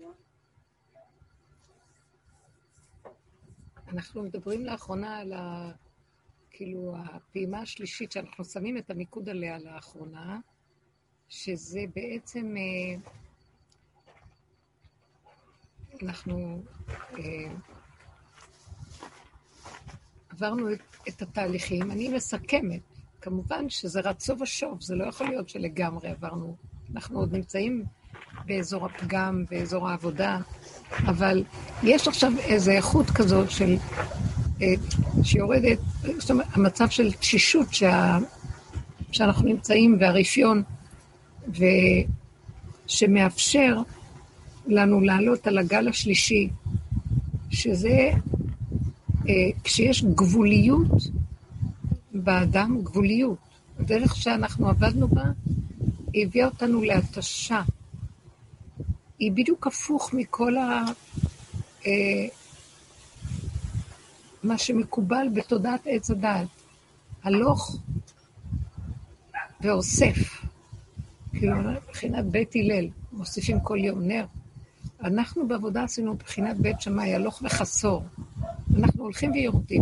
אנחנו מדברים לאחרונה על כאילו הפעימה השלישית שאנחנו שמים את המיקוד עליה לאחרונה, שזה בעצם אנחנו עברנו את התהליכים. אני מסכמת, כמובן שזה רצו ושוב, זה לא יכול להיות שלגמרי עברנו. אנחנו עוד נמצאים באזור הפגם, באזור העבודה, אבל יש עכשיו איזו איכות כזאת של שיורדת, זאת אומרת, המצב של תשישות שאנחנו נמצאים, והרפיון, שמאפשר לנו לעלות על הגל השלישי, שזה כשיש גבוליות באדם, גבוליות. הדרך שאנחנו עבדנו בה, היא הביאה אותנו להתשה. היא בדיוק הפוך מכל מה שמקובל בתודעת עץ הדעת. הלוך ואוסף. כאילו, בחינת בית הלל, מוסיפים כל יום נר. אנחנו בעבודה עשינו בחינת בית שמאי, הלוך וחסור. אנחנו הולכים ויורדים.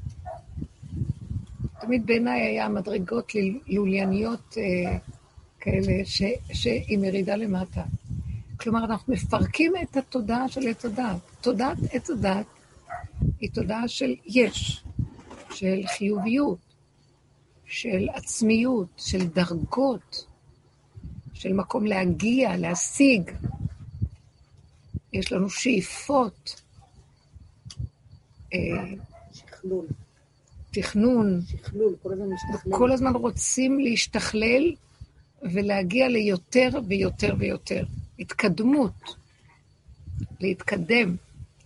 תמיד בעיניי היה מדרגות לולייניות כאלה שהיא מרידה למטה. כלומר, אנחנו מפרקים את התודעה של עץ הדעת. תודעת עץ הדעת היא תודעה של יש, של חיוביות, של עצמיות, של דרגות, של מקום להגיע, להשיג. יש לנו שאיפות. שכלול. תכנון. שכלול, כל הזמן משתכלל. כל הזמן רוצים להשתכלל ולהגיע ליותר ויותר ויותר. התקדמות. להתקדם.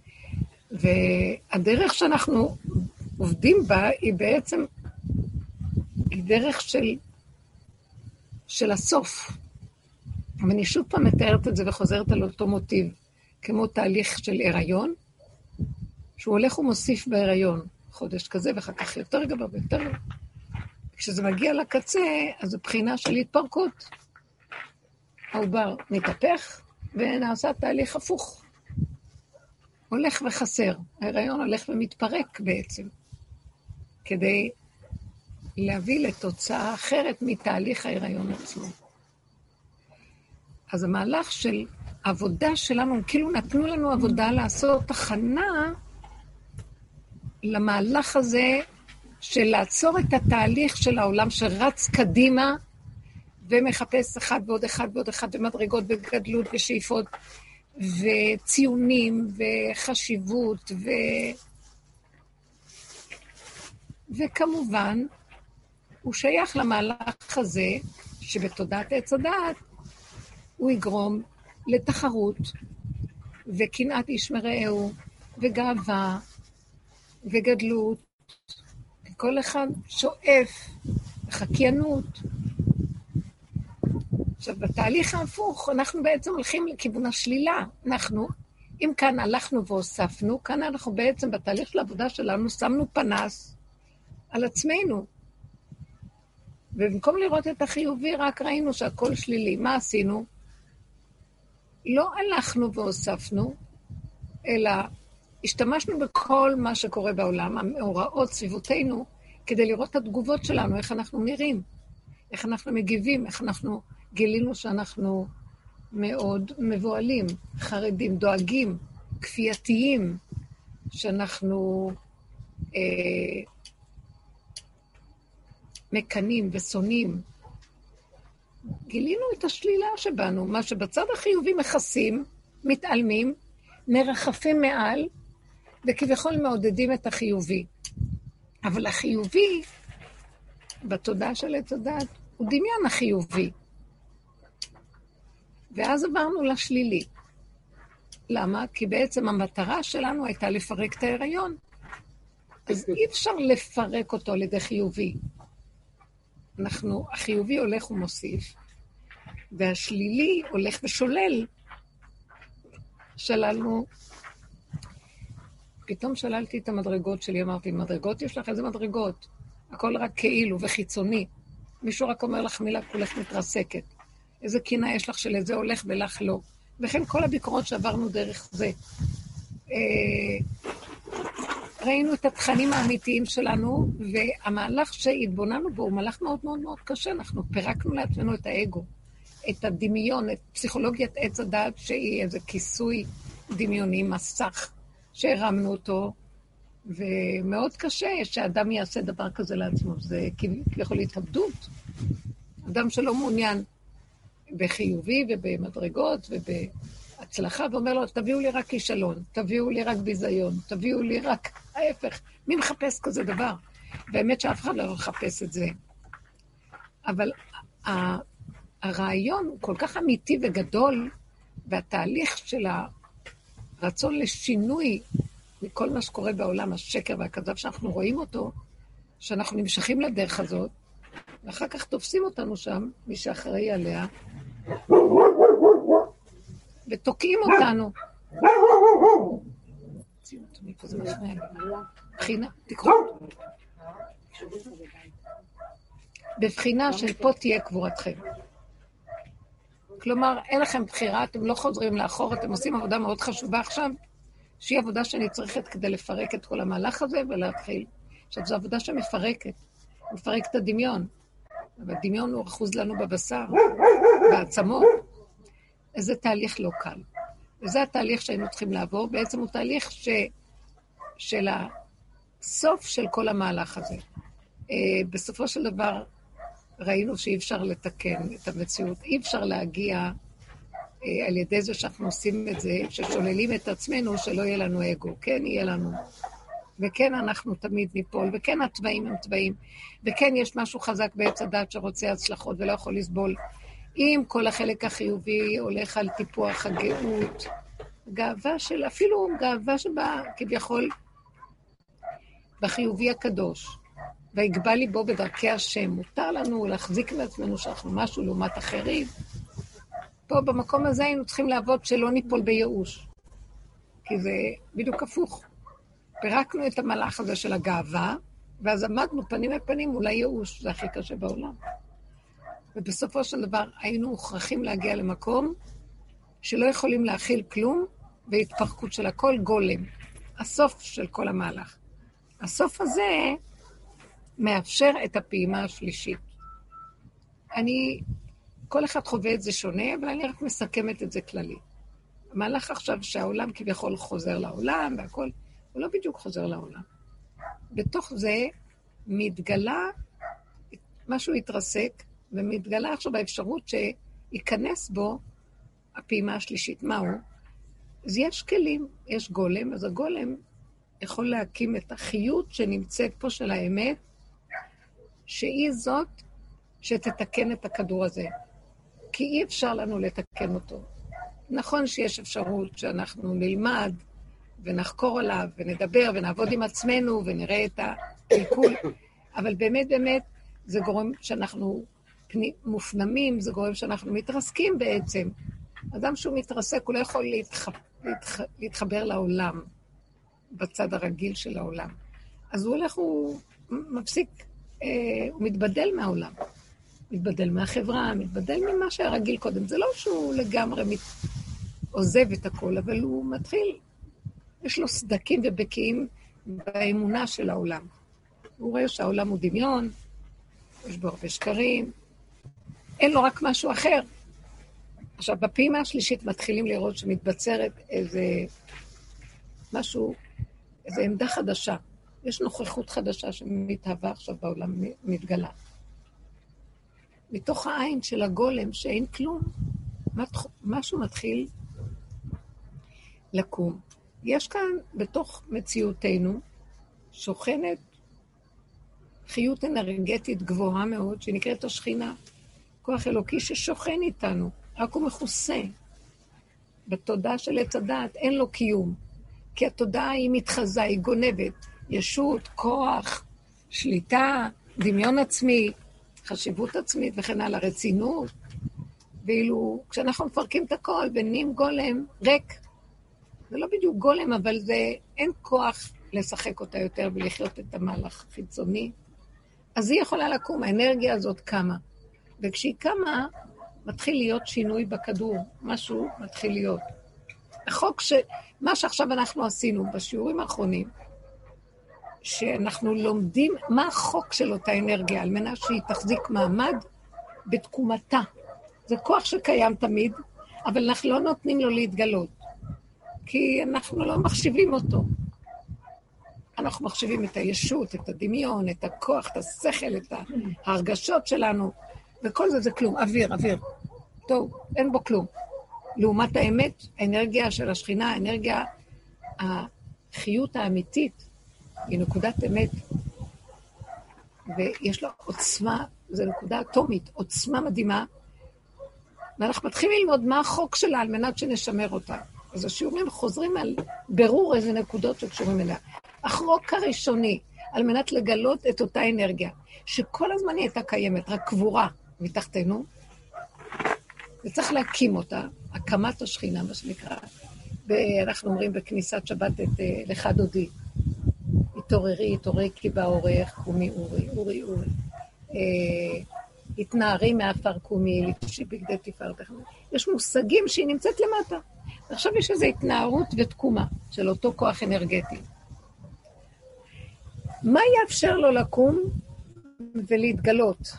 והדרך שאנחנו עובדים בה היא בעצם היא דרך של הסוף. אבל אני שוב פעם מתארת את זה וחוזרת על אותו מוטיב, כמו תהליך של הריון, שהוא הולך ומוסיף בהיריון, חודש כזה ואחר כך יותר גבוה ויותר גבוה. כשזה מגיע לקצה, אז זו בחינה של התפרקות. העובר מתהפך ונעשה תהליך הפוך. הולך וחסר. ההיריון הולך ומתפרק בעצם, כדי להביא לתוצאה אחרת מתהליך ההיריון עצמו. אז המהלך של עבודה שלנו, כאילו נתנו לנו עבודה לעשות הכנה למהלך הזה של לעצור את התהליך של העולם שרץ קדימה ומחפש אחד ועוד אחד ועוד אחד ומדרגות וגדלות ושאיפות וציונים וחשיבות וכמובן הוא שייך למהלך הזה שבתודעת עץ הדעת הוא יגרום לתחרות וקנאת איש מרעהו וגאווה וגדלות. כל אחד שואף וחקיינות. עכשיו, בתהליך ההפוך, אנחנו בעצם הולכים לכיוון השלילה. אם כאן הלכנו והוספנו, כאן אנחנו בעצם בתהליך של העבודה שלנו שמנו פנס על עצמנו. ובמקום לראות את החיובי, רק ראינו שהכל שלילי. מה עשינו? לא הלכנו והוספנו, אלא השתמשנו בכל מה שקורה בעולם, המאורעות סביבותינו, כדי לראות את התגובות שלנו, איך אנחנו נראים, איך אנחנו מגיבים, איך אנחנו גילינו שאנחנו מאוד מבועלים, חרדים, דואגים, כפייתיים, שאנחנו מקנים ושונאים. גילינו את השלילה שבנו, מה שבצד החיובי מכסים, מתעלמים, מרחפים מעל, וכביכול מעודדים את החיובי. אבל החיובי, בתודעה של התודעת, הוא דמיין החיובי. ואז עברנו לשלילי. למה? כי בעצם המטרה שלנו הייתה לפרק את ההיריון. אז אי אפשר לפרק אותו על ידי חיובי. החיובי הולך ומוסיף, והשלילי הולך ושולל. שללנו, פתאום שללתי את המדרגות שלי, אמרתי, מדרגות יש לך? איזה מדרגות? הכל רק כאילו וחיצוני. מישהו רק אומר לך מילה, כולך מתרסקת. איזה קינה יש לך שלזה הולך ולך לא. וכן כל הביקורות שעברנו דרך זה. ראינו את התכנים האמיתיים שלנו, והמהלך שהתבוננו בו הוא מהלך מאוד מאוד מאוד קשה. אנחנו פירקנו לעצמנו את האגו, את הדמיון, את פסיכולוגיית עץ הדעת, שהיא איזה כיסוי דמיוני, מסך, שהרמנו אותו, ומאוד קשה שאדם יעשה דבר כזה לעצמו. זה כביכול התאבדות. אדם שלא מעוניין בחיובי ובמדרגות ובהצלחה, ואומר לו, תביאו לי רק כישלון, תביאו לי רק ביזיון, תביאו לי רק ההפך. מי מחפש כזה דבר? באמת שאף אחד לא מחפש את זה. אבל הרעיון הוא כל כך אמיתי וגדול, והתהליך של הרצון לשינוי מכל מה שקורה בעולם, השקר והכזב שאנחנו רואים אותו, שאנחנו נמשכים לדרך הזאת, ואחר כך תופסים אותנו שם, מי שאחראי עליה, ותוקעים אותנו. בחינה, תקחו. בבחינה של פה תהיה קבורתכם. כלומר, אין לכם בחירה, אתם לא חוזרים לאחור, אתם עושים עבודה מאוד חשובה עכשיו, שהיא עבודה שאני צריכת כדי לפרק את כל המהלך הזה ולהתחיל. עכשיו, זו עבודה שמפרקת, מפרק את הדמיון. אבל הדמיון הוא אחוז לנו בבשר, בעצמות. איזה תהליך לא קל. וזה התהליך שהיינו צריכים לעבור, בעצם הוא תהליך של הסוף של כל המהלך הזה. בסופו של דבר ראינו שאי אפשר לתקן את המציאות, אי אפשר להגיע על ידי זה שאנחנו עושים את זה, ששוללים את עצמנו, שלא יהיה לנו אגו. כן, יהיה לנו. וכן, אנחנו תמיד ניפול, וכן, הטבעים הם טבעים, וכן, יש משהו חזק בעץ הדת שרוצה הצלחות ולא יכול לסבול. אם כל החלק החיובי הולך על טיפוח הגאות, גאווה של, אפילו גאווה שבה כביכול בחיובי הקדוש, והגבה ליבו בדרכי השם, מותר לנו להחזיק מעצמנו שאנחנו משהו לעומת אחרים. פה במקום הזה היינו צריכים לעבוד שלא ניפול בייאוש, כי זה בדיוק הפוך. פירקנו את המהלך הזה של הגאווה, ואז עמדנו פנים לפנים מול הייאוש, זה הכי קשה בעולם. ובסופו של דבר היינו מוכרחים להגיע למקום שלא יכולים להכיל כלום, והתפרקות של הכל גולם. הסוף של כל המהלך. הסוף הזה מאפשר את הפעימה השלישית. כל אחד חווה את זה שונה, אבל אני רק מסכמת את זה כללי. המהלך עכשיו שהעולם כביכול חוזר לעולם, והכל, הוא לא בדיוק חוזר לעולם. בתוך זה מתגלה, משהו יתרסק, ומתגלה עכשיו באפשרות שייכנס בו הפעימה השלישית. מהו? אז יש כלים, יש גולם, אז הגולם יכול להקים את החיות שנמצאת פה של האמת, שהיא זאת שתתקן את הכדור הזה. כי אי אפשר לנו לתקן אותו. נכון שיש אפשרות שאנחנו נלמד ונחקור עליו ונדבר ונעבוד עם עצמנו ונראה את הקלקול, אבל באמת באמת זה גורם שאנחנו מופנמים, זה גורם שאנחנו מתרסקים בעצם. אדם שהוא מתרסק הוא לא יכול להתחבר לעולם, בצד הרגיל של העולם. אז הוא הולך, הוא מפסיק, הוא מתבדל מהעולם. מתבדל מהחברה, מתבדל ממה שהיה רגיל קודם. זה לא שהוא לגמרי עוזב את הכל, אבל הוא מתחיל, יש לו סדקים ובקיעים באמונה של העולם. הוא רואה שהעולם הוא דמיון, יש בו הרבה שקרים, אין לו רק משהו אחר. עכשיו, בפעימה השלישית מתחילים לראות שמתבצרת איזה משהו, איזו עמדה חדשה. יש נוכחות חדשה שמתהווה עכשיו בעולם, מתגלה. מתוך העין של הגולם שאין כלום, משהו מתחיל לקום. יש כאן בתוך מציאותנו שוכנת חיות אנרגטית גבוהה מאוד, שנקראת השכינה, כוח אלוקי ששוכן איתנו, רק הוא מכוסה. בתודעה של עץ הדעת אין לו קיום, כי התודעה היא מתחזה, היא גונבת, ישות, כוח, שליטה, דמיון עצמי, חשיבות עצמית וכן הלאה, רצינות. ואילו כשאנחנו מפרקים את הכל ונהיים גולם ריק, זה לא בדיוק גולם, אבל זה אין כוח לשחק אותה יותר ולחיות את המהלך חיצוני. אז היא יכולה לקום, האנרגיה הזאת קמה. וכשהיא קמה, מתחיל להיות שינוי בכדור, משהו מתחיל להיות. החוק מה שעכשיו אנחנו עשינו בשיעורים האחרונים, שאנחנו לומדים מה החוק של אותה אנרגיה, על מנת שהיא תחזיק מעמד בתקומתה. זה כוח שקיים תמיד, אבל אנחנו לא נותנים לו להתגלות, כי אנחנו לא מחשיבים אותו. אנחנו מחשיבים את הישות, את הדמיון, את הכוח, את השכל, את ההרגשות שלנו, וכל זה כלום, אוויר. טוב, אין בו כלום. לעומת האמת, האנרגיה של השכינה, האנרגיה, החיות האמיתית, היא נקודת אמת, ויש לה עוצמה, זו נקודה אטומית, עוצמה מדהימה, ואנחנו מתחילים ללמוד מה החוק שלה על מנת שנשמר אותה. אז השיעורים חוזרים על ברור איזה נקודות שקשורים אליה. החוק הראשוני, על מנת לגלות את אותה אנרגיה, שכל הזמן היא הייתה קיימת, רק קבורה מתחתנו, וצריך להקים אותה, הקמת השכינה, מה שנקרא. אנחנו אומרים בכניסת שבת את לך דודי, התעוררי כי באורך, קומי אורי. התנערי מאפר קומי, לבשי בגדי תפארתך. יש מושגים שהיא נמצאת למטה. עכשיו יש איזו התנערות ותקומה של אותו כוח אנרגטי. מה יאפשר לו לקום ולהתגלות?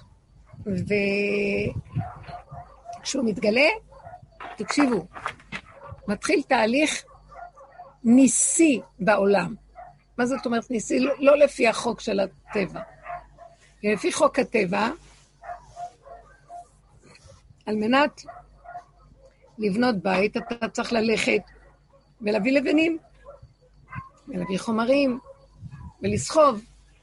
וכשהוא מתגלה, תקשיבו, מתחיל תהליך ניסי בעולם. מה זאת אומרת ניסי? לא לפי החוק של הטבע. לפי חוק הטבע, על מנת לבנות בית, אתה צריך ללכת ולהביא לבנים, ולהביא חומרים, ולסחוב.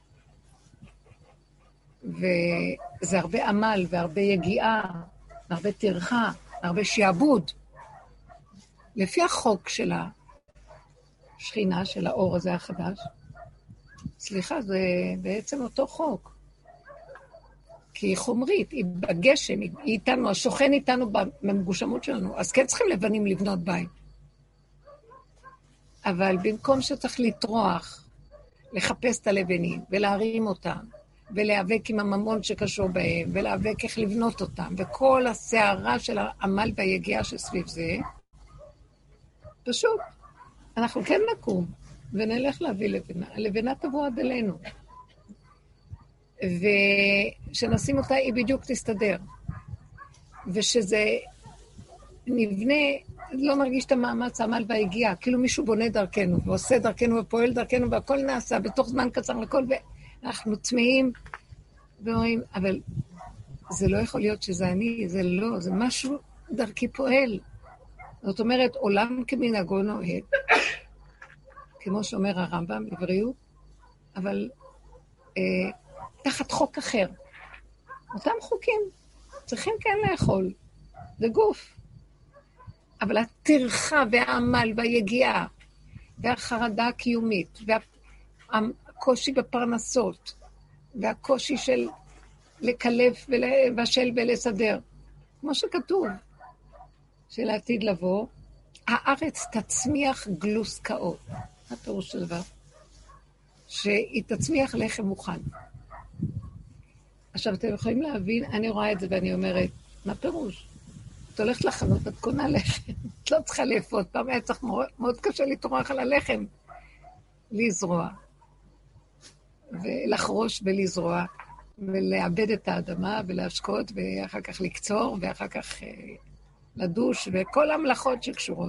וזה הרבה עמל, והרבה יגיעה, והרבה טרחה, והרבה שיעבוד. לפי החוק של השכינה, של האור הזה החדש, סליחה, זה בעצם אותו חוק. כי היא חומרית, היא בגשם, היא איתנו, השוכן איתנו במגושמות שלנו, אז כן צריכים לבנים לבנות בית. אבל במקום שצריך לטרוח, לחפש את הלבנים, ולהרים אותם, ולהיאבק עם הממון שקשור בהם, ולהיאבק איך לבנות אותם, וכל הסערה של העמל והיגיעה שסביב זה, פשוט, אנחנו כן נקום, ונלך להביא לבנה. הלבנה תבוא עד אלינו. ושנשים אותה, היא בדיוק תסתדר. ושזה נבנה, לא מרגיש את המאמץ, העמל וההגיעה, כאילו מישהו בונה דרכנו, ועושה דרכנו, ופועל דרכנו, והכל נעשה בתוך זמן קצר לכל, ואנחנו צמאים, ואומרים, אבל זה לא יכול להיות שזה אני, זה לא, זה משהו דרכי פועל. זאת אומרת, עולם כמנהגו נוהג, כמו שאומר הרמב"ם, עבריות, אבל תחת חוק אחר. אותם חוקים צריכים כן לאכול, זה גוף. אבל הטרחה והעמל והיגיעה, והחרדה הקיומית, והקושי בפרנסות, והקושי של לקלף ולבשל ולסדר, כמו שכתוב, של העתיד לבוא, הארץ תצמיח גלוסקאות. מה הפירוש של דבר? שהיא תצמיח לחם מוכן. עכשיו, אתם יכולים להבין, אני רואה את זה ואני אומרת, מה פירוש? את הולכת לחנות, את קונה לחם, את לא צריכה לאפות, פעם היה צריך מאוד קשה לטרוח על הלחם, לזרוע, ולחרוש ולזרוע, ולאבד את האדמה ולהשקות, ואחר כך לקצור, ואחר כך לדוש, וכל המלאכות שקשורות.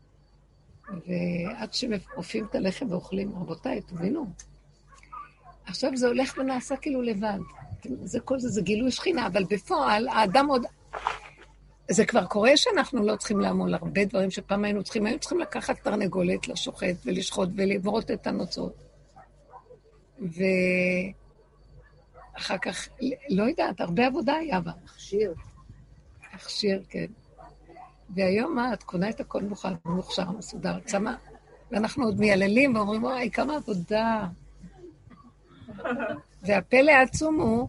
ועד שאופים את הלחם ואוכלים, רבותיי, תבינו. עכשיו זה הולך ונעשה כאילו לבד. זה כל זה, זה גילוי שכינה, אבל בפועל האדם עוד... זה כבר קורה שאנחנו לא צריכים לעמול הרבה דברים שפעם היינו צריכים לקחת תרנגולת לשוחט ולשחוט ולברות את הנוצות. ואחר כך, לא יודעת, הרבה עבודה היה בה. הכשיר, כן. והיום מה, את קונה את הכל מוכשר, מסודר, צמא. ואנחנו עוד מייללים ואומרים, וואי, כמה עבודה. והפלא העצום הוא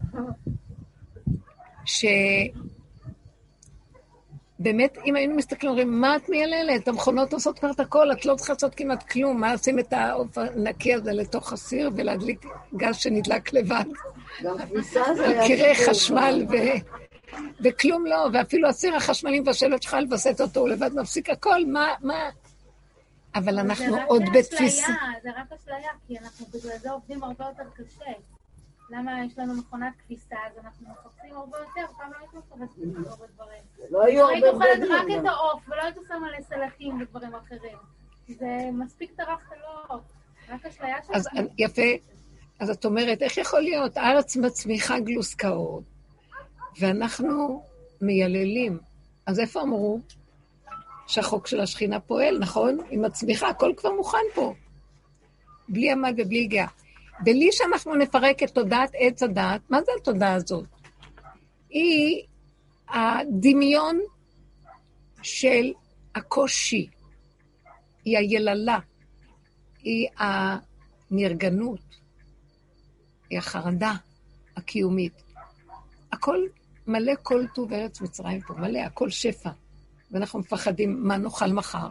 שבאמת, אם היינו מסתכלים, אומרים, מה את מייללת? המכונות עושות כבר את הכל, את לא צריכה לעשות כמעט כלום. מה עושים את העוף הנקי הזה לתוך הסיר ולהדליק גז שנדלק לבד? גם כביסה זה היה... קירי חשמל וכלום לא, ואפילו הסיר החשמלים והשאלות שלך לבסט אותו, הוא לבד מפסיק הכל, מה? אבל אנחנו עוד בתפיסה. זה רק אשליה, כי אנחנו בגלל זה עובדים הרבה יותר קשה. למה יש לנו מכונת כביסה, אז אנחנו מחפשים הרבה יותר, פעם לא הייתי מחפשים הרבה דברים. לא היו הייתי הרבה אוכלת דברים. רק את העוף, ולא הייתי שמה לסלטים ודברים אחרים. זה מספיק טרף חלות, רק אשליה שלנו. אז יפה, אז את אומרת, איך יכול להיות? הארץ מצמיחה גלוסקאות, ואנחנו מייללים. אז איפה אמרו? שהחוק של השכינה פועל, נכון? עם הצמיחה, הכל כבר מוכן פה. בלי עמד ובלי הגיעה. בלי שאנחנו נפרק את תודעת עץ הדעת, מה זה התודעה הזאת? היא הדמיון של הקושי, היא היללה, היא הנרגנות, היא החרדה הקיומית. הכל מלא כל טוב ארץ מצרים פה, מלא, הכל שפע. ואנחנו מפחדים מה נאכל מחר.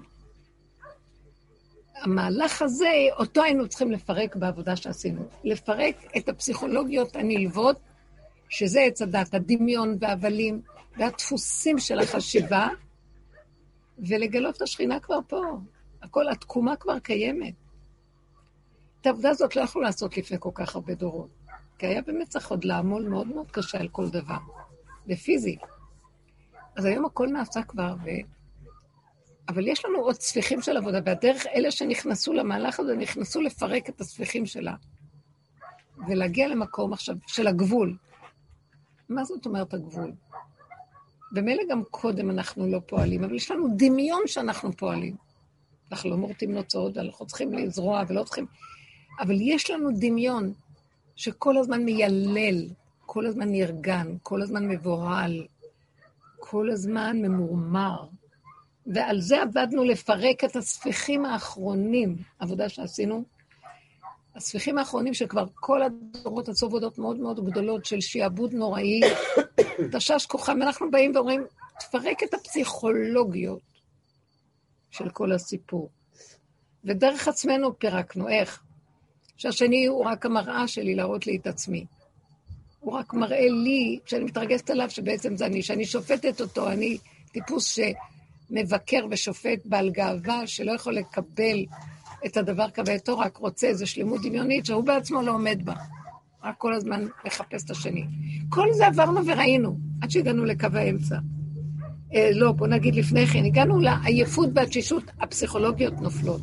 המהלך הזה, אותו היינו צריכים לפרק בעבודה שעשינו. לפרק את הפסיכולוגיות הנלוות, שזה עץ הדת, הדמיון והבלים, והדפוסים של החשיבה, ולגלות את השכינה כבר פה. הכל, התקומה כבר קיימת. את העבודה הזאת לא יכולו לעשות לפני כל כך הרבה דורות. כי היה באמת צריך עוד לעמול מאוד מאוד קשה על כל דבר. לפיזי. אז היום הכל נעשה כבר, אבל יש לנו עוד ספיחים של עבודה, והדרך אלה שנכנסו למהלך הזה, נכנסו לפרק את הספיחים שלה, ולהגיע למקום עכשיו של הגבול. מה זאת אומרת הגבול? במילא גם קודם אנחנו לא פועלים, אבל יש לנו דמיון שאנחנו פועלים. אנחנו לא מורטים נוצאות, אנחנו צריכים לזרוע ולא צריכים, אבל יש לנו דמיון שכל הזמן מיילל, כל הזמן נרגן, כל הזמן מבוהל, כל הזמן ממורמר, ועל זה עבדנו לפרק את הספיחים האחרונים, עבודה שעשינו, הספיחים האחרונים שכבר כל הדורות עשו עבודות מאוד מאוד גדולות של שיעבוד נוראי, תשש כוחם, אנחנו באים ואומרים, תפרק את הפסיכולוגיות של כל הסיפור. ודרך עצמנו פירקנו, איך? שהשני הוא רק המראה שלי להראות לי את עצמי. הוא רק מראה לי, כשאני מתרגשת עליו, שבעצם זה אני, שאני שופטת אותו, אני טיפוס שמבקר ושופט בעל גאווה, שלא יכול לקבל את הדבר כבאתו, רק רוצה איזו שלמות דמיונית, שהוא בעצמו לא עומד בה. רק כל הזמן מחפש את השני. כל זה עברנו וראינו, עד שהגענו לקו האמצע. לא, בוא נגיד לפני כן, הגענו לעייפות והתשישות, הפסיכולוגיות נופלות.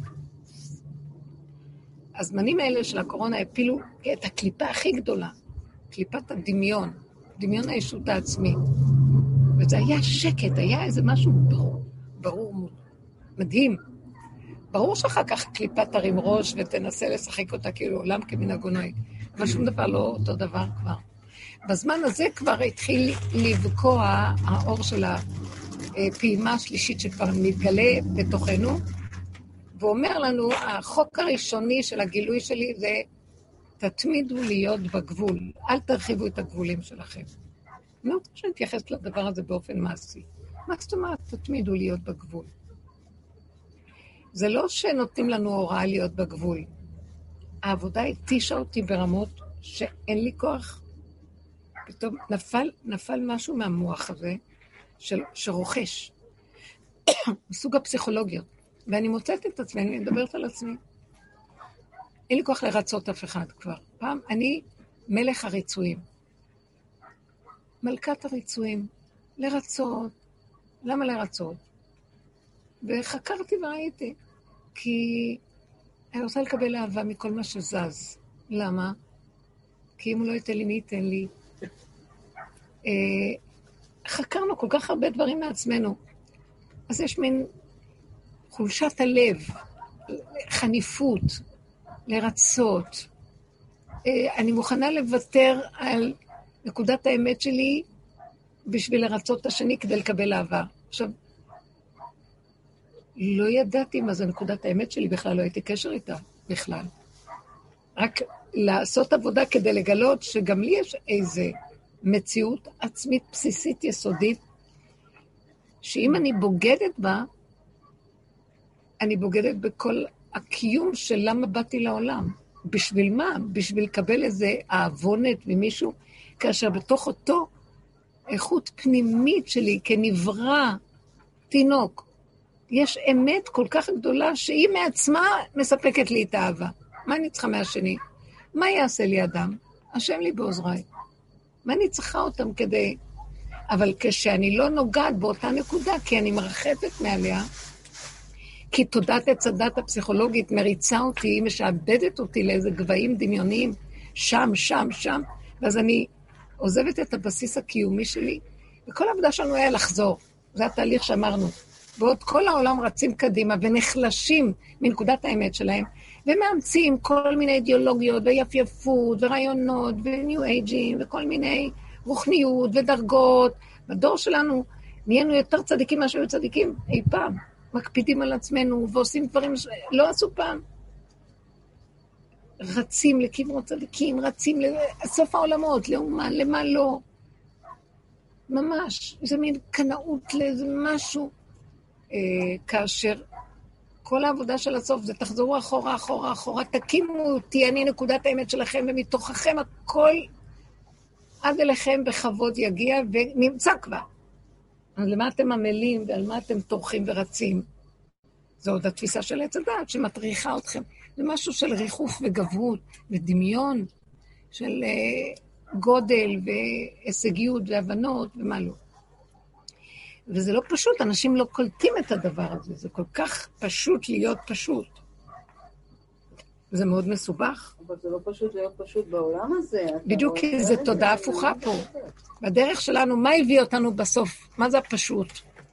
הזמנים האלה של הקורונה הפילו את הקליפה הכי גדולה, קליפת הדמיון, דמיון הישות העצמי. וזה היה שקט, היה איזה משהו ברור, מדהים. ברור שאחר כך קליפה תרים ראש ותנסה לשחק אותה כאילו עולם כמנהגו נוהג, אבל שום דבר לא אותו דבר כבר. בזמן הזה כבר התחיל לבקוע האור של הפעימה השלישית שכבר מתגלה בתוכנו, ואומר לנו, החוק הראשוני של הגילוי שלי זה, תתמידו להיות בגבול, אל תרחיבו את הגבולים שלכם. אני רוצה שנתייחס לדבר הזה באופן מעשי. מה זאת אומרת, תתמידו להיות בגבול? זה לא שנותנים לנו הוראה להיות בגבול. העבודה התישה אותי ברמות שאין לי כוח. פתאום נפל משהו מהמוח הזה שרוכש. מסוג הפסיכולוגיות. ואני מוצאת את עצמי, אני מדברת על עצמי. אין לי כוח לרצות אף אחד כבר. פעם אני מלך הריצויים. מלכת הריצויים. לרצות. למה לרצות? וחקרתי וראיתי. כי אני רוצה לקבל אהבה מכל מה שזז. למה? כי אם הוא לא ייתן לי, מי ייתן לי? חקרנו כל כך הרבה דברים מעצמנו. אז יש מין חולשת הלב, חניפות, לרצות. אני מוכנה לוותר על נקודת האמת שלי בשביל לרצות את השני כדי לקבל אהבה. עכשיו, לא ידעתי מה זה נקודת האמת שלי, בכלל לא הייתי קשר איתה, בכלל. רק לעשות עבודה כדי לגלות שגם לי יש איזה מציאות עצמית בסיסית יסודית, שאם אני בוגדת בה, אני בוגדת בכל הקיום של למה באתי לעולם. בשביל מה? בשביל לקבל איזה אהבונת ממישהו, כאשר בתוך אותו איכות פנימית שלי כנברא תינוק. יש אמת כל כך גדולה שהיא מעצמה מספקת לי את האהבה. מה אני צריכה מהשני? מה יעשה לי אדם? השם לי בעוזריי. מה אני צריכה אותם כדי... אבל כשאני לא נוגעת באותה נקודה, כי אני מרחפת מעליה, כי תודעת הדת הפסיכולוגית מריצה אותי, היא משעבדת אותי לאיזה גבהים דמיוניים, שם, ואז אני עוזבת את הבסיס הקיומי שלי, וכל העבודה שלנו היה לחזור. זה התהליך שאמרנו. ועוד כל העולם רצים קדימה ונחלשים מנקודת האמת שלהם, ומאמצים כל מיני אידיאולוגיות ויפייפות ורעיונות וניו אייג'ים וכל מיני רוחניות ודרגות. בדור שלנו נהיינו יותר צדיקים מה שהיו צדיקים אי פעם. מקפידים על עצמנו ועושים דברים שלא עשו פעם. רצים לכיוון צדיקים, רצים לסוף העולמות, לאומן, למה לא. ממש, זה מין קנאות לאיזה משהו. כאשר כל העבודה של הסוף זה תחזרו אחורה, תקימו אותי, אני נקודת האמת שלכם, ומתוככם הכל עד אליכם בכבוד יגיע ונמצא כבר. אז למה אתם עמלים ועל מה אתם טורחים ורצים? זו עוד התפיסה של עץ הדעת שמטריחה אתכם. זה משהו של ריחוף וגברות ודמיון, של גודל והישגיות והבנות ומה לא. וזה לא פשוט, אנשים לא קולטים את הדבר הזה, זה כל כך פשוט להיות פשוט. זה מאוד מסובך. אבל זה לא פשוט להיות פשוט בעולם הזה. בדיוק כי זה תודעה הפוכה פה. בדרך שלנו, מה הביא אותנו בסוף? מה זה הפשוט?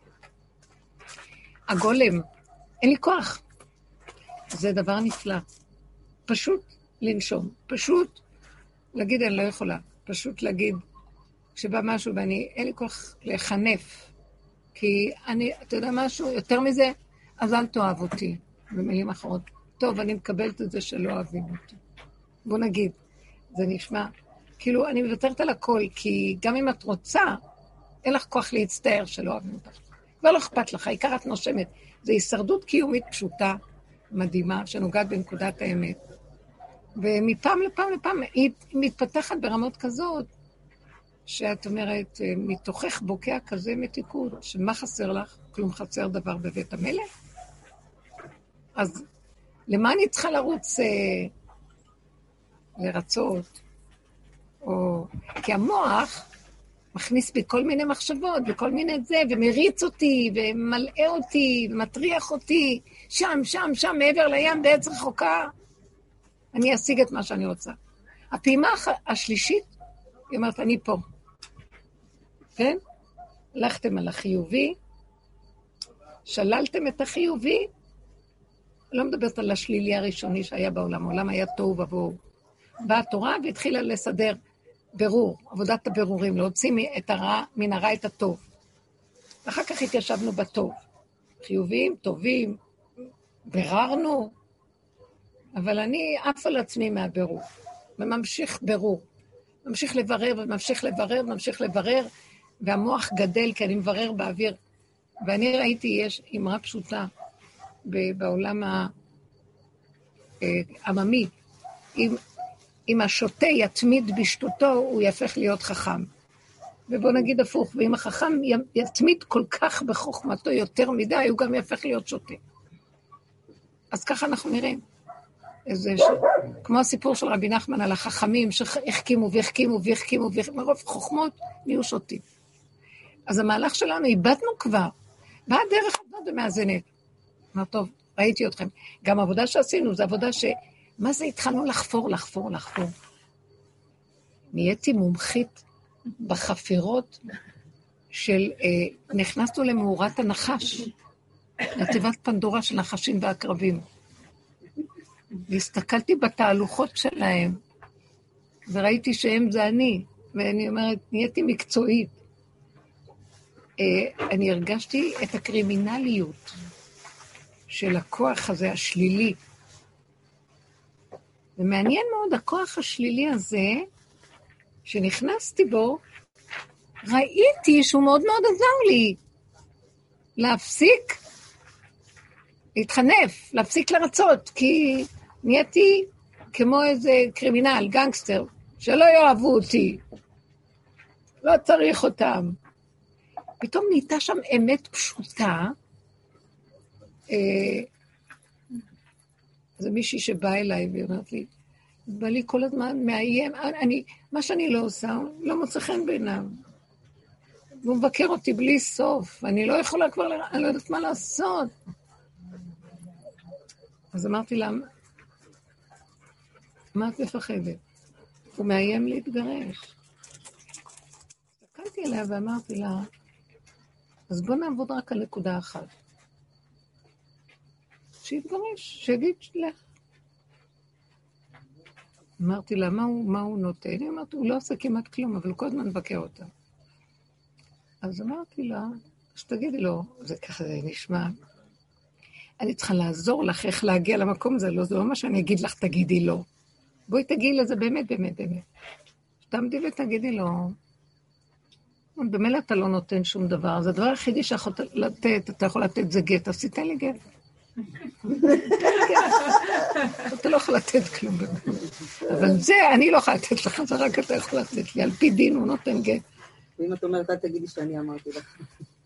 הגולם. אין לי כוח. זה דבר נפלא. פשוט לנשום. פשוט להגיד אני לא יכולה. פשוט להגיד, כשבא משהו ואני, אין לי כוח לחנף. כי אני, אתה יודע משהו, יותר מזה, אז אל תאהב אותי, במילים אחרות. טוב, אני מקבלת את זה שלא אוהבים אותי. בוא נגיד, זה נשמע, כאילו אני מוותרת על הכל, כי גם אם את רוצה, אין לך כוח להצטער שלא אוהבים אותך. כבר לא אכפת לך, העיקר את נושמת. זו הישרדות קיומית פשוטה, מדהימה, שנוגעת בנקודת האמת. ומפעם לפעם, היא מתפתחת ברמות כזאת, שאת אומרת, מתוכך בוקע כזה מתיקות, שמה חסר לך? כלום חסר דבר בבית המלך? אז למה אני צריכה לרוץ לרצות? כי המוח מכניס בי כל מיני מחשבות וכל מיני זה, ומריץ אותי ומלאה אותי ומטריח אותי, שם, מעבר לים בעץ רחוקה, אני אשיג את מה שאני רוצה. הפעימה השלישית, היא אומרת, אני פה. כן? הלכתם על החיובי, שללתם את החיובי, לא מדברת על השלילי הראשוני שהיה בעולם, העולם היה טוב ובואו. באה התורה והתחילה לסדר ברור, עבודת הבירורים, להוציא את הרע, מן הרע את הטוב. ואחר כך התיישבנו בטוב. חיוביים, טובים, בררנו, אבל אני עף על עצמי מהבירור, וממשיך ברור. ממשיך לברר, והמוח גדל, כי אני מברר באוויר. ואני ראיתי, יש אמרה פשוטה בעולם העממי, אם השוטה יתמיד בשטותו, הוא יהפך להיות חכם. ובוא נגיד הפוך, ואם החכם יתמיד כל כך בחוכמתו יותר מדי, הוא גם יהפך להיות שוטה. אז ככה אנחנו נראים. כמו הסיפור של רבי נחמן על החכמים שהחכימו מרוב חוכמות נהיו שוטים. אז המהלך שלנו איבדנו כבר, באה דרך עבודה ומאזנת. אמר טוב, ראיתי אתכם. גם העבודה שעשינו, זו עבודה מה זה התחלנו לחפור? נהייתי מומחית בחפירות של, נכנסנו למאורת הנחש, לתיבת פנדורה של נחשים ועקרבים. והסתכלתי בתהלוכות שלהם, וראיתי שהם זה אני, ואני אומרת, נהייתי מקצועית. אני הרגשתי את הקרימינליות של הכוח הזה, השלילי. ומעניין מאוד, הכוח השלילי הזה, שנכנסתי בו, ראיתי שהוא מאוד מאוד עזר לי להפסיק, להתחנף, להפסיק לרצות, כי נהייתי כמו איזה קרימינל, גנגסטר, שלא יאהבו אותי. לא צריך אותם. פתאום נהייתה שם אמת פשוטה, זה מישהי שבאה אליי ואומרת לי, בא לי כל הזמן מאיים, מה שאני לא עושה, לא מוצא חן בעיניו. הוא מבקר אותי בלי סוף, אני לא יכולה כבר, אני לא יודעת מה לעשות. אז אמרתי לה, מה את מפחדת? הוא מאיים להתגרש. הסתכלתי אליה ואמרתי לה, אז בוא נעבוד רק על נקודה אחת. שיתגרש, שיגיד לך. אמרתי לה, מה הוא נותן? אני אמרתי, הוא לא עושה כמעט כלום, אבל הוא כל הזמן מבקר אותה. אז אמרתי לה, שתגידי לו, זה ככה זה נשמע, אני צריכה לעזור לך איך להגיע למקום הזה, לא, זה לא מה שאני אגיד לך, תגידי לו. בואי תגידי לזה באמת, באמת, באמת. שתעמדי ותגידי לו, במילא אתה לא נותן שום דבר, זה הדבר היחידי שיכולת לתת, אתה יכול לתת זה גט, אז תיתן לי גט. אתה לא יכול לתת כלום. אבל זה, אני לא יכולה לתת לך, זה רק אתה יכול לתת לי, על פי דין הוא נותן גט. ואם את אומרת, אל תגידי שאני אמרתי לך.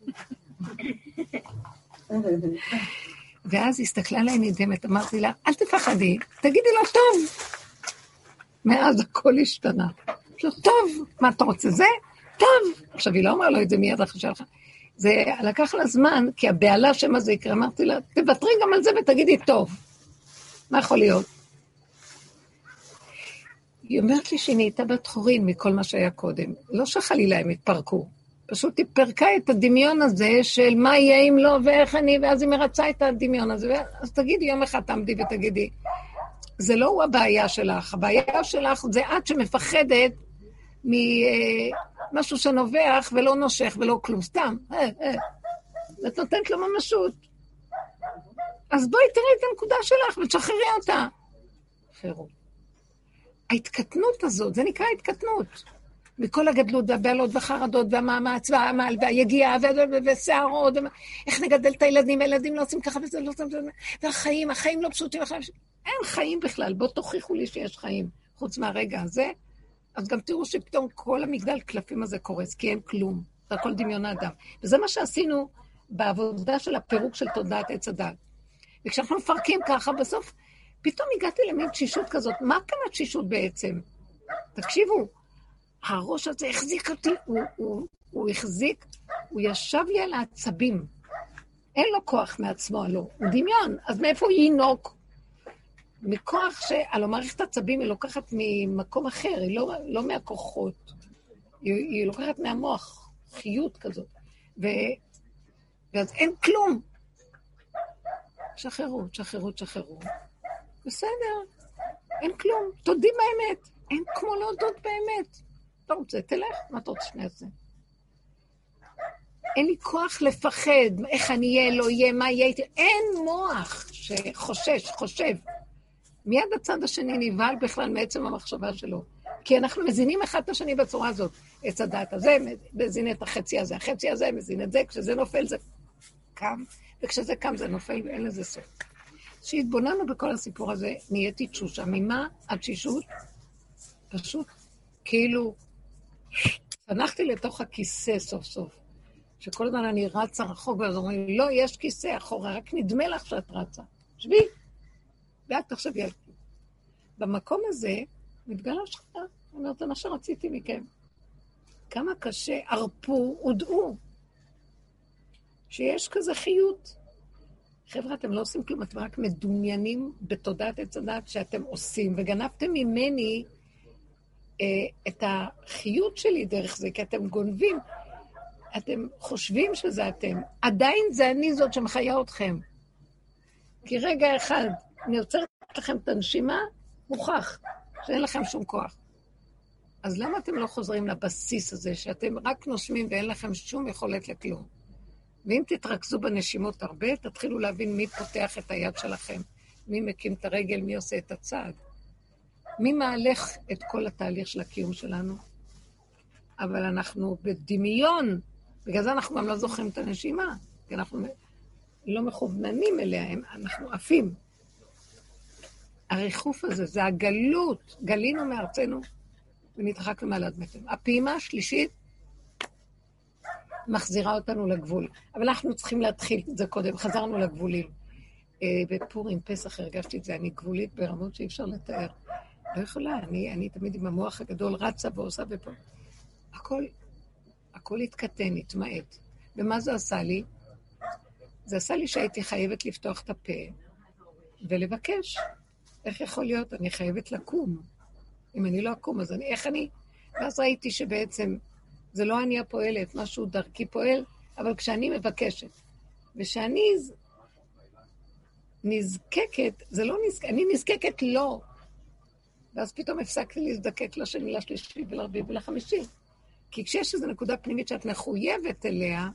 ואז הסתכלה עליי נדהמת, אמרתי לה, אל תפחדי, תגידי לו טוב. מאז הכל השתנה. לא טוב, מה אתה רוצה? זה? טוב. עכשיו היא לא אמרה לו את זה מיד אחרי שלך. זה לקח לה זמן, כי הבעלה שמה זה יקרה, אמרתי לה, תוותרי גם על זה ותגידי טוב. מה יכול להיות? היא אומרת לי שהיא נהייתה בת חורין מכל מה שהיה קודם. לא שחלילה הם התפרקו. פשוט היא פרקה את הדמיון הזה של מה יהיה אם לא ואיך אני, ואז היא מרצה את הדמיון הזה. אז תגידי, יום אחד תעמדי ותגידי, זה לא הוא הבעיה שלך. הבעיה שלך זה את שמפחדת ממשהו שנובח ולא נושך ולא כלום. סתם. את נותנת לו ממשות. אז בואי תראי את הנקודה שלך ותשחררי אותה. חירות. ההתקטנות הזאת, זה נקרא התקטנות. מכל הגדלות והבעלות והחרדות והמאמץ והעמל והיגיעה ושערות, איך נגדל את הילדים, הילדים לא עושים ככה וזה לא עושים, והחיים לא פשוטים, אין חיים בכלל, בואו תוכיחו לי שיש חיים, חוץ מהרגע הזה, אז גם תראו שפתאום כל המגדל קלפים הזה קורס, כי אין כלום, זה הכל דמיון האדם. וזה מה שעשינו בעבודה של הפירוק של תודעת עץ הדת. וכשאנחנו מפרקים ככה, בסוף פתאום הגעתי למין תשישות כזאת. מה כאן התשישות בעצם? תקשיבו, הראש הזה החזיק אותי, הוא החזיק, הוא ישב לי על העצבים. אין לו כוח מעצמו, לא. הוא דמיון, אז מאיפה הוא ינוק? מכוח שעל המערכת העצבים היא לוקחת ממקום אחר, היא לא מהכוחות. היא לוקחת מהמוח, חיות כזאת. ואז אין כלום. שחררו. בסדר, אין כלום, תודי באמת, אין כמו להודות באמת. אתה רוצה, תלך, מה אתה רוצה שנעשה? אין לי כוח לפחד, איך אני אהיה, לא יהיה, מה יהיה איתי, אין מוח חושב. מיד הצד השני נבהל בכלל מעצם המחשבה שלו, כי אנחנו מזינים אחד את השני בצורה הזאת. עץ הדעת הזה מזין את החצי הזה מזין את זה, כשזה נופל זה קם, וכשזה קם זה נופל ואין לזה סוף. כשהתבוננו בכל הסיפור הזה, נהייתי תשושה. ממה התשישות? פשוט כאילו צנחתי לתוך הכיסא סוף סוף. שכל הזמן אני רצה רחוק, ואז אומרים לי, לא, יש כיסא אחורה, רק נדמה לך שאת רצה. שבי, ואת תחשבי על כיסא. במקום הזה מתגלה שכנה. אני אומרת, זה מה שרציתי מכם. כמה קשה, ערפו, הודעו. שיש כזה חיות. חבר'ה, אתם לא עושים כלום, אתם רק מדומיינים בתודעת עץ הדת שאתם עושים, וגנבתם ממני את החיות שלי דרך זה, כי אתם גונבים, אתם חושבים שזה אתם, עדיין זה אני זאת שמחיה אתכם. כי רגע אחד, אני עוצרת לכם את הנשימה, מוכח, שאין לכם שום כוח. אז למה אתם לא חוזרים לבסיס הזה, שאתם רק נושמים ואין לכם שום יכולת לכלום? ואם תתרכזו בנשימות הרבה, תתחילו להבין מי פותח את היד שלכם, מי מקים את הרגל, מי עושה את הצעד. מי מהלך את כל התהליך של הקיום שלנו? אבל אנחנו בדמיון, בגלל זה אנחנו גם לא זוכרים את הנשימה, כי אנחנו לא מכווננים אליה, אנחנו עפים. הריחוף הזה, זה הגלות, גלינו מארצנו, ונתרחק למעלה אדמתנו. הפעימה השלישית מחזירה אותנו לגבול. אבל אנחנו צריכים להתחיל את זה קודם, חזרנו לגבולים. בפורים, פסח הרגשתי את זה, אני גבולית ברמות שאי אפשר לתאר. לא יכולה, אני תמיד עם המוח הגדול רצה ועושה ופה. הכל התקטן, התמעט. ומה זה עשה לי? זה עשה לי שהייתי חייבת לפתוח את הפה ולבקש. איך יכול להיות? אני חייבת לקום. אם אני לא אקום, אז איך אני... ואז ראיתי שבעצם זה לא אני הפועלת, משהו דרכי פועל, אבל כשאני מבקשת, ושאני נזקקת, זה לא נזקקת, אני נזקקת לא. ואז פתאום הפסקתי להזדקק לשני, לשלישי ולרביעי ולחמישי. כי כשיש איזו נקודה פנימית שאת מחויבת אליה,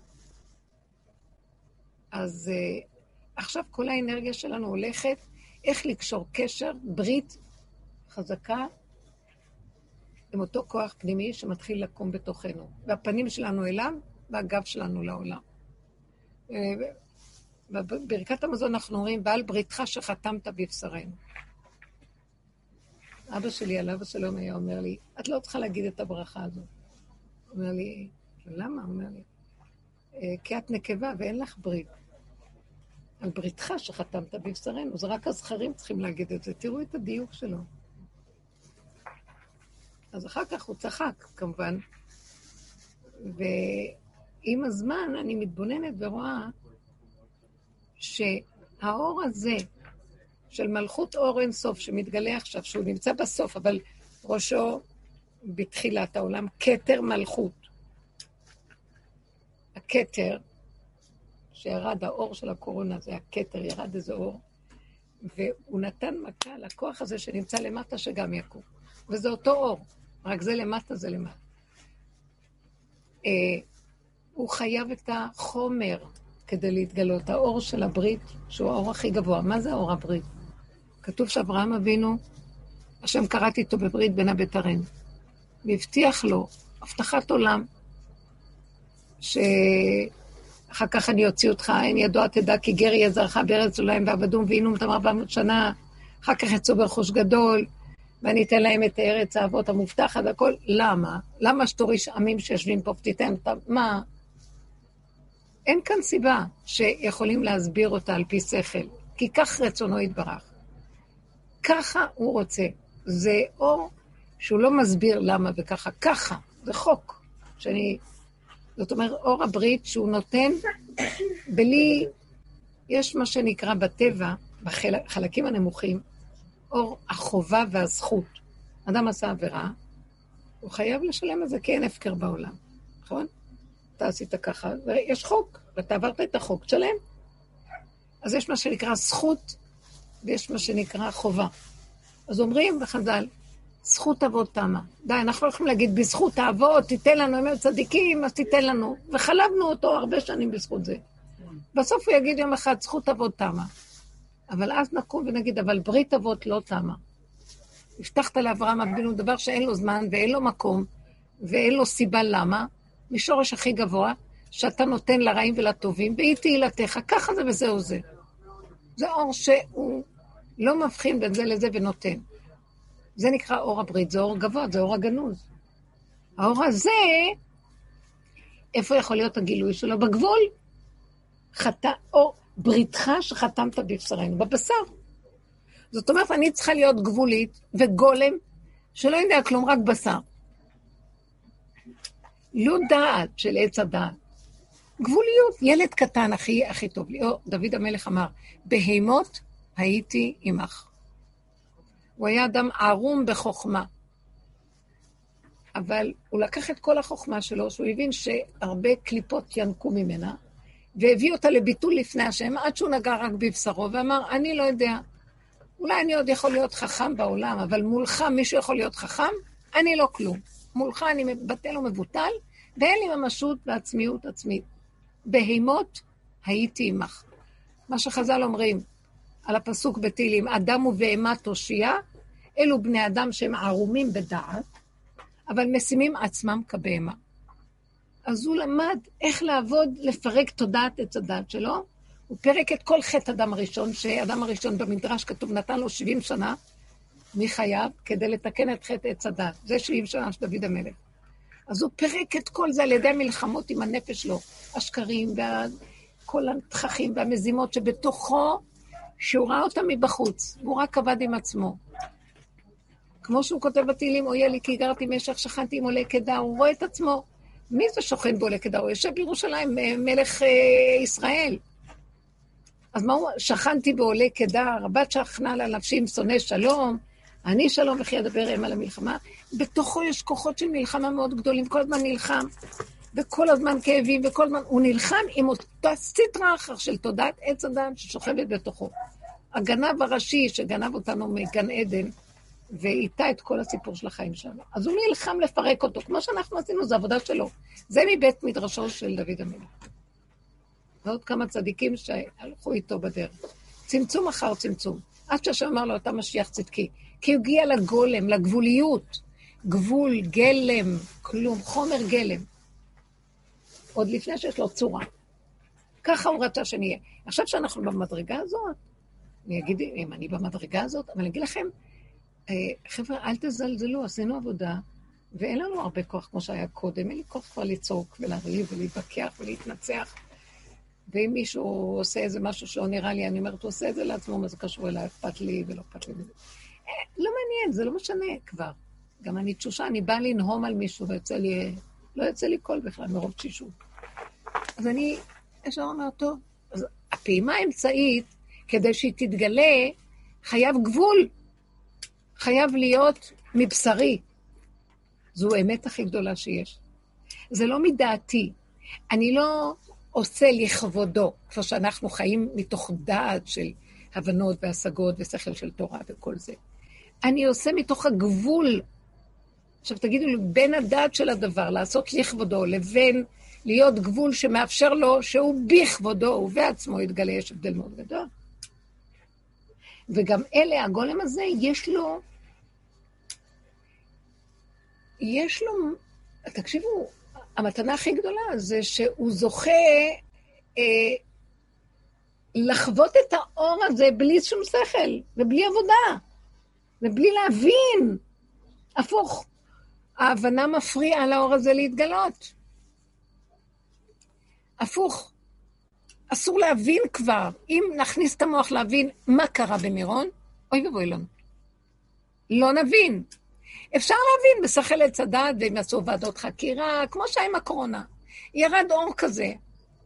אז עכשיו כל האנרגיה שלנו הולכת, איך לקשור קשר, ברית חזקה, עם אותו כוח פנימי שמתחיל לקום בתוכנו. והפנים שלנו אליו, והגב שלנו לעולם. בברכת המזון אנחנו אומרים, ועל בריתך שחתמת בבשרנו. אבא שלי, עליו השלום, היה אומר לי, את לא צריכה להגיד את הברכה הזאת. הוא אומר לי, למה? הוא אומר לי, כי את נקבה ואין לך ברית. על בריתך שחתמת בבשרנו. זה רק הזכרים צריכים להגיד את זה. תראו את הדיוק שלו. אז אחר כך הוא צחק, כמובן. ועם הזמן אני מתבוננת ורואה שהאור הזה של מלכות אור אין סוף שמתגלה עכשיו, שהוא נמצא בסוף, אבל ראשו בתחילת העולם, כתר מלכות. הכתר, שירד האור של הקורונה, זה הכתר, ירד איזה אור, והוא נתן מכה לכוח הזה שנמצא למטה שגם יקום. וזה אותו אור, רק זה למטה, זה למטה. הוא חייב את החומר כדי להתגלות, האור של הברית, שהוא האור הכי גבוה. מה זה האור הברית? כתוב שאברהם אבינו, השם קראתי איתו בברית בין הבתרים, והבטיח לו הבטחת עולם, שאחר כך אני אוציא אותך, אין ידוע תדע כי גר יהיה זרעך בארץ עולם ועבדום ועינום אותם 400 שנה, אחר כך יצאו ברכוש גדול, ואני אתן להם את הארץ האבות המובטחת, הכל. למה? למה שתוריש עמים שיושבים פה ותיתן אותם? מה? אין כאן סיבה שיכולים להסביר אותה על פי שכל, כי כך רצונו יתברך. ככה הוא רוצה. זה אור שהוא לא מסביר למה וככה, ככה, זה חוק. זאת אומרת, אור הברית שהוא נותן בלי, יש מה שנקרא בטבע, בחלקים הנמוכים, אור החובה והזכות. אדם עשה עבירה, הוא חייב לשלם את זה, כי אין הפקר בעולם. נכון? אתה עשית ככה, ויש חוק, ואתה עברת את החוק, תשלם. אז יש מה שנקרא זכות, ויש מה שנקרא חובה. אז אומרים בחז"ל, זכות אבות תמה. די, אנחנו הולכים להגיד, בזכות האבות, תיתן לנו, הם צדיקים, אז תיתן לנו. וחלבנו אותו הרבה שנים בזכות זה. בסוף הוא יגיד יום אחד, זכות אבות תמה. אבל אז נקום ונגיד, אבל ברית אבות לא תמה. הבטחת לאברהם אבינו דבר שאין לו זמן ואין לו מקום, ואין לו סיבה למה, משורש הכי גבוה, שאתה נותן לרעים ולטובים, והיא תהילתך, ככה זה וזהו זה. זה אור שהוא לא מבחין בין זה לזה ונותן. זה נקרא אור הברית, זה אור גבוה, זה אור הגנוז. האור הזה, איפה יכול להיות הגילוי שלו? בגבול. אור בריתך שחתמת בבשרנו, בבשר. זאת אומרת, אני צריכה להיות גבולית וגולם, שלא יודע כלום, רק בשר. לא דעת של עץ הדעת. גבוליות, ילד קטן, הכי טוב לי. דוד המלך אמר, בהימות הייתי עמך. הוא היה אדם ערום בחוכמה. אבל הוא לקח את כל החוכמה שלו, שהוא הבין שהרבה קליפות ינקו ממנה, והביא אותה לביטול לפני השם, עד שהוא נגע רק בבשרו, ואמר, אני לא יודע, אולי אני עוד יכול להיות חכם בעולם, אבל מולך מישהו יכול להיות חכם? אני לא כלום. מולך אני בטל ומבוטל, ואין לי ממשות ועצמיות עצמית. בהימות הייתי עמך. מה שחז"ל אומרים על הפסוק בתהילים, אדם ובהמה תושייה, אלו בני אדם שהם ערומים בדעת, אבל משימים עצמם כבהמה. אז הוא למד איך לעבוד, לפרק תודעת את הדעת שלו, הוא פרק את כל חטא אדם הראשון, שאדם הראשון במדרש כתוב נתן לו 70 שנה מחייו, כדי לתקן את חטא עץ הדעת. זה 70 שנה של דוד המלך. אז הוא פרק את כל זה על ידי המלחמות עם הנפש שלו, השקרים וכל התככים והמזימות שבתוכו, שהוא ראה אותם מבחוץ, הוא רק עבד עם עצמו. כמו שהוא כותב בתהילים, אויה לי כי גרתי משך, שכנתי עם עולי קדר, הוא רואה את עצמו. מי זה שוכן בעולי קדר? הוא יושב בירושלים, מלך ישראל. אז מה הוא? שכנתי בעולי קדר, בת שכנה לה נפשי עם שונא שלום, אני שלום וכי אדבר הם על המלחמה. בתוכו יש כוחות של מלחמה מאוד גדולים, כל הזמן נלחם, וכל הזמן כאבים, וכל הזמן הוא נלחם עם אותה סטרה אחר של תודעת עץ אדם ששוכבת בתוכו. הגנב הראשי שגנב אותנו מגן עדן, ואיתה את כל הסיפור של החיים שלנו. אז הוא נלחם לפרק אותו, כמו שאנחנו עשינו, זה עבודה שלו. זה מבית מדרשו של דוד המלך. ועוד כמה צדיקים שהלכו איתו בדרך. צמצום אחר צמצום. עד שהשם אמר לו, אתה משיח צדקי. כי הוא הגיע לגולם, לגבוליות. גבול, גלם, כלום, חומר גלם. עוד לפני שיש לו צורה. ככה הוא רצה שנהיה. עכשיו שאנחנו במדרגה הזאת, אני אגיד, אם אני במדרגה הזאת, אבל אני אגיד לכם, חבר'ה, אל תזלזלו, עשינו עבודה, ואין לנו הרבה כוח כמו שהיה קודם, אין לי כוח כבר לצעוק ולריב ולהתווכח ולהתנצח, ואם מישהו עושה איזה משהו שלא נראה לי, אני אומרת, הוא עושה את זה לעצמו, מה זה קשור אליי, אכפת לי ולא אכפת לי. לא מעניין, זה לא משנה כבר. גם אני תשושה, אני באה לנהום על מישהו, לא יוצא לי קול בכלל, מרוב תשישות. אז אני ישר אומרת, טוב, אז הפעימה האמצעית, כדי שהיא תתגלה, חייב גבול, חייב להיות מבשרי. זו האמת הכי גדולה שיש. זה לא מדעתי. אני לא עושה לכבודו, כבר שאנחנו חיים מתוך דעת של הבנות והשגות ושכל של תורה וכל זה. אני עושה מתוך הגבול. עכשיו תגידו לי, בין הדעת של הדבר, לעשות לכבודו, לבין להיות גבול שמאפשר לו שהוא בכבודו ובעצמו יתגלה, יש הבדל מאוד גדול. וגם אלה, הגולם הזה, יש לו, תקשיבו, המתנה הכי גדולה זה שהוא זוכה לחוות את האור הזה בלי שום שכל, ובלי עבודה, ובלי להבין. הפוך, ההבנה מפריעה לאור הזה להתגלות. הפוך, אסור להבין כבר. אם נכניס את המוח להבין מה קרה במירון, אוי ובוי לנו. לא נבין. אפשר להבין בשכל עץ הדעת, והם יעשו ועדות חקירה, כמו שהיה עם הקורונה. ירד אור כזה.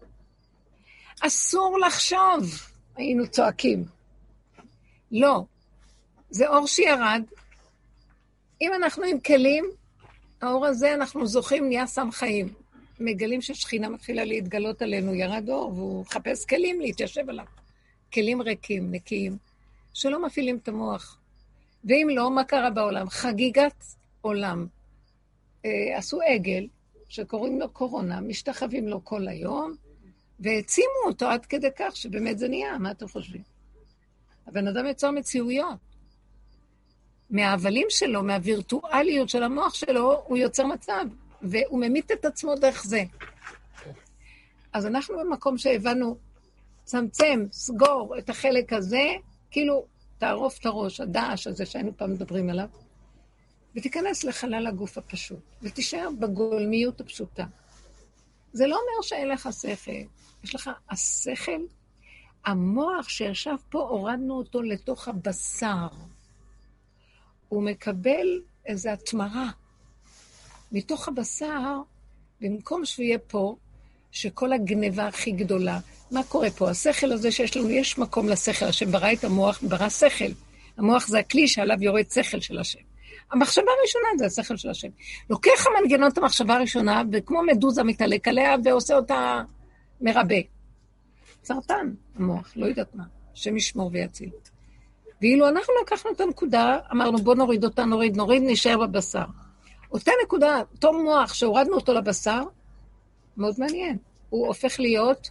אסור לחשוב, היינו צועקים. לא. זה אור שירד. אם אנחנו עם כלים, האור הזה אנחנו זוכים נהיה סם חיים. מגלים ששכינה מתחילה להתגלות עלינו, ירד אור, והוא מחפש כלים להתיישב עליו. כלים ריקים, נקיים, שלא מפעילים את המוח. ואם לא, מה קרה בעולם? חגיגת עולם. עשו עגל, שקוראים לו קורונה, משתחווים לו כל היום, והעצימו אותו עד כדי כך שבאמת זה נהיה. מה אתם חושבים? הבן אדם יצר מציאויות. מההבלים שלו, מהווירטואליות של המוח שלו, הוא יוצר מצב, והוא ממית את עצמו דרך זה. אז אנחנו במקום שהבנו, צמצם, סגור את החלק הזה, כאילו תערוף את הראש, הדעש הזה שהיינו פעם מדברים עליו, ותיכנס לחלל הגוף הפשוט, ותישאר בגולמיות הפשוטה. זה לא אומר שאין לך שכל, יש לך השכל, המוח שישב פה, הורדנו אותו לתוך הבשר, הוא מקבל איזו התמרה. מתוך הבשר, במקום שהוא יהיה פה, שכל הגניבה הכי גדולה, מה קורה פה? השכל הזה שיש לנו, יש מקום לשכל, השם ברא את המוח, ברא שכל. המוח זה הכלי שעליו יורד שכל של השם. המחשבה הראשונה זה השכל של השם. לוקח המנגנון את המחשבה הראשונה, וכמו מדוזה מתעלק עליה, ועושה אותה מרבה. סרטן, המוח, לא יודעת מה, השם ישמור ויציל. ואילו אנחנו לקחנו את הנקודה, אמרנו בוא נוריד אותה, נוריד, נשאר בבשר. אותה נקודה, אותו מוח שהורדנו אותו לבשר, מאוד מעניין. הוא הופך להיות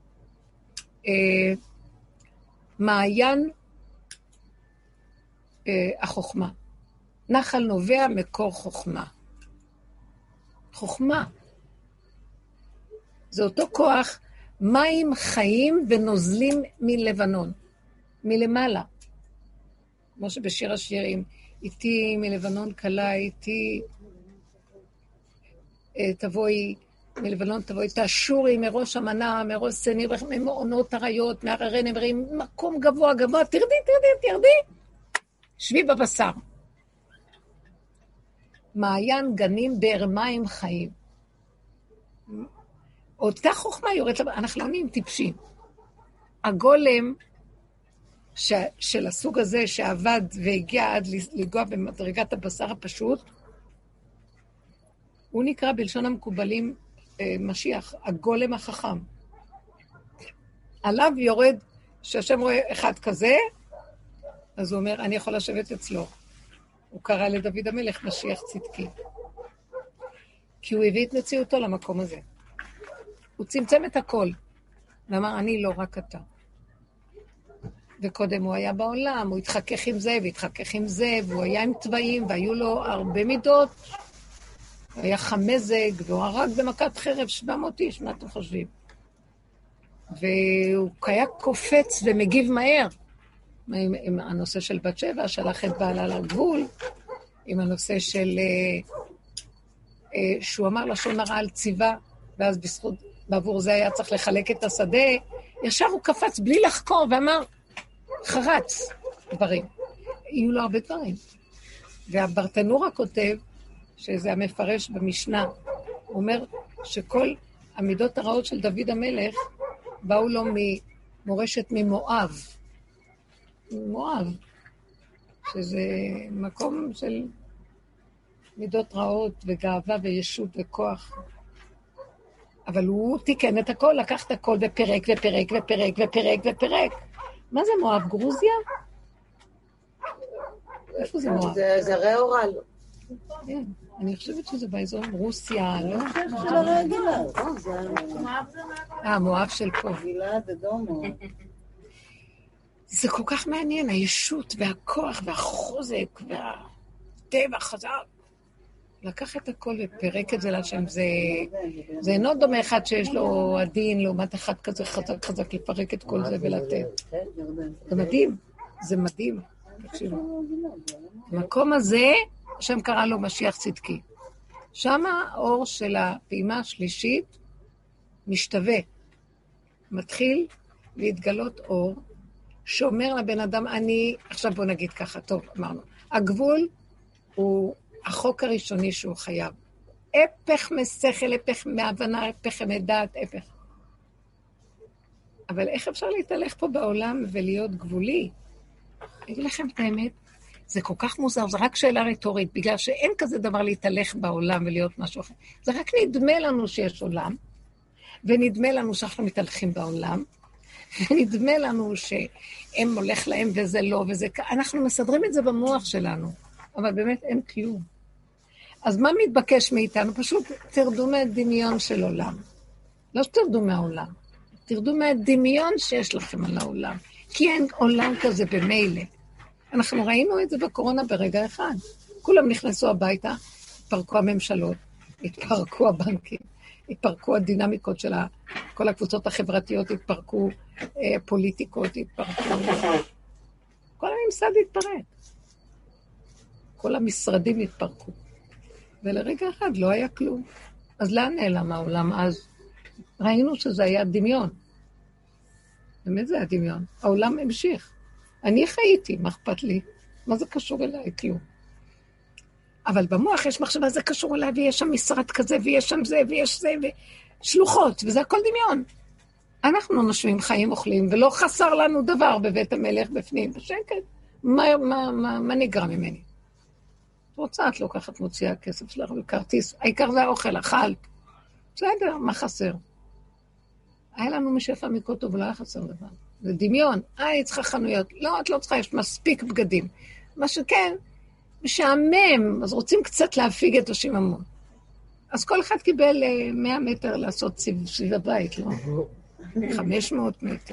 מעיין החוכמה. נחל נובע מקור חוכמה. חוכמה. זה אותו כוח, מים חיים ונוזלים מלבנון, מלמעלה. כמו שבשיר השירים, איתי מלבנון קלה, איתי תבואי מלבנון, תבואי תשורי מראש המנה, מראש סני, ממעונות הריות, מהררי נמרים, מקום גבוה גבוה, תרדי, שבי בבשר. מעיין גנים באר מים חיים. אותה חוכמה יורדת, אנחנו לא נהיים טיפשים. הגולם של הסוג הזה שעבד והגיע עד לגוע במדרגת הבשר הפשוט, הוא נקרא בלשון המקובלים משיח, הגולם החכם. עליו יורד, שהשם רואה אחד כזה, אז הוא אומר, אני יכול לשבת אצלו. הוא קרא לדוד המלך משיח צדקי. כי הוא הביא את מציאותו למקום הזה. הוא צמצם את הכל, ואמר, אני לא רק אתה. וקודם הוא היה בעולם, הוא התחכך עם זה, והתחכך עם זה, והוא היה עם צבעים, והיו לו הרבה מידות. הוא היה חמזג, והוא הרג במכת חרב 700 איש, מה אתם חושבים? והוא היה קופץ ומגיב מהר, עם הנושא של בת שבע, שלח את בעלה לגבול, עם הנושא של, שהוא אמר לשון הרע על ציבה, ואז בזכות, בעבור זה היה צריך לחלק את השדה, ישר הוא קפץ בלי לחקור, ואמר, חרץ דברים. יהיו לו הרבה דברים. והברטנורה כותב, שזה המפרש במשנה, הוא אומר שכל המידות הרעות של דוד המלך, באו לו ממורשת ממואב. מואב, שזה מקום של מידות רעות וגאווה וישות וכוח. אבל הוא תיקן את הכל, לקח את הכל ופרק. מה זה מואב? גרוזיה? איפה זה מואב? זה הרי אורל. כן, אני חושבת שזה באזור רוסיה, לא? מואב של פה. גלעד אדומו. זה כל כך מעניין, הישות והכוח והחוזק והטבע חזק. לקח את הכל ופרק את זה לשם, זה אינו דומה אחד שיש לו הדין, לעומת אחד כזה חזק לפרק את כל זה ולתת. זה מדהים, זה מדהים. המקום הזה, השם קרא לו משיח צדקי. שם האור של הפעימה השלישית משתווה. מתחיל להתגלות אור, שאומר לבן אדם, עכשיו בוא נגיד ככה, טוב, אמרנו, הגבול הוא החוק הראשוני שהוא חייב. הפך משכל, הפך מהבנה, הפך מדעת, הפך. אבל איך אפשר להתהלך פה בעולם ולהיות גבולי? אני אגיד לכם את האמת, זה כל כך מוזר, זה רק שאלה רטורית, בגלל שאין כזה דבר להתהלך בעולם ולהיות משהו אחר. זה רק נדמה לנו שיש עולם, ונדמה לנו שאנחנו מתהלכים בעולם, ונדמה לנו שהם הולך להם וזה לא, וזה... אנחנו מסדרים את זה במוח שלנו, אבל באמת אין כלום. אז מה מתבקש מאיתנו? פשוט תרדו מהדמיון של עולם. לא שתרדו מהעולם, תרדו מהדמיון שיש לכם על העולם. כי אין עולם כזה במילא. אנחנו ראינו את זה בקורונה ברגע אחד. כולם נכנסו הביתה, התפרקו הממשלות, התפרקו הבנקים, התפרקו הדינמיקות של כל הקבוצות החברתיות, התפרקו פוליטיקות, התפרקו... כל הממסד התפרק. כל המשרדים התפרקו. ולרגע אחד לא היה כלום. אז לאן נעלם העולם אז? ראינו שזה היה דמיון. באמת זה היה דמיון. העולם המשיך. אני חייתי, מה אכפת לי? מה זה קשור אליי? כלום. אבל במוח יש מחשבה, זה קשור אליי, ויש שם משרד כזה, ויש שם זה, ויש זה, ושלוחות, וזה הכל דמיון. אנחנו נושמים, חיים, אוכלים, ולא חסר לנו דבר בבית המלך בפנים, בשקט. מה נגרע ממני? רוצה, את לוקחת, מוציאה כסף שלך וכרטיס, העיקר זה האוכל, אכלת. בסדר, מה חסר? היה לנו משפע מקוטו, ולא היה חסר דבר. זה דמיון. היא צריכה חנויות. לא, את לא צריכה, יש מספיק בגדים. מה שכן, משעמם, אז רוצים קצת להפיג את השיממון. אז כל אחד קיבל 100 מטר לעשות סביב הבית, לא? 500 מטר.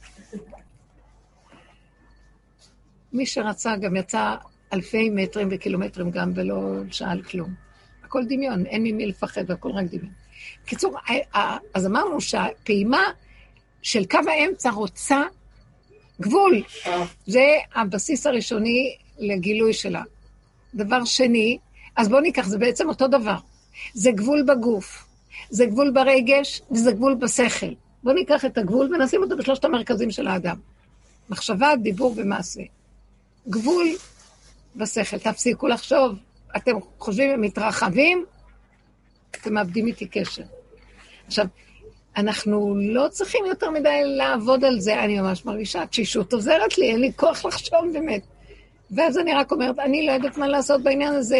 מי שרצה גם יצא אלפי מטרים וקילומטרים גם, ולא שאל כלום. הכל דמיון, אין ממי לפחד, והכל רק דמיון. בקיצור, אז אמרנו שהפעימה של קו האמצע רוצה גבול. זה הבסיס הראשוני לגילוי שלה. דבר שני, אז בואו ניקח, זה בעצם אותו דבר. זה גבול בגוף, זה גבול ברגש, וזה גבול בשכל. בואו ניקח את הגבול ונשים אותו בשלושת המרכזים של האדם. מחשבה, דיבור ומעשה. גבול בשכל, תפסיקו לחשוב. אתם חושבים הם מתרחבים, אתם מאבדים איתי קשר. עכשיו, אנחנו לא צריכים יותר מדי לעבוד על זה, אני ממש מרגישה, תשישות עוזרת לי, אין לי כוח לחשוב באמת. ואז אני רק אומרת, אני לא יודעת מה לעשות בעניין הזה,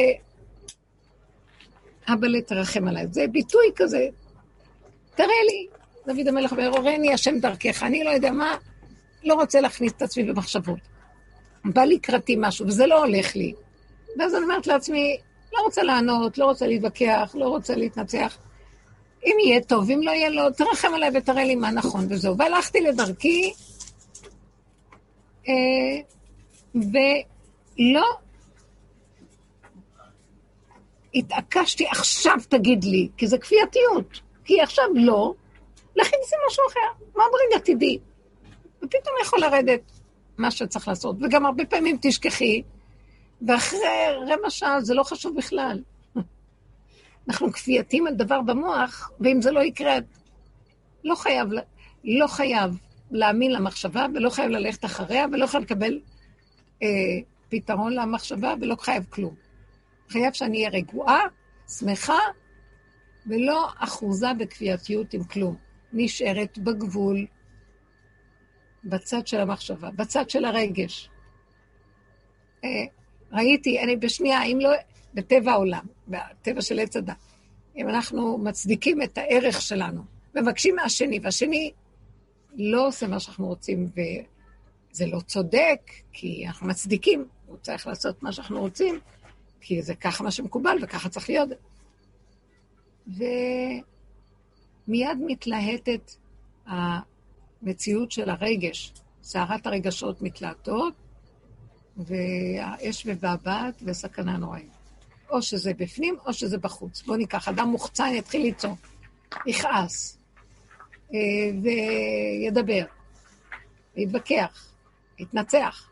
אבא תרחם עליי. זה ביטוי כזה, תראה לי, דוד המלך אומר, הורני השם דרכך, אני לא יודע מה, לא רוצה להכניס את עצמי במחשבות. בא לקראתי משהו, וזה לא הולך לי. ואז אני אומרת לעצמי, לא רוצה לענות, לא רוצה להתווכח, לא רוצה להתנצח. אם יהיה טוב, אם לא יהיה לו, תרחם עליי ותראה לי מה נכון, וזהו. והלכתי לדרכי, ולא התעקשתי, עכשיו תגיד לי, כי זה כפייתיות. כי עכשיו לא, לכי תעשי משהו אחר. מה ברגע תדעי? ופתאום יכול לרדת מה שצריך לעשות. וגם הרבה פעמים תשכחי, ואחרי רבע שעה זה לא חשוב בכלל. אנחנו כפייתים על דבר במוח, ואם זה לא יקרה, לא חייב להאמין למחשבה, ולא חייב ללכת אחריה, ולא חייב לקבל פתרון למחשבה, ולא חייב כלום. חייב שאני אהיה רגועה, שמחה, ולא אחוזה בכפייתיות עם כלום. נשארת בגבול, בצד של המחשבה, בצד של הרגש. ראיתי, אני בשנייה, אם לא, בטבע העולם, בטבע של עץ הדת, אם אנחנו מצדיקים את הערך שלנו, מבקשים מהשני, והשני לא עושה מה שאנחנו רוצים, וזה לא צודק, כי אנחנו מצדיקים, הוא צריך לעשות מה שאנחנו רוצים, כי זה ככה מה שמקובל, וככה צריך להיות. ומיד מתלהטת המציאות של הרגש, סערת הרגשות מתלהטות, והאש ובאבט וסכנה נוראית. או שזה בפנים, או שזה בחוץ. בוא ניקח, אדם מוחצן יתחיל לצעוק, יכעס, וידבר, ויתווכח, יתנצח.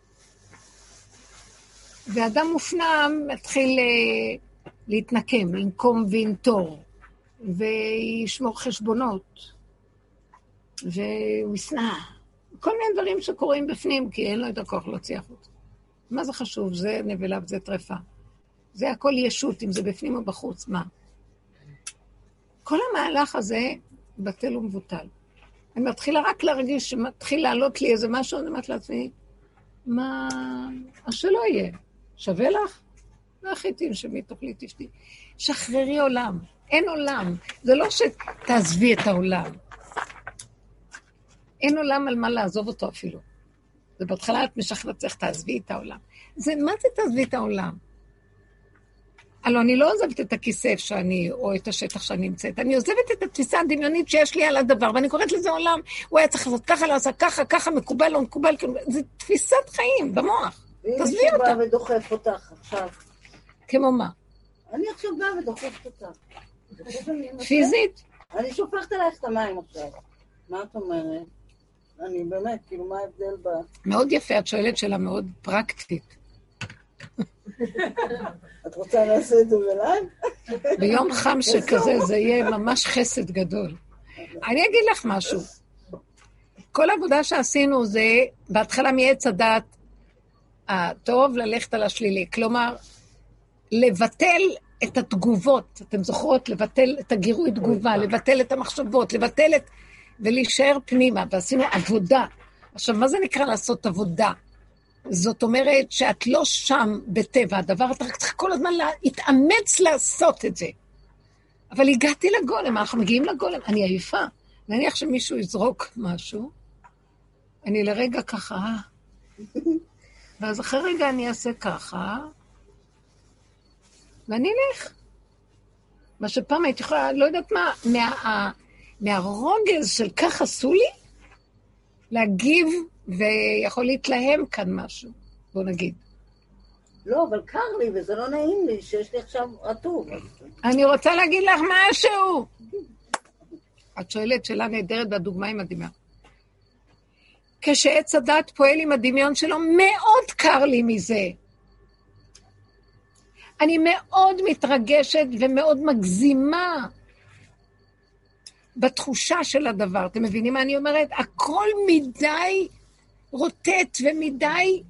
ואדם מופנם מתחיל להתנקם, לנקום וינטור, וישמור חשבונות, והוא ישנא. כל מיני דברים שקורים בפנים, כי אין לו את הכוח להוציא החוץ. מה זה חשוב? זה נבלה וזה טרפה. זה הכל ישות, אם זה בפנים או בחוץ, מה? כל המהלך הזה בטל ומבוטל. אני מתחילה רק להרגיש שמתחיל לעלות לי איזה משהו, אני אומרת לעצמי, מה? אז שלא יהיה. שווה לך? לכי תנשמי, תאכלי תשתי. שחררי עולם. אין עולם. זה לא שתעזבי את העולם. אין עולם על מה לעזוב אותו אפילו. זה בהתחלה את משחררת צריך תעזבי את העולם. מה זה תעזבי את העולם? הלוא אני לא עוזבת את הכיסא שאני, או את השטח שאני נמצאת. אני עוזבת את התפיסה הדמיונית שיש לי על הדבר, ואני קוראת לזה עולם. הוא היה צריך לעשות ככה, לעשות ככה, ככה, מקובל, לא מקובל. זה תפיסת חיים במוח. תעזבי אותה. ואם מישהו בא ודוחף אותך עכשיו? כמו מה? אני עכשיו באה ודוחפת אותך. פיזית? אני שופכת עלייך את המים עכשיו. מה את אומרת? אני באמת, כאילו, מה ההבדל בה? מאוד יפה, את שואלת שאלה מאוד פרקטית. את רוצה לעשות את זה בלייב? ביום חם שכזה זה יהיה ממש חסד גדול. אני אגיד לך משהו. כל העבודה שעשינו זה, בהתחלה מעץ הדעת, הטוב ללכת על השלילי. כלומר, לבטל את התגובות. אתם זוכרות? לבטל את הגירוי תגובה, לבטל את המחשבות, לבטל את... ולהישאר פנימה, ועשינו עבודה. עכשיו, מה זה נקרא לעשות עבודה? זאת אומרת שאת לא שם בטבע הדבר, אתה רק צריך כל הזמן להתאמץ לעשות את זה. אבל הגעתי לגולם, אנחנו מגיעים לגולם, אני עייפה. נניח שמישהו יזרוק משהו, אני לרגע ככה, ואז אחרי רגע אני אעשה ככה, ואני אלך. מה שפעם הייתי יכולה, לא יודעת מה, מהרוגז של כך עשו לי, להגיב ויכול להתלהם כאן משהו, בוא נגיד. לא, אבל קר לי וזה לא נעים לי שיש לי עכשיו רטוב. אני רוצה להגיד לך משהו. את שואלת שאלה נהדרת והדוגמה עם הדמיון. כשעץ הדת פועל עם הדמיון שלו, מאוד קר לי מזה. אני מאוד מתרגשת ומאוד מגזימה בתחושה של הדבר. אתם מבינים מה אני אומרת? הכל מדי רוטט ומדי...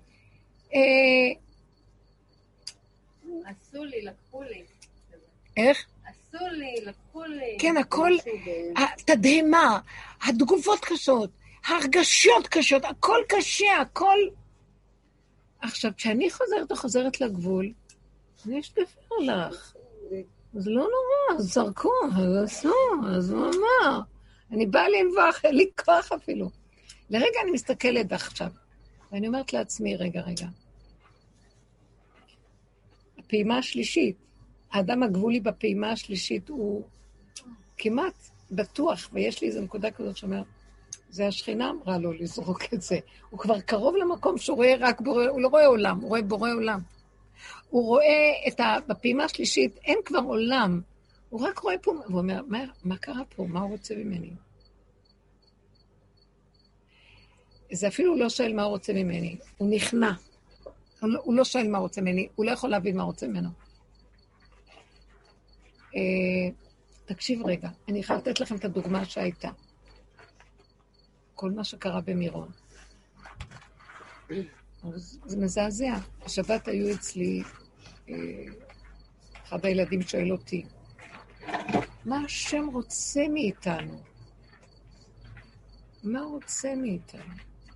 עשו לי, לקחו לי. איך? עשו לי, לקחו לי. כן, הכל, התדהמה, התגובות קשות, ההרגשות קשות, הכל קשה, הכל... עכשיו, כשאני חוזרת לגבול, אני אשתפר לך. אז לא נורא, אז זרקו, אז עשו, אז הוא אמר. אני באה לנבוח, אין לי כוח אפילו. לרגע אני מסתכלת עכשיו, ואני אומרת לעצמי, רגע. הפעימה השלישית, האדם הגבולי בפעימה השלישית הוא כמעט בטוח, ויש לי איזו נקודה כזאת שאומר, זה השכינה אמרה לו לזרוק את זה. הוא כבר קרוב למקום שהוא רואה רק בורא, הוא לא רואה עולם, הוא רואה בורא עולם. הוא רואה בפעימה השלישית, אין כבר עולם. הוא רק רואה פה, והוא אומר, מה קרה פה? מה הוא רוצה ממני? זה אפילו לא שואל מה הוא רוצה ממני. הוא נכנע. הוא לא שואל מה הוא רוצה ממני, הוא לא יכול להבין מה הוא רוצה ממנו. תקשיב רגע, אני יכולה לתת לכם את הדוגמה שהייתה. כל מה שקרה במירון. זה מזעזע. השבת היו אצלי, אחד הילדים שואל אותי, מה השם רוצה מאיתנו? מה הוא רוצה מאיתנו?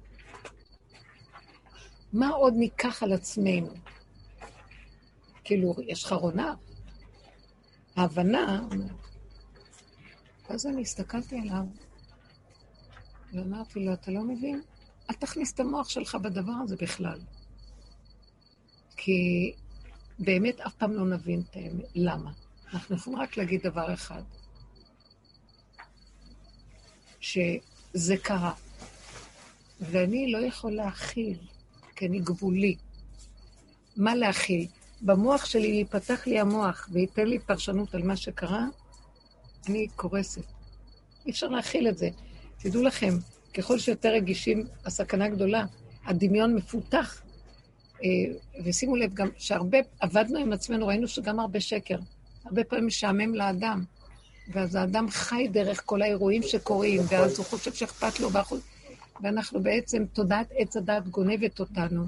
מה עוד ניקח על עצמנו? כאילו, יש חרונה. ההבנה, אז אני הסתכלתי עליו, ואמרתי לו, אתה לא מבין? אל תכניס את המוח שלך בדבר הזה בכלל. כי באמת אף פעם לא נבין את האמת. למה? אנחנו יכולים רק להגיד דבר אחד. שזה קרה. ואני לא יכול להכיל, כי אני גבולי. מה להכיל? במוח שלי ייפתח לי המוח וייתן לי פרשנות על מה שקרה, אני קורסת. אי אפשר להכיל את זה. תדעו לכם, ככל שיותר רגישים, הסכנה גדולה, הדמיון מפותח, ושימו לב גם שהרבה עבדנו עם עצמנו, ראינו שגם הרבה שקר, הרבה פעמים משעמם לאדם, ואז האדם חי דרך כל האירועים שקורים, ואז הוא חושב שאכפת לו, ואנחנו בעצם, תודעת עץ הדעת גונבת אותנו.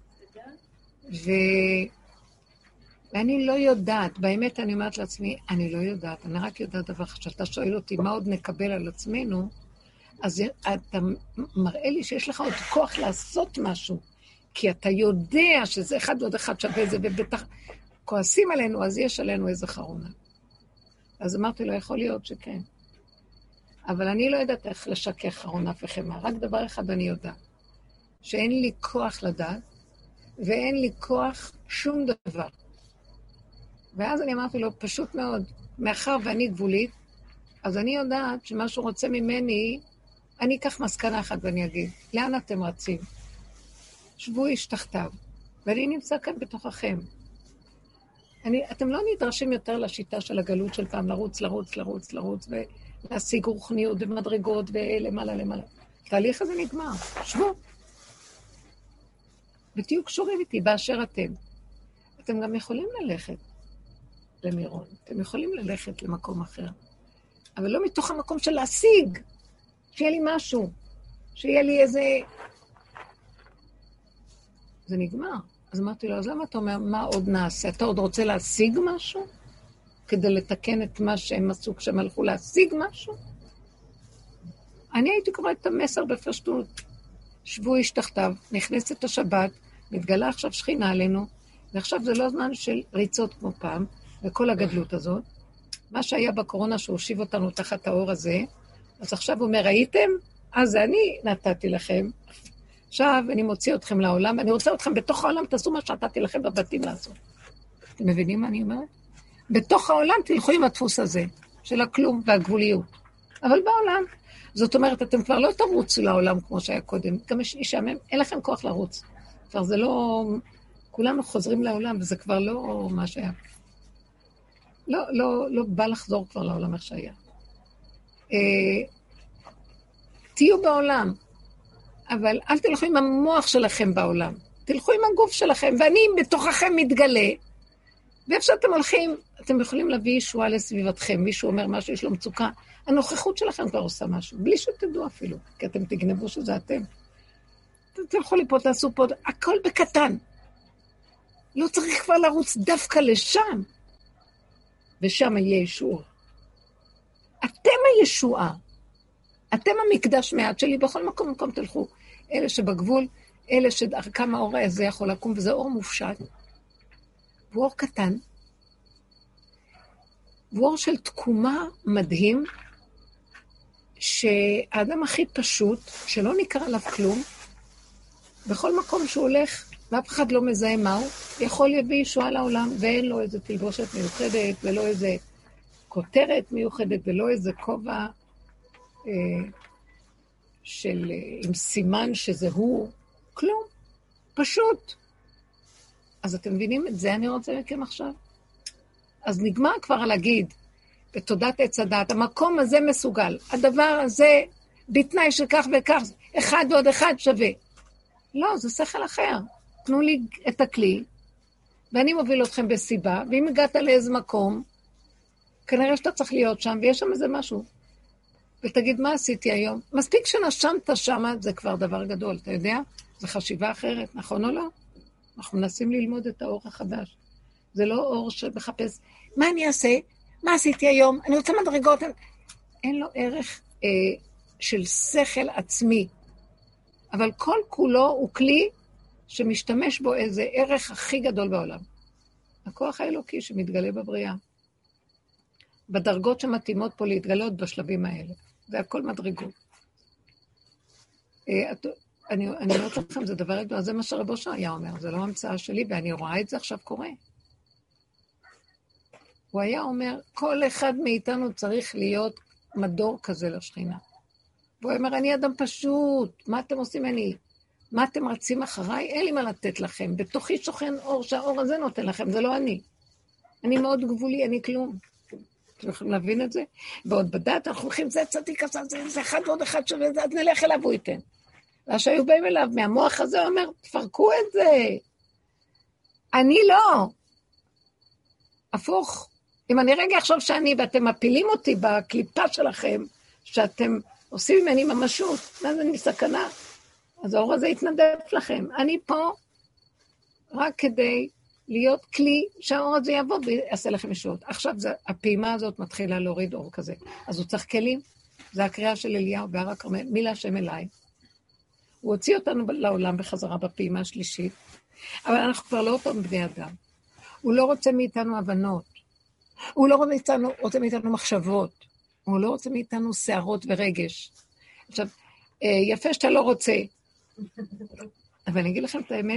ואני לא יודעת, באמת אני אומרת לעצמי, אני לא יודעת, אני רק יודעת דבר, כשאתה שואל אותי מה עוד נקבל על עצמנו, אז אתה מראה לי שיש לך עוד כוח לעשות משהו, כי אתה יודע שזה אחד ועוד אחד שווה זה, ובטח כועסים עלינו, אז יש עלינו איזה חרונה. אז אמרתי לו, יכול להיות שכן. אבל אני לא יודעת איך לשכך חרונה וחמה, רק דבר אחד אני יודעת, שאין לי כוח לדעת, ואין לי כוח שום דבר. ואז אני אמרתי לו, פשוט מאוד, מאחר ואני גבולית, אז אני יודעת שמה שהוא רוצה ממני, אני אקח מסקנה אחת ואני אגיד, לאן אתם רצים? שבו איש תחתיו, ואני נמצא כאן בתוככם. אתם לא נדרשים יותר לשיטה של הגלות של פעם, לרוץ, ולהשיג רוחניות ומדרגות ולמעלה. התהליך הזה נגמר, שבו. ותהיו קשורים איתי באשר אתם. אתם גם יכולים ללכת למירון, אתם יכולים ללכת למקום אחר, אבל לא מתוך המקום של להשיג, שיהיה לי משהו, שיהיה לי איזה... זה נגמר. אז אמרתי לו, אז למה אתה אומר, מה עוד נעשה? אתה עוד רוצה להשיג משהו? כדי לתקן את מה שהם עשו כשהם הלכו להשיג משהו? אני הייתי קוראת את המסר בפשטות. שבו איש תחתיו, נכנסת השבת, מתגלה עכשיו שכינה עלינו, ועכשיו זה לא זמן של ריצות כמו פעם, וכל הגדלות הזאת. מה שהיה בקורונה שהושיב אותנו תחת האור הזה, אז עכשיו הוא אומר, ראיתם? אז זה אני נתתי לכם. עכשיו אני מוציא אתכם לעולם, אני רוצה אתכם בתוך העולם, תעשו מה שנתתי לכם בבתים לעשות. אתם מבינים מה אני אומרת? בתוך העולם תלכו עם הדפוס הזה, של הכלום והגבוליות. אבל בעולם, זאת אומרת, אתם כבר לא תרוצו לעולם כמו שהיה קודם, גם יש משעמם, אין לכם כוח לרוץ. כבר זה לא, כולנו חוזרים לעולם, וזה כבר לא מה שהיה. לא בא לחזור כבר לעולם איך שהיה. תהיו בעולם, אבל אל תלכו עם המוח שלכם בעולם, תלכו עם הגוף שלכם, ואני בתוככם מתגלה, ואיפה שאתם הולכים, אתם יכולים להביא ישועה לסביבתכם. מישהו אומר משהו, יש לו מצוקה. הנוכחות שלכם כבר עושה משהו, בלי שתדעו אפילו, כי אתם תגנבו שזה אתם. תלכו לי פה, תעשו פה, הכל בקטן. לא צריך כבר לרוץ דווקא לשם, ושם יהיה ישוע. אתם הישועה. אתם המקדש מעט שלי, בכל מקום תלכו. אלה שבגבול, אלה שדרכם האור הזה יכול לקום, וזה אור מופשט. והוא אור קטן. והוא אור של תקומה מדהים, שהאדם הכי פשוט, שלא נקרא עליו כלום, בכל מקום שהוא הולך, ואף אחד לא מזהה מהו, יכול להביא ישועה לעולם, ואין לו איזו תלבושת מיוחדת, ולא איזו כותרת מיוחדת, ולא איזה כובע עם סימן שזה הוא, כלום, פשוט. אז אתם מבינים את זה אני רוצה מכם עכשיו? אז נגמר כבר להגיד, בתודת עץ הדעת, המקום הזה מסוגל, הדבר הזה בתנאי שכך וכך, אחד ועוד אחד שווה. לא, זה שכל אחר. תנו לי את הכלי, ואני מוביל אתכם בסיבה, ואם הגעת לאיזה מקום, כנראה שאתה צריך להיות שם, ויש שם איזה משהו. ותגיד, מה עשיתי היום? מספיק שנשמת שמה, זה כבר דבר גדול, אתה יודע? זה חשיבה אחרת, נכון או לא? אנחנו מנסים ללמוד את האור החדש. זה לא אור שמחפש, מה אני אעשה? מה עשיתי היום? אני רוצה מדרגות. אין לו ערך של שכל עצמי. אבל כל כולו הוא כלי שמשתמש בו איזה ערך הכי גדול בעולם. הכוח האלוקי שמתגלה בבריאה. בדרגות שמתאימות פה להתגלות בשלבים האלה. זה הכל מדרגות. אני אומרת לכם, זה דבר ידוע, זה מה שרב אושר היה אומר, זה לא המצאה שלי, ואני רואה את זה עכשיו קורה. הוא היה אומר, כל אחד מאיתנו צריך להיות מדור כזה לשכינה. והוא אומר, אני אדם פשוט, מה אתם עושים אני? מה אתם רצים אחריי? אין לי מה לתת לכם. בתוכי שוכן אור, שהאור הזה נותן לכם, זה לא אני. אני מאוד גבולי, אני כלום. אתם יכולים להבין את זה? ועוד בדעת, אנחנו הולכים, זה צדיק, זה אחד ועוד אחד שווה, אז נלך אליו, הוא ייתן. והשהיו באים אליו, מהמוח הזה הוא אומר, תפרקו את זה. אני לא. הפוך. אם אני רגע אחשוב שאני, ואתם מפילים אותי בקליפה שלכם, שאתם עושים ממני ממשות, אז אני סכנה. אז האור הזה יתנדף לכם. אני פה רק כדי להיות כלי שהאור הזה יבוא ויעשה לכם ישועות. עכשיו הפעימה הזאת מתחילה להוריד אור כזה. אז הוא צריך כלים. זה הקריאה של אליהו בהר הכרמל, מי להשם אליי. הוא הוציא אותנו לעולם בחזרה בפעימה השלישית, אבל אנחנו כבר לא אותם בני אדם. הוא לא רוצה מאיתנו הבנות. הוא לא רוצה מאיתנו מחשבות. הוא לא רוצה מאיתנו שערות ורגש. עכשיו, יפה שאתה לא רוצה. אבל אני אגיד לכם את האמת,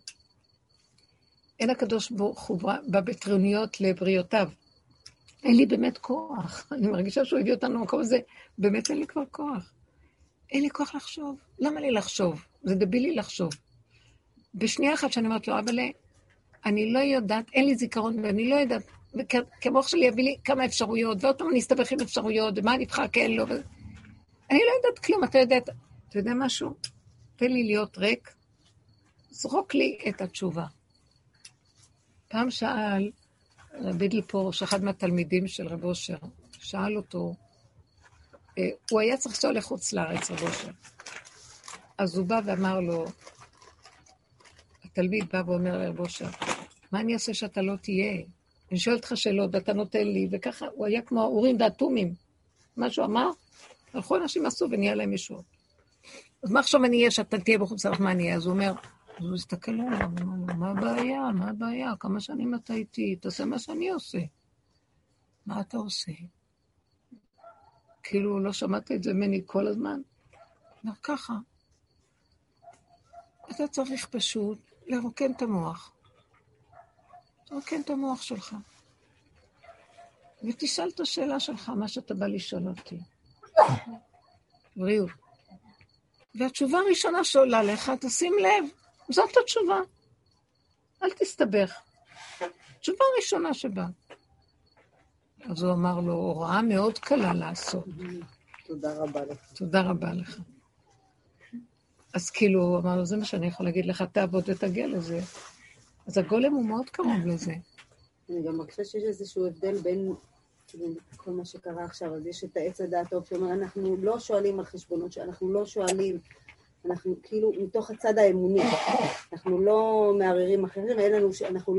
אין הקדוש ברוך הוא בבטרוניות לבריאותיו. אין לי באמת כוח. אני מרגישה שהוא הביא אותנו למקום הזה, באמת אין לי כבר כוח. אין לי כוח לחשוב. למה לי לחשוב? זה דבילי לחשוב. בשנייה אחת שאני אומרת לו, אבל אני לא יודעת, אין לי זיכרון, ואני לא יודעת, כמוח שלי יביא לי כמה אפשרויות, ועוד פעם אני אסתבך עם אפשרויות, ומה נבחר כן לא. אני לא יודעת כלום, אתה יודע משהו? תן לי להיות ריק, זרוק לי את התשובה. פעם שאל רבי דלפור, שאחד מהתלמידים של רב אושר, שאל אותו, הוא היה צריך לנסוע לחוץ לארץ, רב אושר. אז הוא בא ואמר לו, התלמיד בא ואומר לרב אושר, מה אני אעשה שאתה לא תהיה? אני שואלת אותך שאלות ואתה נותן לי, וככה הוא היה כמו האורים והתומים. מה שהוא אמר, הלכו אנשים עשו ונהיה להם ישועות. אז מה עכשיו אני אהיה שאתה תהיה בחוץ לארץ, מה אני אהיה? אז הוא אומר, אז הוא הסתכל עליו, מה הבעיה? מה הבעיה? כמה שנים אתה איתי? תעשה מה שאני עושה. מה אתה עושה? כאילו לא שמעת את זה ממני כל הזמן. אומר ככה. אתה צריך פשוט לרוקן את המוח. תרוקן את המוח שלך. ותשאל את השאלה שלך, מה שאתה בא לשאול אותי. בריאות. והתשובה הראשונה שעולה לך, תשים לב, זאת התשובה. אל תסתבך. תשובה הראשונה שבאה. אז הוא אמר לו, הוראה מאוד קלה לעשות. תודה רבה לך. תודה רבה לך. אז כאילו, הוא אמר לו, זה מה שאני יכול להגיד לך, תעבוד ותגיע לזה. אז הגולם הוא מאוד קרוב לזה. אני גם מרגישה שיש איזשהו הבדל בין כל מה שקרה עכשיו, אז יש את העץ הדעת טוב, שאומר, אנחנו לא שואלים על חשבונות, שאנחנו לא שואלים, אנחנו כאילו מתוך הצד האמוני, אנחנו לא מערערים אחרים, אנחנו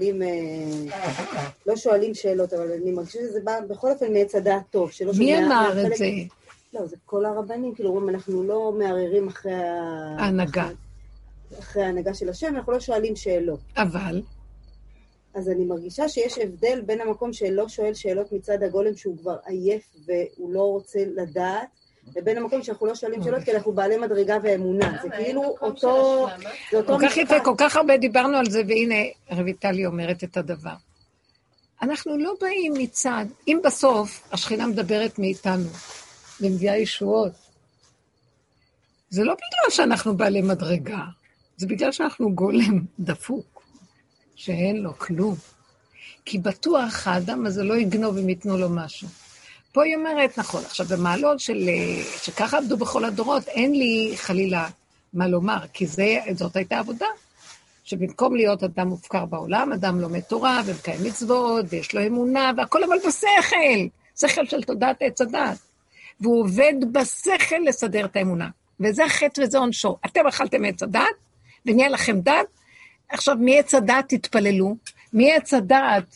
לא שואלים שאלות, אבל אני מרגישה שזה בא בכל אופן מעץ הדעת טוב. מי אמר את זה? לא, זה כל הרבנים, כאילו, אנחנו לא מערערים אחרי ההנהגה. אחרי ההנהגה של השם, אנחנו לא שואלים שאלות. אבל? אז אני מרגישה שיש הבדל בין המקום שלא שואל שאלות מצד הגולם שהוא כבר עייף והוא לא רוצה לדעת, לבין המקום שאנחנו לא שואלים שאלות כי אנחנו בעלי מדרגה ואמונה. זה כאילו אותו... כל כך יפה, כל כך הרבה דיברנו על זה, והנה רויטלי אומרת את הדבר. אנחנו לא באים מצד, אם בסוף השכינה מדברת מאיתנו, ומביאה ישועות, זה לא בגלל שאנחנו בעלי מדרגה, זה בגלל שאנחנו גולם דפוק. שאין לו כלום. כי בטוח האדם הזה לא יגנוב אם ייתנו לו משהו. פה היא אומרת, נכון, עכשיו במעלות שככה עבדו בכל הדורות, אין לי חלילה מה לומר, כי זאת הייתה עבודה, שבמקום להיות אדם מופקר בעולם, אדם לומד תורה ומקיים מצוות, ויש לו אמונה, והכל אבל בשכל, שכל של תודעת עץ הדעת. והוא עובד בשכל לסדר את האמונה. וזה החטא וזה עונשו. אתם אכלתם עץ הדעת, ונהיה לכם דעת, עכשיו, מעץ הדעת תתפללו, מעץ הדעת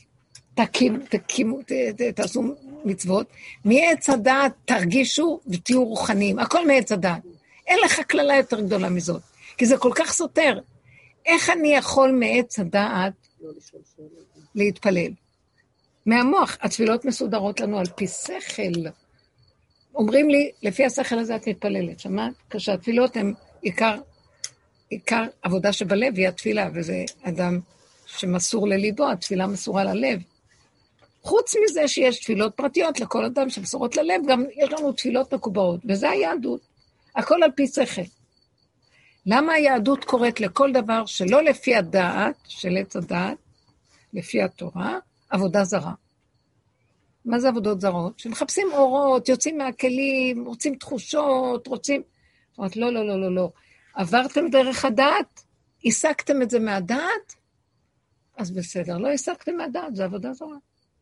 תעשו מצוות, מעץ הדעת תרגישו ותהיו רוחניים, הכל מעץ הדעת. אין לך כללה יותר גדולה מזאת, כי זה כל כך סותר. איך אני יכול מעץ הדעת להתפלל? מהמוח, התפילות מסודרות לנו על פי שכל. אומרים לי, לפי השכל הזה את מתפללת, שמעת? כשהתפילות הן עיקר עבודה שבלב היא התפילה, וזה אדם שמסור לליבו, התפילה מסורה ללב. חוץ מזה שיש תפילות פרטיות לכל אדם שמסורות ללב, גם יש לנו תפילות מקובעות, וזה היהדות. הכל על פי שכל. למה היהדות קוראת לכל דבר שלא לפי הדעת, של עץ הדעת, לפי התורה, עבודה זרה? מה זה עבודות זרות? שמחפשים אורות, יוצאים מהכלים, רוצים תחושות, רוצים... זאת אומרת, לא, לא, לא, לא, לא. עברתם דרך הדעת? השגתם את זה מהדעת? אז בסדר, לא השגתם מהדעת, זה עבודה זרה.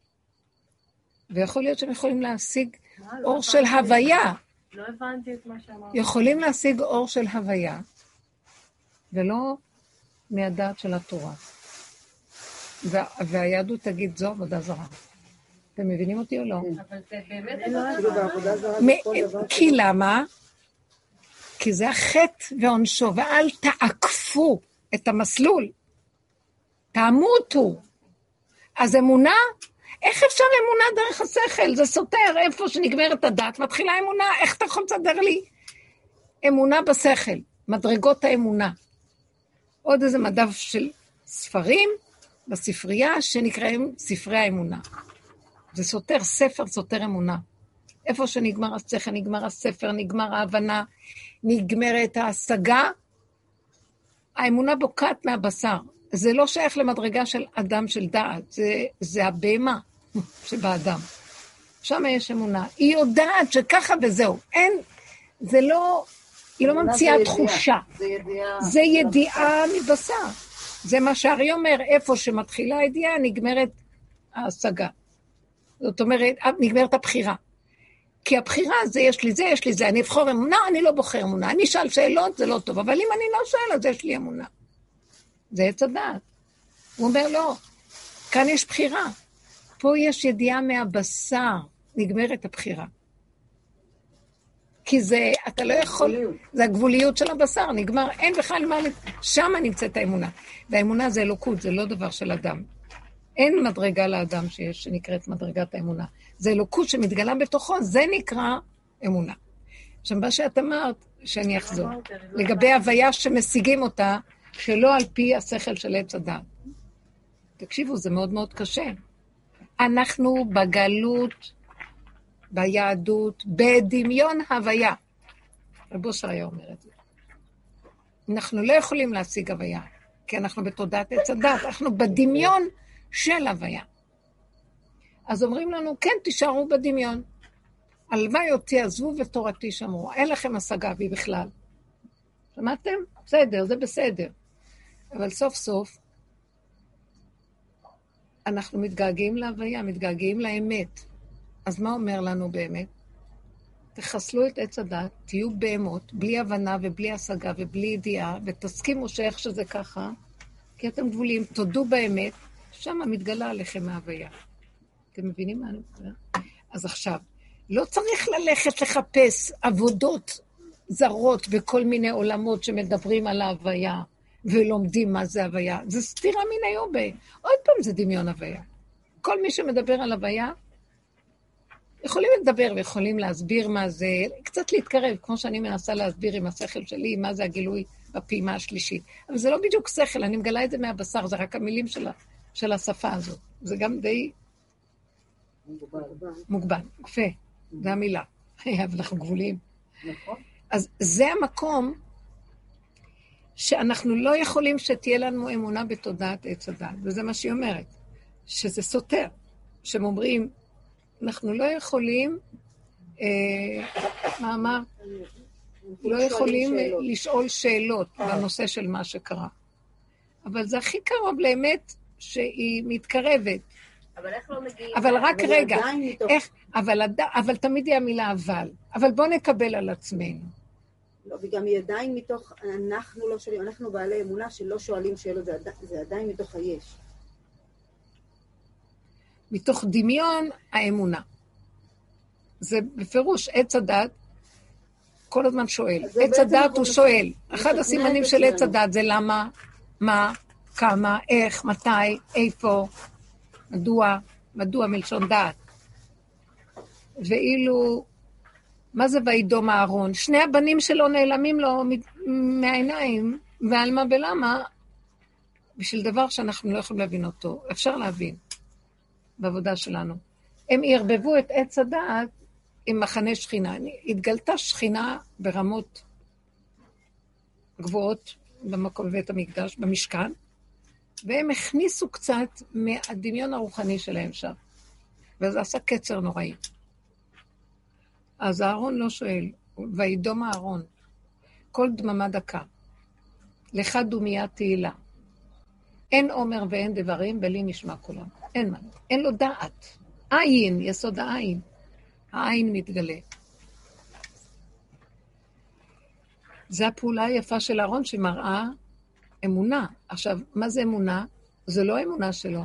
ויכול להיות שהם יכולים להשיג אור של הוויה. לא הבנתי את מה שאמרת. יכולים להשיג אור של הוויה, ולא מהדעת של התורה. והיהדות תגיד, זו עבודה זרה. אתם מבינים אותי או לא? אבל זה באמת כי למה? כי זה החטא ועונשו, ואל תעקפו את המסלול. תעמותו. אז אמונה, איך אפשר אמונה דרך השכל? זה סותר, איפה שנגמרת הדת, מתחילה אמונה, איך אתה יכול לסדר לי? אמונה בשכל, מדרגות האמונה. עוד איזה מדף של ספרים בספרייה שנקראים ספרי האמונה. זה סותר, ספר סותר אמונה. איפה שנגמר השכל, נגמר הספר, נגמר ההבנה, נגמרת ההשגה, האמונה בוקעת מהבשר. זה לא שייך למדרגה של אדם של דעת, זה הבהמה שבאדם. שם יש אמונה. היא יודעת שככה וזהו. אין, זה לא, היא לא ממציאה תחושה. זה ידיעה מבשר. זה מה שהרי אומר, איפה שמתחילה הידיעה, נגמרת ההשגה. זאת אומרת, נגמרת הבחירה. כי הבחירה זה, יש לי זה, יש לי זה. אני אבחור אמונה, אני לא בוחר אמונה. אני שאל שאלות, זה לא טוב. אבל אם אני לא שואל, אז יש לי אמונה. זה עץ הדעת. הוא אומר, לא, כאן יש בחירה. פה יש ידיעה מהבשר, נגמרת הבחירה. כי זה, אתה לא יכול, זה הגבוליות של הבשר, נגמר, אין בכלל מה, שם נמצאת האמונה. והאמונה זה אלוקות, זה לא דבר של אדם. אין מדרגה לאדם שנקראת מדרגת האמונה. זה אלוקות שמתגלה בתוכו, זה נקרא אמונה. עכשיו, מה שאת אמרת, שאני אחזור, לגבי הוויה שמשיגים אותה, שלא על פי השכל של עץ הדעת. תקשיבו, זה מאוד מאוד קשה. אנחנו בגלות, ביהדות, בדמיון הוויה. רב אושר היה אומר את זה. אנחנו לא יכולים להשיג הוויה, כי אנחנו בתודעת עץ הדעת, אנחנו בדמיון של הוויה. אז אומרים לנו, כן, תישארו בדמיון. הלוואי אותי עזבו ותורתי שמרו. אין לכם השגה בי בכלל. שמעתם? בסדר, זה בסדר. אבל סוף סוף, אנחנו מתגעגעים להוויה, מתגעגעים לאמת. אז מה אומר לנו באמת? תחסלו את עץ הדת, תהיו בהמות, בלי הבנה ובלי השגה ובלי ידיעה, ותסכימו שאיך שזה ככה, כי אתם גבולים, תודו באמת, שם מתגלה עליכם ההוויה. אתם מבינים מה אני אומר? אז עכשיו, לא צריך ללכת לחפש עבודות זרות בכל מיני עולמות שמדברים על ההוויה, ולומדים מה זה הוויה. זה סתירה מן היובה. עוד פעם זה דמיון הוויה. כל מי שמדבר על הוויה, יכולים לדבר ויכולים להסביר מה זה, קצת להתקרב, כמו שאני מנסה להסביר עם השכל שלי, מה זה הגילוי בפעימה השלישית. אבל זה לא בדיוק שכל, אני מגלה את זה מהבשר, זה רק המילים של השפה הזאת. זה גם די מוגבל. יפה, זה המילה. אבל אנחנו גבולים. אז זה המקום שאנחנו לא יכולים שתהיה לנו אמונה בתודעת עץ הדת, וזה מה שהיא אומרת, שזה סותר, שהם אומרים, אנחנו לא יכולים, מה אמר? לא יכולים לשאול שאלות בנושא של מה שקרה. אבל זה הכי קרוב לאמת שהיא מתקרבת. אבל איך לא מגיעים? אבל רק רגע, איך, אבל תמיד היא המילה אבל בוא נקבל על עצמנו. לא, וגם היא עדיין מתוך, אנחנו לא שואלים, אנחנו בעלי אמונה שלא שואלים שאלות, זה עדיין מתוך היש. מתוך דמיון האמונה. זה בפירוש עץ הדת, כל הזמן שואל. עץ הדת הוא שואל. אחד הסימנים של עץ הדת זה למה, מה, כמה, איך, מתי, איפה, מדוע מלשון דעת. ואילו, מה זה וידום אהרון? שני הבנים שלו נעלמים לו מהעיניים, ועל מה ולמה, בשביל דבר שאנחנו לא יכולים להבין אותו. אפשר להבין בעבודה שלנו. הם ירבבו את עץ הדעת עם מחנה שכינה. התגלתה שכינה ברמות גבוהות במקום בבית המקדש, במשכן, והם הכניסו קצת מהדמיון הרוחני שלהם שם. וזה עשה קצר נוראי. אז אהרון לא שואל, וידום אהרון, כל דממה דקה, לך דומיה תהילה. אין עומר ואין דברים, בלי נשמע כולם. אין מה, אין לו דעת. עין, יסוד העין. העין מתגלה. זו הפעולה היפה של אהרון שמראה אמונה. עכשיו, מה זה אמונה? זה לא אמונה שלו.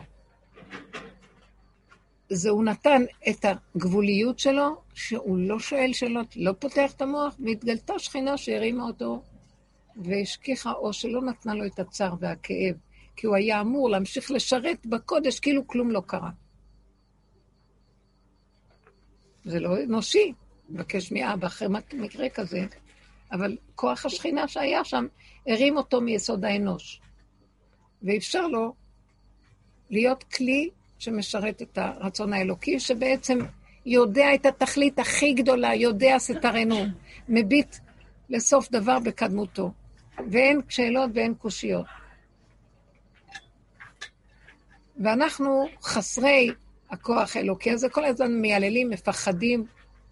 זה הוא נתן את הגבוליות שלו, שהוא לא שואל שאלות, לא פותח את המוח, והתגלתה שכינה שהרימה אותו, והשכיחה, או שלא נתנה לו את הצער והכאב, כי הוא היה אמור להמשיך לשרת בקודש, כאילו כלום לא קרה. זה לא אנושי, מבקש מאבא אחרי מקרה כזה, אבל כוח השכינה שהיה שם, הרים אותו מיסוד האנוש, ואפשר לו להיות כלי שמשרת את הרצון האלוקי, שבעצם יודע את התכלית הכי גדולה, יודע סתרנו, מביט לסוף דבר בקדמותו, ואין שאלות ואין קושיות. ואנחנו חסרי הכוח האלוקי הזה, כל הזמן מייללים, מפחדים,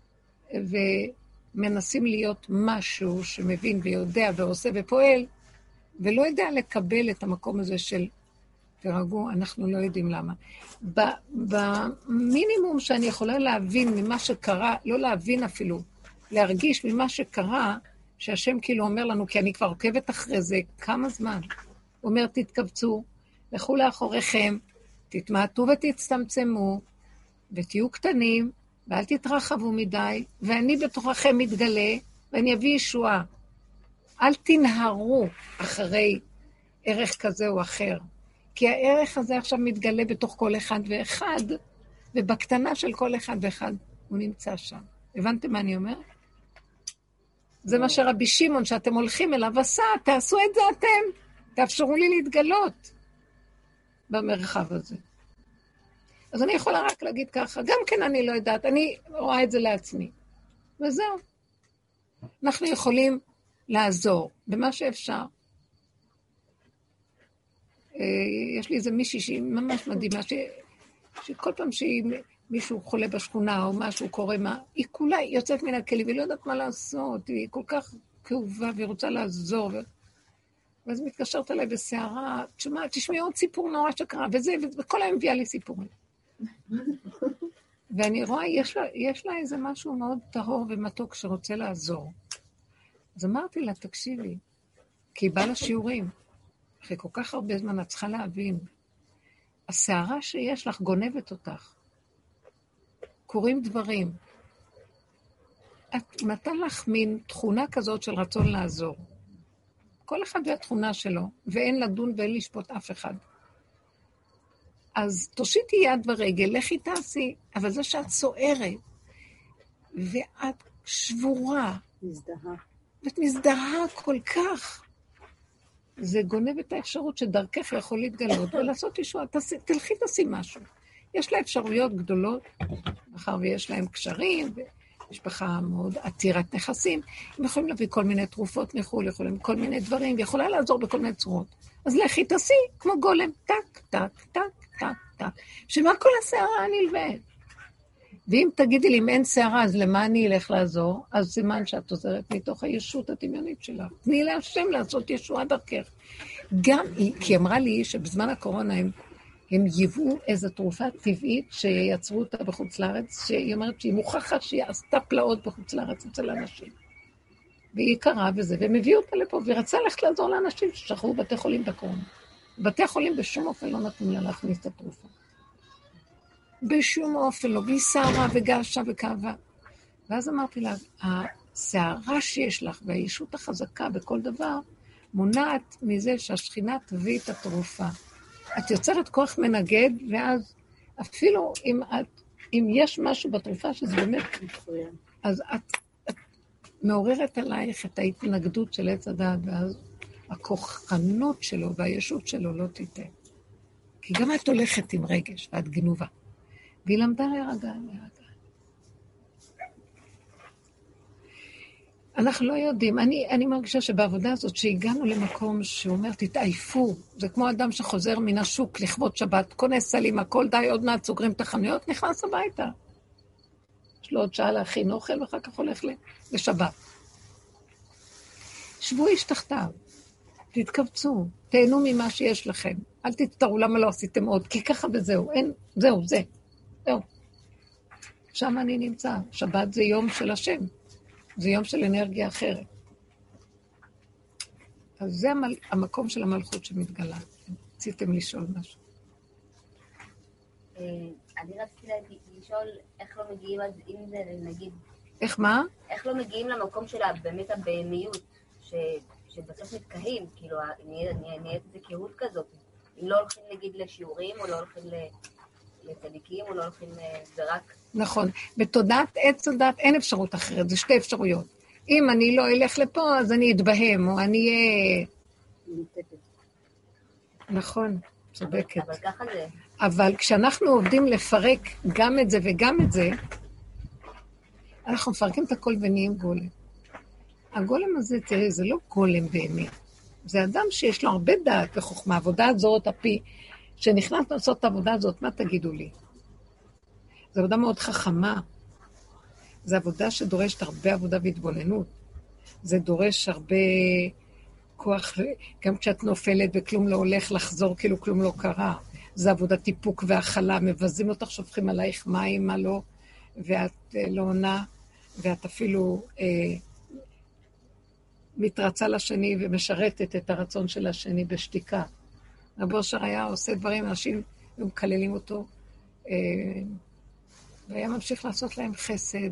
ומנסים להיות משהו שמבין ויודע ועושה ופועל, ולא יודע לקבל את המקום הזה של תרגעו, אנחנו לא יודעים למה. במינימום שאני יכולה להבין ממה שקרה, לא להבין אפילו, להרגיש ממה שקרה, שהשם כאילו אומר לנו, כי אני כבר עוקבת אחרי זה, כמה זמן? הוא אומר, תתכווצו, לכו לאחוריכם, תתמעטו ותצטמצמו, ותהיו קטנים, ואל תתרחבו מדי, ואני בתוככם מתגלה, ואני אביא ישועה. אל תנהרו אחרי ערך כזה או אחר. כי הערך הזה עכשיו מתגלה בתוך כל אחד ואחד, ובקטנה של כל אחד ואחד הוא נמצא שם. הבנתם מה אני אומר? זה מה שרבי שמעון, שאתם הולכים אליו עשה, תעשו את זה אתם, תאפשרו לי להתגלות במרחב הזה. אז אני יכולה רק להגיד ככה, גם כן אני לא יודעת, אני רואה את זה לעצמי. וזהו. אנחנו יכולים לעזור במה שאפשר. יש לי איזה מישהי שהיא ממש מדהימה, שכל פעם שמישהו חולה בשכונה או משהו קורה, היא כולה יוצאת מן הכלי והיא לא יודעת מה לעשות, היא כל כך כאובה והיא רוצה לעזור. ואז מתקשרת אליי בסערה, תשמעי עוד סיפור נורא שקרה, וכל היום מביאה לי סיפורים. ואני רואה, יש לה איזה משהו מאוד טהור ומתוק שרוצה לעזור. אז אמרתי לה, תקשיבי, כי היא באה לשיעורים, אחרי כל כך הרבה זמן את צריכה להבין, הסערה שיש לך גונבת אותך. קורים דברים. את נתן לך מין תכונה כזאת של רצון לעזור. כל אחד והתכונה שלו, ואין לדון ואין לשפוט אף אחד. אז תושיטי יד ורגל, לכי תעשי, אבל זה שאת סוערת, ואת שבורה, מזדהה. ואת מזדהה כל כך, זה גונב את האפשרות שדרכך יכול להתגלות ולעשות ישועה. תלכי תעשי משהו. יש לה אפשרויות גדולות, מאחר ויש להם קשרים, משפחה מאוד עתירת נכסים, הם יכולים להביא כל מיני תרופות מחול, יכולים כל מיני דברים, ויכולה לעזור בכל מיני צורות. אז לכי תעשי כמו גולם, טק, טק, טק, טק, טק. שמה כל השערה הנלווית? ואם תגידי לי, אם אין שערה, אז למה אני אלך לעזור? אז סימן שאת עוזרת מתוך הישות הדמיונית שלה. תני להשם לעשות ישועה דרכך. גם היא, כי אמרה לי שבזמן הקורונה הם ייבאו איזו תרופה טבעית שיצרו אותה בחוץ לארץ, שהיא אומרת שהיא מוכחה שהיא עשתה פלאות בחוץ לארץ אצל אנשים. והיא קרה וזה, והם הביאו אותה לפה, ורצה ללכת לעזור לאנשים ששחררו בתי חולים בקורונה. בתי החולים בשום אופן לא נתנו לה להכניס את התרופה. בשום אופן לא, בלי שערה וגעשה וכאבה. ואז אמרתי לה, השערה שיש לך והישות החזקה בכל דבר, מונעת מזה שהשכינה תביא את התרופה. את יוצרת כוח מנגד, ואז אפילו אם יש משהו בתרופה שזה באמת מפריע, אז את מעוררת עלייך את ההתנגדות של עץ הדעת, ואז הכוחנות שלו והישות שלו לא תיתן. כי גם את הולכת עם רגש ואת גנובה. והיא למדה להירגע. אנחנו לא יודעים, אני מרגישה שבעבודה הזאת שהגענו למקום שאומר תתעייפו, זה כמו אדם שחוזר מן השוק לכבוד שבת, קונה סלים, הכל די, עוד מעט סוגרים את החנויות, נכנס הביתה. יש לו עוד שעה להכין אוכל ואחר כך הולך לשבת. שבו איש תחתיו, תתכווצו, תהנו ממה שיש לכם, אל תתתרו למה לא עשיתם עוד, כי ככה וזהו, אין, זהו. שם אני נמצא, שבת זה יום של השם. זה יום של אנרגיה אחרת. אז זה המקום של המלכות שמתגלה. רציתם לשאול משהו. אני רציתי לשאול איך לא מגיעים, אז אם זה נגיד... איך מה? איך לא מגיעים למקום של באמת הבהמיות, שבסוף מתקהים, כאילו נהיית איזה קהות כזאת. אם לא הולכים נגיד לשיעורים, או לא הולכים לצדיקים, או לא הולכים... זה רק... נכון. בתודעת עץ הדת אין אפשרות אחרת, זה שתי אפשרויות. אם אני לא אלך לפה, אז אני אתבהם, או אני אהיה... נכון, צודקת. אבל ככה זה. אבל כשאנחנו עובדים לפרק גם את זה וגם את זה, אנחנו מפרקים את הכל ונהיים גולם. הגולם הזה, תראה, זה לא גולם באמת. זה אדם שיש לו הרבה דעת וחוכמה, העבודה הזאת, הפי, שנכנס לעשות את העבודה הזאת, מה תגידו לי? זו עבודה מאוד חכמה. זו עבודה שדורשת הרבה עבודה והתבוננות. זה דורש הרבה כוח, גם כשאת נופלת וכלום לא הולך לחזור, כאילו כלום לא קרה. זו עבודה טיפוק והאכלה, מבזים אותך, שופכים עלייך מים, מה לא, ואת לא עונה, ואת אפילו מתרצה לשני ומשרתת את הרצון של השני בשתיקה. רב אושר היה עושה דברים, אנשים מקללים אותו, והיה ממשיך לעשות להם חסד.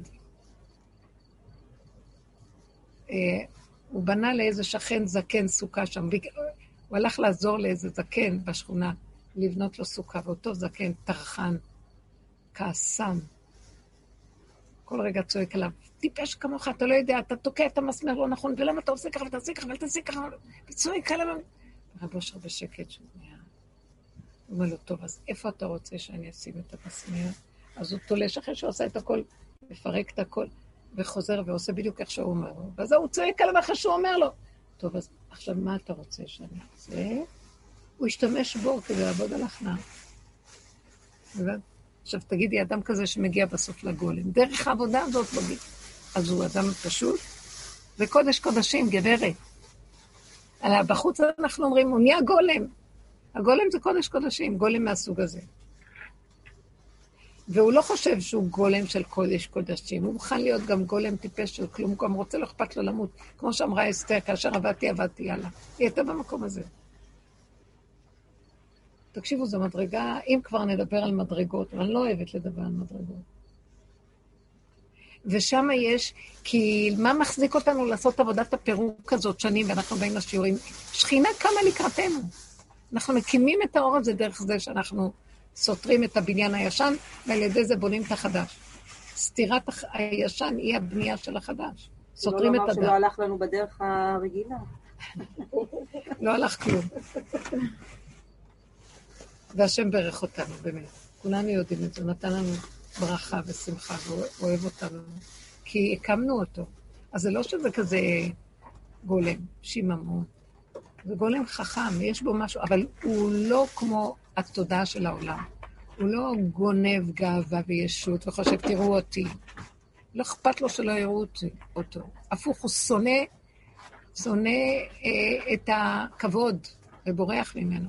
הוא בנה לאיזה שכן זקן סוכה שם, הוא הלך לעזור לאיזה זקן בשכונה, לבנות לו סוכה, ואותו זקן טרחן, כעסן. כל רגע צועק עליו, טיפש כמוך, אתה לא יודע, אתה תוקע את המסמר לא נכון, ולמה אתה עושה ככה ותעשה ככה ותעשה ככה, וצועק עליו. רב אושר בשקט שומע. הוא אומר לו, טוב, אז איפה אתה רוצה שאני אשים את המסמר? אז הוא תולש אחרי שהוא עושה את הכל, מפרק את הכל, וחוזר ועושה בדיוק איך שהוא אומר לו. ואז הוא צועק עליו אחרי שהוא אומר לו, טוב, אז עכשיו מה אתה רוצה שאני אעשה? הוא ישתמש בו כדי לעבוד על הכנעה. עכשיו תגידי, אדם כזה שמגיע בסוף לגולם, דרך העבודה הזאת בגיד, אז הוא אדם פשוט, וקודש קודשים, גברת. בחוץ אנחנו אומרים, הוא נהיה גולם. הגולם זה קודש קודשים, גולם מהסוג הזה. והוא לא חושב שהוא גולם של קודש קודשים, הוא מוכן להיות גם גולם טיפש של כלום, הוא גם רוצה, לא אכפת לו למות, כמו שאמרה אסתר, כאשר עבדתי, יאללה. היא הייתה במקום הזה. תקשיבו, זו מדרגה, אם כבר נדבר על מדרגות, אבל אני לא אוהבת לדבר על מדרגות. ושם יש, כי מה מחזיק אותנו לעשות עבודת הפירוק הזאת שנים, ואנחנו באים לשיעורים, שכינה קמה לקראתנו. אנחנו מקימים את האור הזה דרך זה שאנחנו סותרים את הבניין הישן, ועל ידי זה בונים את החדש. סתירת הישן היא הבנייה של החדש. סותרים את הדת. שלא הלך לנו בדרך הרגילה. לא הלך כלום. והשם ברך אותנו, באמת. כולנו יודעים את זה, נתן לנו ברכה ושמחה, ואוהב אותנו, כי הקמנו אותו. אז זה לא שזה כזה גולם, שיממון. זה גולם חכם, יש בו משהו, אבל הוא לא כמו התודעה של העולם. הוא לא גונב גאווה וישות וחושב, תראו אותי. לא אכפת לו שלא יראו אותו. הפוך, הוא שונא את הכבוד ובורח ממנו.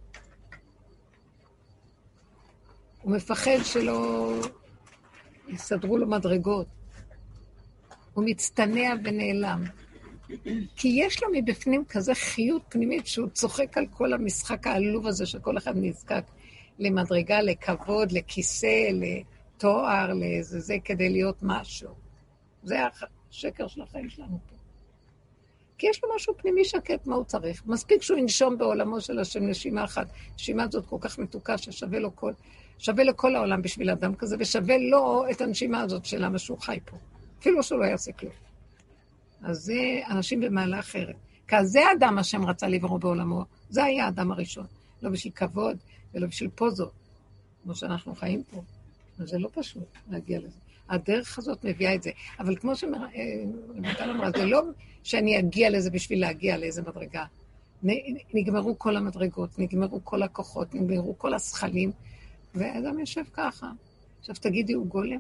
הוא מפחד שלא יסדרו לו מדרגות. הוא מצטנע ונעלם. כי יש לו מבפנים כזה חיות פנימית שהוא צוחק על כל המשחק העלוב הזה שכל אחד נזקק למדרגה, לכבוד, לכיסא, לתואר, לזה כדי להיות משהו. זה השקר של החיים שלנו פה. כי יש לו משהו פנימי שקט, מה הוא צריך? מספיק שהוא ינשום בעולמו של השם נשימה אחת. נשימה הזאת כל כך מתוקה ששווה לו שווה לכל העולם בשביל אדם כזה, ושווה לו את הנשימה הזאת של למה שהוא חי פה. אפילו שהוא לא יעשה כלום. אז זה אנשים במעלה אחרת. כי זה האדם השם רצה לברוא בעולמו. זה היה האדם הראשון. לא בשביל כבוד ולא בשביל פוזות. כמו שאנחנו חיים פה. אז זה לא פשוט להגיע לזה. הדרך הזאת מביאה את זה. אבל כמו שמתן אמרה, זה לא שאני אגיע לזה בשביל להגיע לאיזה מדרגה. נגמרו כל המדרגות, נגמרו כל הכוחות, נגמרו כל השכלים, והאדם יושב ככה. עכשיו תגידי, הוא גולם?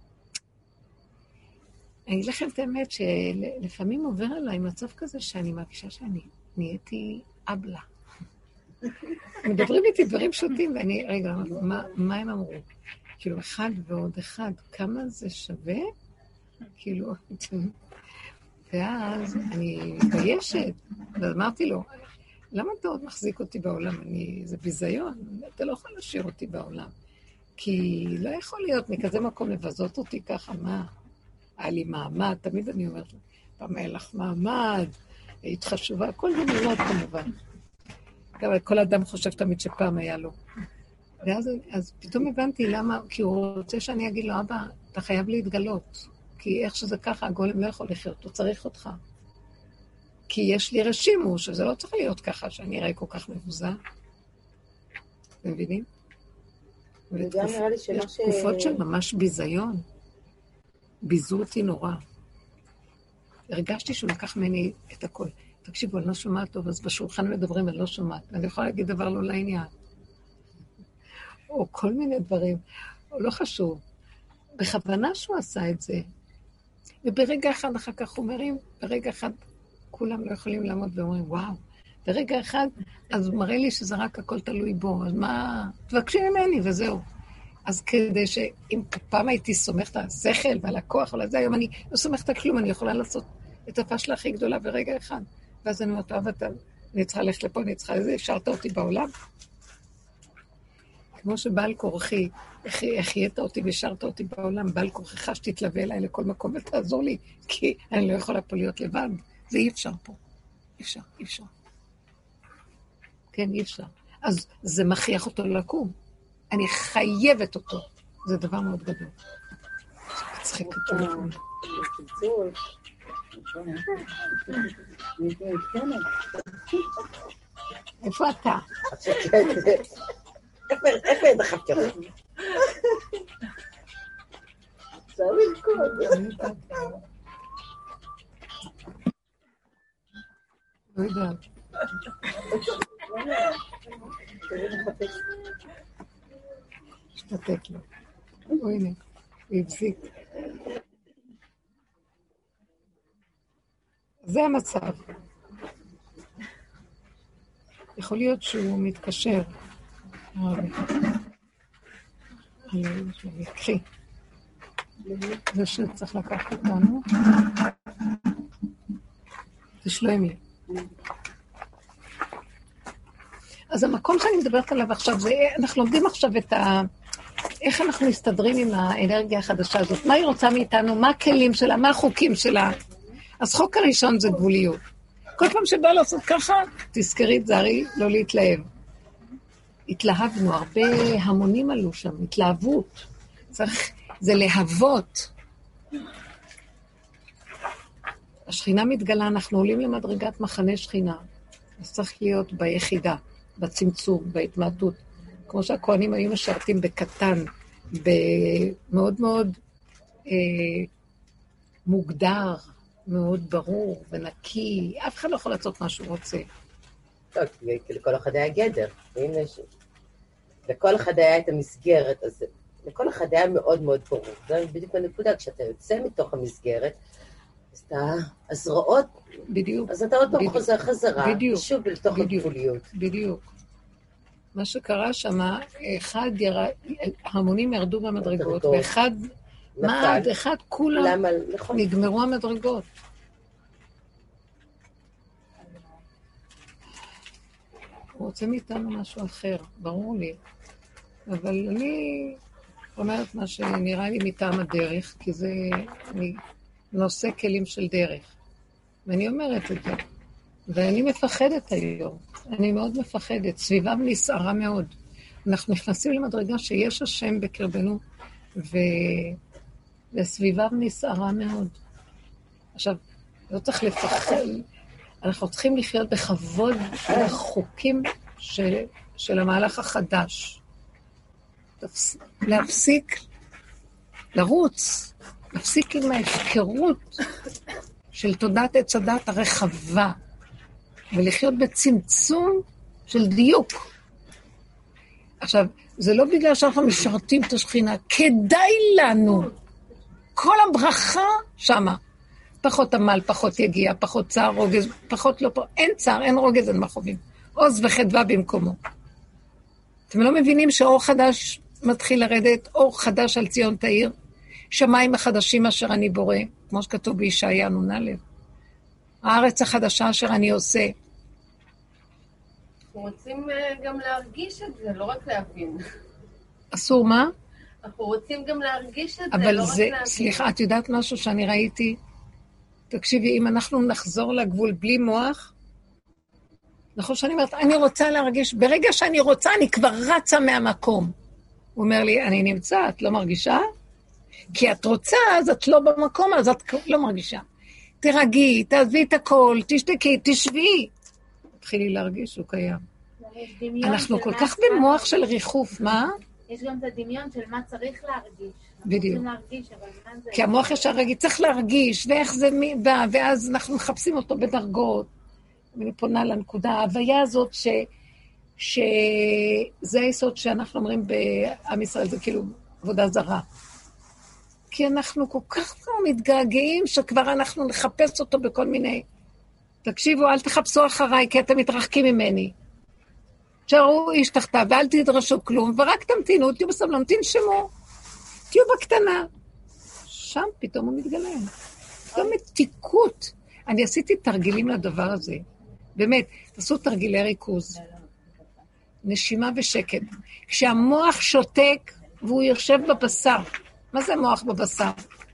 אני אגיד לכם את האמת שלפעמים עובר עליי מצב כזה שאני מרגישה שאני נהייתי אבלה. מדברים איתי דברים פשוטים, ואני, רגע, מה הם אמרו? כאילו, אחד ועוד אחד, כמה זה שווה? כאילו, ואז אני מתביישת, ואמרתי לו, למה אתה עוד מחזיק אותי בעולם? זה ביזיון, אתה לא יכול להשאיר אותי בעולם. כי לא יכול להיות מכזה מקום לבזות אותי ככה, מה? היה לי מעמד, תמיד אני אומרת, פעם היה לך מעמד, היית חשובה, הכל זה מיועד כמובן. אבל כל אדם חושב תמיד שפעם היה לו. ואז פתאום הבנתי למה, כי הוא רוצה שאני אגיד לו, אבא, אתה חייב להתגלות, כי איך שזה ככה, הגולם לא יכול לחיות, הוא צריך אותך. כי יש לי רשימו, שזה לא צריך להיות ככה, שאני אראה כל כך מבוזה. אתם מבינים? וגם נראה לי שמה יש תקופות של ממש ביזיון. ביזו אותי נורא. הרגשתי שהוא לקח ממני את הכל. תקשיבו, אני לא שומעת טוב, אז בשולחן מדברים, אני לא שומעת. אני יכולה להגיד דבר לא לעניין. או כל מיני דברים, או לא חשוב. בכוונה שהוא עשה את זה. וברגע אחד אחר כך אומרים, ברגע אחד כולם לא יכולים לעמוד ואומרים, וואו. ברגע אחד, אז הוא מראה לי שזה רק הכל תלוי בו. אז מה? תבקשי ממני וזהו. אז כדי שאם פעם הייתי סומכת על השכל ועל הכוח ועל זה, היום אני לא סומכת על כלום, אני יכולה לעשות את הפשלה הכי גדולה ברגע אחד. ואז אני אומרת, אני צריכה ללכת לפה, אני צריכה לזה, אפשרת אותי בעולם. כמו שבעל כורחי, החייאת אותי והשארת אותי בעולם, בעל כורחך שתתלווה אליי לכל מקום ותעזור לי, כי אני לא יכולה פה להיות לבד. זה אי אפשר פה. אי אפשר. כן, אי אפשר. אז זה מכריח אותו לקום. אני חייבת אותו. זה דבר מאוד גדול. מצחיק אותו לקום. איפה אתה? איפה דחפתי אותך? אפשר לרקוד. לא יודעת. השתתק לו. הנה, הוא הבזיק. זה המצב. יכול להיות שהוא מתקשר. קחי. זה שצריך לקחת אותנו. זה שלומי. אז המקום שאני מדברת עליו עכשיו, זה, אנחנו לומדים עכשיו איך אנחנו מסתדרים עם האנרגיה החדשה הזאת, מה היא רוצה מאיתנו, מה הכלים שלה, מה החוקים שלה. אז חוק הראשון זה גבוליות. כל פעם שבא לעשות ככה, תזכרי, תזהרי, לא להתלהב. התלהבנו, הרבה המונים עלו שם, התלהבות. זה להבות. השכינה מתגלה, אנחנו עולים למדרגת מחנה שכינה. אז צריך להיות ביחידה, בצמצום, בהתמעטות. כמו שהכהנים היו משרתים בקטן, במאוד מאוד מוגדר, מאוד ברור ונקי. אף אחד לא יכול לעשות מה שהוא רוצה. טוב, לכל אחד היה גדר. לכל אחד היה את המסגרת, אז לכל אחד היה מאוד מאוד ברור. זה בדיוק הנקודה, כשאתה יוצא מתוך המסגרת, אז אתה הזרועות, בדיוק. אז אתה עוד פעם חוזר חזרה, בדיוק. שוב לתוך הגבוליות. בדיוק. מה שקרה שם, המונים ירדו במדרגות, ואחד מעד, אחד כולם נגמרו המדרגות. הוא רוצה מאיתנו משהו אחר, ברור לי. אבל אני אומרת מה שנראה לי מטעם הדרך, כי זה נושא כלים של דרך. ואני אומרת את זה. ואני מפחדת היום. אני מאוד מפחדת. סביבם נסערה מאוד. אנחנו נכנסים למדרגה שיש השם בקרבנו, וסביבם נסערה מאוד. עכשיו, לא צריך לפחד. אנחנו צריכים לחיות בכבוד לחוקים של המהלך החדש. להפסיק, לרוץ, להפסיק עם ההפקרות של תודעת עץ הדת הרחבה, ולחיות בצמצום של דיוק. עכשיו, זה לא בגלל שאנחנו משרתים את השכינה, כדאי לנו. כל הברכה שמה. פחות עמל, פחות יגיע, פחות צער, רוגז, פחות לא, אין צער, אין רוגז, אין מחובים. עוז וחדווה במקומו. אתם לא מבינים שאור חדש מתחיל לרדת, אור חדש על ציון תאיר, שמיים החדשים אשר אני בורא, כמו שכתוב בישעיה נ"א. הארץ החדשה אשר אני עושה. אנחנו רוצים גם להרגיש את זה, לא רק להבין. אסור מה? אנחנו רוצים גם להרגיש את זה, אבל לא זה, רק להבין. סליחה, את יודעת משהו שאני ראיתי? תקשיבי, אם אנחנו נחזור לגבול בלי מוח, נכון שאני אומרת, אני רוצה להרגיש, ברגע שאני רוצה, אני כבר רצה מהמקום. הוא אומר לי, אני נמצא, את לא מרגישה? כי את רוצה, אז את לא במקום, אז את לא מרגישה. תרגי, תעזבי את הכל, תשתקי, תשבי. תתחילי להרגיש שהוא קיים. אנחנו כל כך במוח של ריחוף, מה? יש גם את הדמיון של מה צריך להרגיש. בדיוק. להרגיש, אבל מה זה... כי המוח ישר רגיל, צריך להרגיש, ואיך זה בא, ואז אנחנו מחפשים אותו בדרגות. ואני פונה לנקודה, ההוויה הזאת שזה היסוד שאנחנו אומרים בעם ישראל, זה כאילו עבודה זרה. כי אנחנו כל כך מתגעגעים, שכבר אנחנו נחפש אותו בכל מיני... תקשיבו, אל תחפשו אחריי, כי אתם מתרחקים ממני. תשארו איש תחתיו, ואל תדרשו כלום, ורק תמתינו, תהיו בסבלנות, תנשמו, תהיו בקטנה. שם פתאום הוא מתגלה. גם מתיקות. אני עשיתי תרגילים לדבר הזה. באמת, תעשו תרגילי ריכוז. נשימה ושקט. כשהמוח שותק, והוא יושב בבשר. מה זה מוח בבשר?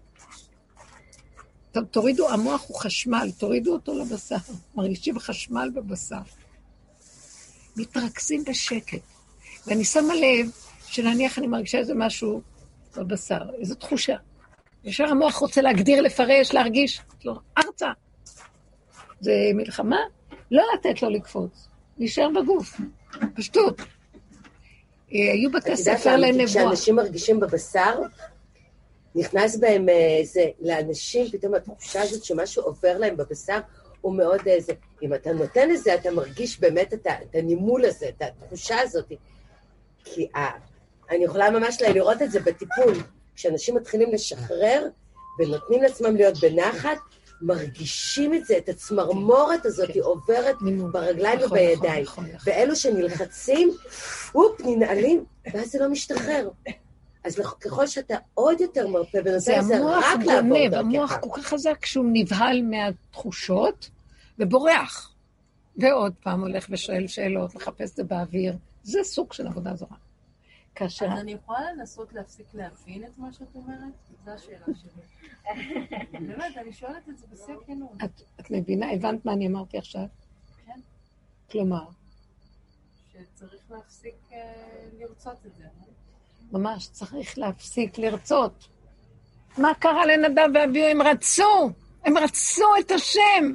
תורידו, המוח הוא חשמל, תורידו אותו לבשר. מרגישים חשמל בבשר. מתרכזים בשקט. ואני שמה לב שנניח אני מרגישה איזה משהו בבשר, איזו תחושה. ישר המוח רוצה להגדיר, לפרש, להרגיש. לא, ארצה. זה מלחמה? לא לתת לו לקפוץ. נשאר בגוף. פשטות. היו בתי ספר לנבואה. כשאנשים מרגישים בבשר, נכנס בהם לאנשים, פתאום התחושה הזאת שמשהו עובר להם בבשר, הוא מאוד איזה, אם אתה נותן לזה, אתה מרגיש באמת את הנימול הזה, את התחושה הזאת. כי אני יכולה ממש לראות את זה בטיפול, כשאנשים מתחילים לשחרר, ונותנים לעצמם להיות בנחת, מרגישים את זה, את הצמרמורת הזאת, היא עוברת ברגליים ובידיים. ואלו שנלחצים, ננעלים, ואז זה לא משתחרר. אז ככל שאתה עוד יותר מרפא, ונושא זה רק לעבור דרכך. המוח כל כך חזק כשהוא נבהל מהתחושות, ובורח. ועוד פעם הולך ושואל שאלות, מחפש את זה באוויר. זה סוג של עבודה זרה. אז אני יכולה לנסות להפסיק להבין את מה שאת אומרת? זו השאלה שלי. באמת, אני שואלת את זה בשיא הכנות. את מבינה? הבנת מה אני אמרתי עכשיו? כן. כלומר? שצריך להפסיק לרצות את זה. ממש, צריך להפסיק לרצות. מה קרה לנדב ואביהו? הם רצו את השם.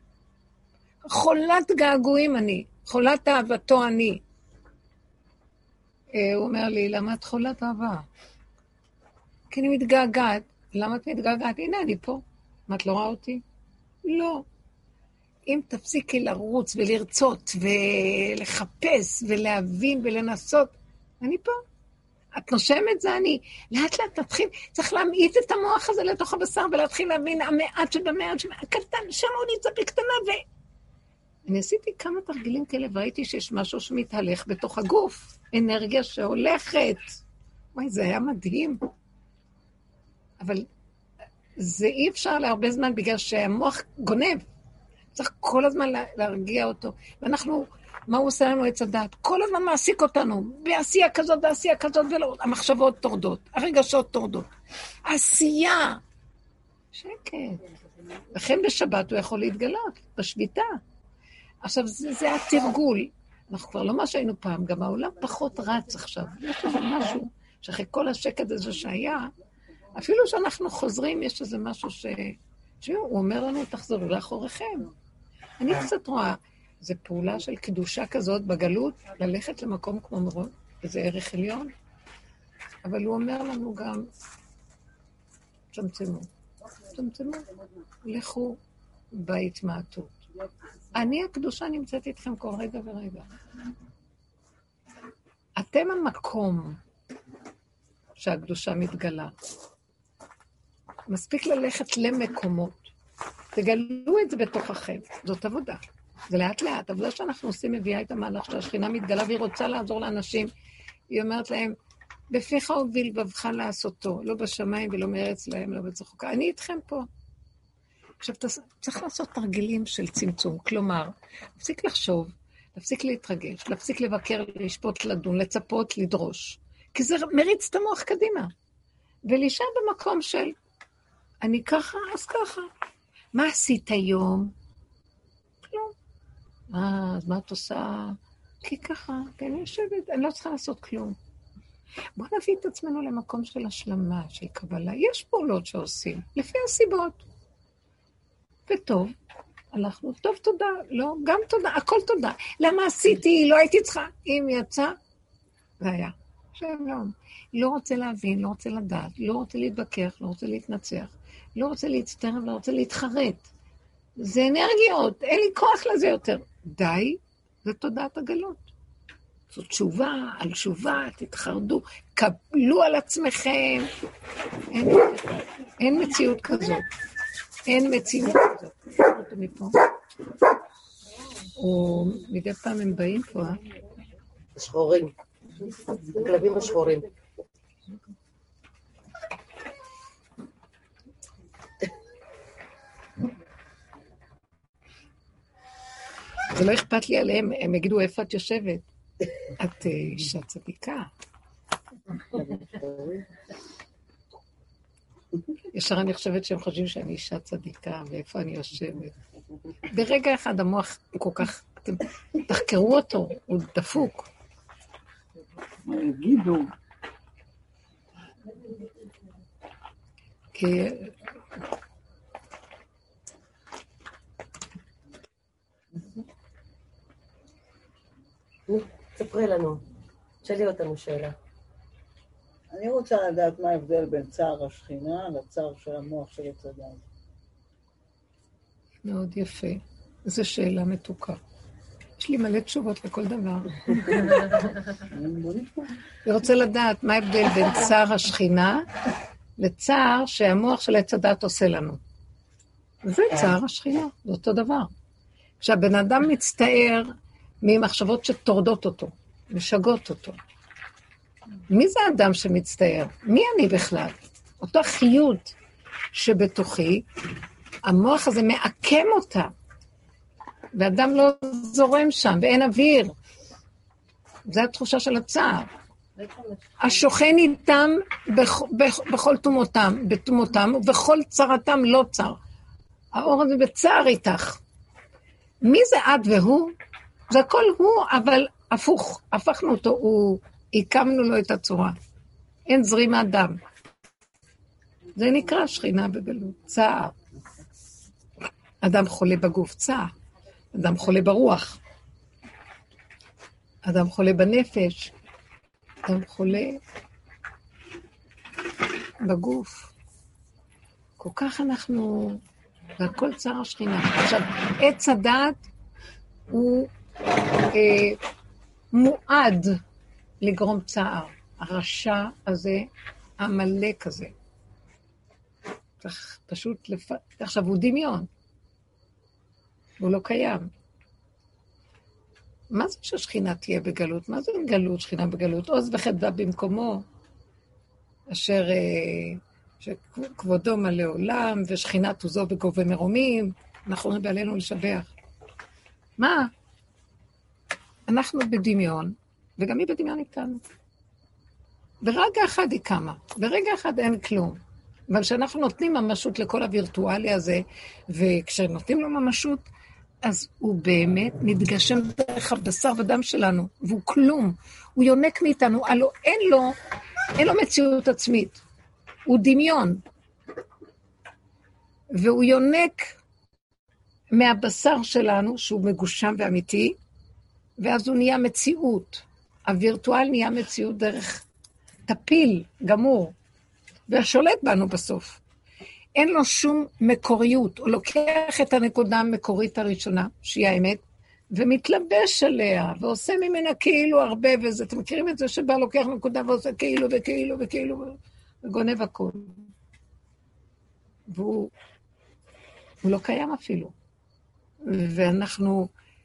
חולת געגועים אני, חולת אהבתו אני. הוא אומר לי, למה את חולת אהבה? כי אני מתגעגעת. למה את מתגעגעת? הנה, אני פה. מה, את לא רואה אותי? לא. אם תפסיקי לרוץ ולרצות ולחפש ולהבין ולנסות, אני פה. את נושמת, זה אני. לאט לאט תתחיל, צריך להמעיט את המוח הזה לתוך הבשר ולהתחיל להבין המעט שבמעט הקטן, שמוניצה בקטנה אני עשיתי כמה תרגילים כאלה, והייתי שיש משהו שמתהלך בתוך הגוף. אנרגיה שהולכת. וואי, זה היה מדהים. אבל זה אי אפשר להרבה זמן, בגלל שהמוח גונב. צריך כל הזמן להרגיע אותו. ואנחנו, מה הוא עושה לנו עץ הדעת? כל הזמן מעסיק אותנו. בעשייה כזאת, ולא. המחשבות טורדות. הרגשות טורדות. עשייה. שקט. לכן בשבת הוא יכול להתגלות. בשביתה. עכשיו, זה התרגול. אנחנו כבר לא מה שהיינו פעם, גם העולם פחות רץ עכשיו. יש איזה משהו שאחרי כל השקט הזה שהיה, אפילו שאנחנו חוזרים, יש איזה משהו הוא אומר לנו, תחזרו לאחוריכם. אני קצת רואה, זו פעולה של קדושה כזאת בגלות, ללכת למקום כמו מרון, איזה ערך עליון, אבל הוא אומר לנו גם, צמצמו, לכו בהתמעטות. אני הקדושה נמצאת איתכם כל רגע ורגע. אתם המקום שהקדושה מתגלה. מספיק ללכת למקומות. תגלו את זה בתוככם. זאת עבודה. זה לאט לאט. עבודה שאנחנו עושים מביאה את המהלך שהשכינה מתגלה, והיא רוצה לעזור לאנשים. היא אומרת להם, בפיך ובלבבך לעשותו, לא בשמיים ולא מארץ להם, לא בצחוקה. אני איתכם פה. עכשיו, צריך לעשות תרגילים של צמצום. כלומר, להפסיק לחשוב, להפסיק להתרגש, להפסיק לבקר, לשפוט, לדון, לצפות, לדרוש. כי זה מריץ את המוח קדימה. ולהישאר במקום של, אני ככה, אז ככה. מה עשית היום? כלום. אז מה את עושה? כי ככה, כי אני יושבת, אני לא צריכה לעשות כלום. בואו נביא את עצמנו למקום של השלמה, של קבלה. יש פעולות שעושים, לפי הסיבות. וטוב, הלכנו, טוב תודה, לא, גם תודה, הכל תודה. למה עשיתי? לא הייתי צריכה. אם יצא, זה היה. שלום. לא רוצה להבין, לא רוצה לדעת, לא רוצה להתבקח, לא רוצה להתנצח, לא רוצה להצטרף, לא רוצה להתחרט. זה אנרגיות, אין לי כוח לזה יותר. די, זה תודעת הגלות. זאת תשובה, על תשובה, תתחרדו, קבלו על עצמכם. אין מציאות כזאת. אין מציאות כזאת. אותו מפה. או מדי פעם הם באים פה, שחורים. הכלבים השחורים. זה לא אכפת לי עליהם, הם יגידו איפה את יושבת. את אישה צדיקה. ישר אני חושבת שהם חושבים שאני אישה צדיקה, ואיפה אני יושבת. ברגע אחד המוח הוא כל כך, אתם תחקרו אותו, הוא דפוק. מה יגידו? כי... ספרי לנו, שאלי אותנו שאלה. אני רוצה לדעת מה ההבדל בין צער השכינה לצער של המוח של עץ הדעת. מאוד יפה. זו שאלה מתוקה. יש לי מלא תשובות לכל דבר. אני רוצה לדעת מה ההבדל בין צער השכינה לצער שהמוח של עץ הדעת עושה לנו. זה צער השכינה, זה אותו דבר. כשהבן אדם מצטער ממחשבות שטורדות אותו, משגות אותו. מי זה האדם שמצטער? מי אני בכלל? אותו החיות שבתוכי, המוח הזה מעקם אותה, ואדם לא זורם שם, ואין אוויר. זו התחושה של הצער. השוכן איתם בכל תומותם, ובכל צרתם לא צר. האור הזה בצער איתך. מי זה את והוא? זה הכל הוא, אבל הפוך. הפכנו אותו, הקמנו לו את הצורה. אין זרימת דם. זה נקרא שכינה בגלות, צער. אדם חולה בגוף, צער. אדם חולה ברוח. אדם חולה בנפש. אדם חולה בגוף. כל כך אנחנו, והכל צער השכינה. עכשיו, עץ הדעת הוא מועד לגרום צער. הרשע הזה, המלאק הזה. צריך פשוט עכשיו הוא דמיון. הוא לא קיים. מה זה ששכינה תהיה בגלות? מה זה גלות, שכינה בגלות? עוז וחדווה במקומו, אשר שכבודו מלא עולם, ושכינה תוזו בגובה מרומים, אנחנו אומרים בעלינו לשבח. מה? אנחנו בדמיון, וגם היא בדמיון איתנו. ברגע אחד היא קמה, ברגע אחד אין כלום. אבל כשאנחנו נותנים ממשות לכל הווירטואלי הזה, וכשנותנים לו ממשות, אז הוא באמת מתגשם דרך הבשר ודם שלנו, והוא כלום, הוא יונק מאיתנו, אין לו מציאות עצמית, הוא דמיון, והוא יונק מהבשר שלנו, שהוא מגושם ואמיתי, ואז הוא נהיה מציאות, הווירטואל נהיה מציאות דרך טפיל, גמור, והשולט בנו בסוף. אין לו שום מקוריות, הוא לוקח את הנקודה המקורית הראשונה, שהיא האמת, ומתלבש עליה, ועושה ממנה כאילו הרבה, וזה, אתם מכירים את זה שבא לוקח נקודה ועושה כאילו וכאילו וכאילו, וגונב הכל. והוא לא קיים אפילו. ואנחנו,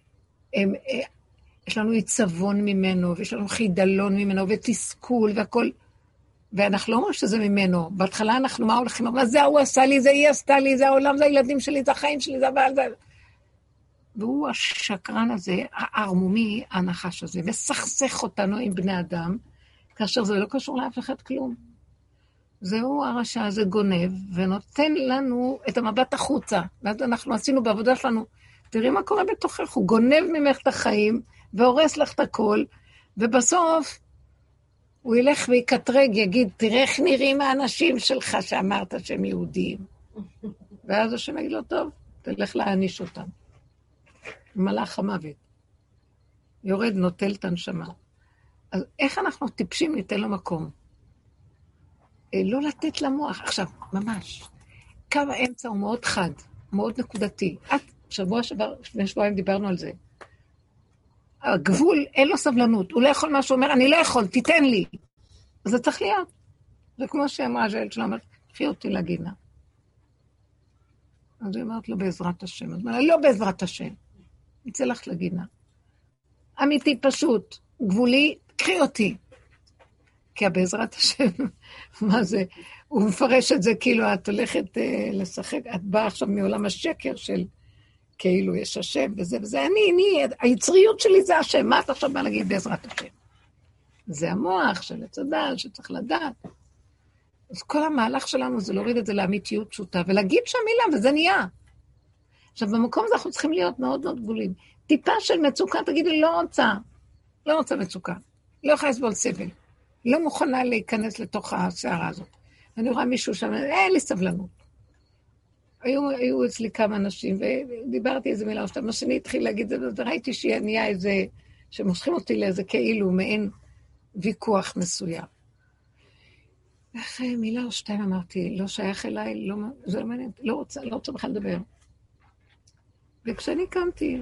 יש לנו עיצבון ממנו, ויש לנו חידלון ממנו, ותסכול והכל, ואנחנו לא אומרים שזה ממנו. בהתחלה אנחנו מה הולכים? אבל זה הוא עשה לי, זה היא עשתה לי, זה העולם, זה הילדים שלי, זה החיים שלי, זה הבעל, זה... והוא השקרן הזה, הערמומי, הנחש הזה, וסכסך אותנו עם בני אדם, כאשר זה לא קשור לאף אחד כלום. זהו הרשע הזה גונב, ונותן לנו את המבט החוצה. ואז אנחנו עשינו בעבודה שלנו, תראי מה קורה בתוכך, הוא גונב ממך את החיים, והורס לך את הכל, ובסוף, הוא ילך ויקטרג, יגיד, תראה איך נראים האנשים שלך שאמרת שהם יהודים. ואז השם יגיד לו, טוב, תלך להעניש אותם. מלאך המוות. יורד, נוטל את הנשמה. אז איך אנחנו טיפשים ניתן לו מקום? לא לתת למוח. עכשיו, ממש, קו האמצע הוא מאוד חד, מאוד נקודתי. שבוע שעבר, לפני שבועיים דיברנו על זה. הגבול, אין לו סבלנות, הוא לא יכול מה שהוא אומר, אני לא יכול, תיתן לי. אז זה צריך להיות. זה כמו שאמרה הז'אל שלה, אומרת, קחי אותי לגינה. אז היא אומרת לו בעזרת השם. אז אומרת, לא בעזרת השם. יצא לך לגינה. אמיתי פשוט, גבולי, קחי אותי. כי בעזרת השם, מה זה? הוא מפרש את זה כאילו את הולכת לשחק, את באה עכשיו מעולם השקר של כאילו יש השם וזה וזה, היצריות שלי זה השם, מה את עכשיו בא להגיד בעזרת השם? זה המוח של הצדל שצריך לדעת. אז כל המהלך שלנו זה להוריד את זה לאמיתיות פשוטה, ולהגיד שם מילה, וזה נהיה. עכשיו, במקום הזה אנחנו צריכים להיות מאוד מאוד גבולים. טיפה של מצוקה, תגיד לי, לא רוצה מצוקה. לא יכולה לסבול סבל. לא מוכנה להיכנס לתוך השערה הזאת. אני רואה מישהו שם, אין לי סבלנות. היו אצלי כמה אנשים, ודיברתי איזה מילה, מה שאני התחיל להגיד, וראיתי שנהיה איזה, שמושכים אותי לאיזה כאילו, מעין ויכוח מסוים. ואחרי מילה או שתיים אמרתי, לא שייך אליי, זה לא מעניין, לא רוצה בכלל לדבר. וכשאני קמתי,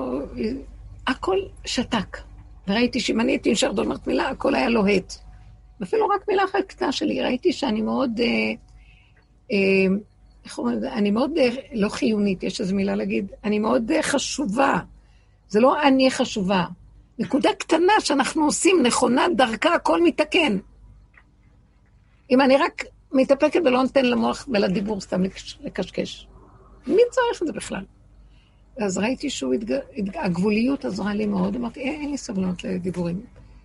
הכל שתק. וראיתי שאם אני הייתי נשאר דולמרת מילה, הכל היה לוהט. ואפילו רק מילה אחת קטנה שלי, ראיתי שאני מאוד איך אומרים את זה? אני מאוד לא חיונית, יש איזו מילה להגיד, אני מאוד חשובה. זה לא אני חשובה. נקודה קטנה שאנחנו עושים, נכונה, דרכה, הכל מתקן. אם אני רק מתאפקת ולא נותן למוח ולדיבור סתם לקשקש. מי צריך את זה בכלל? אז ראיתי הגבוליות עזרה לי מאוד, אמרתי, אין לי סבלנות לדיבורים.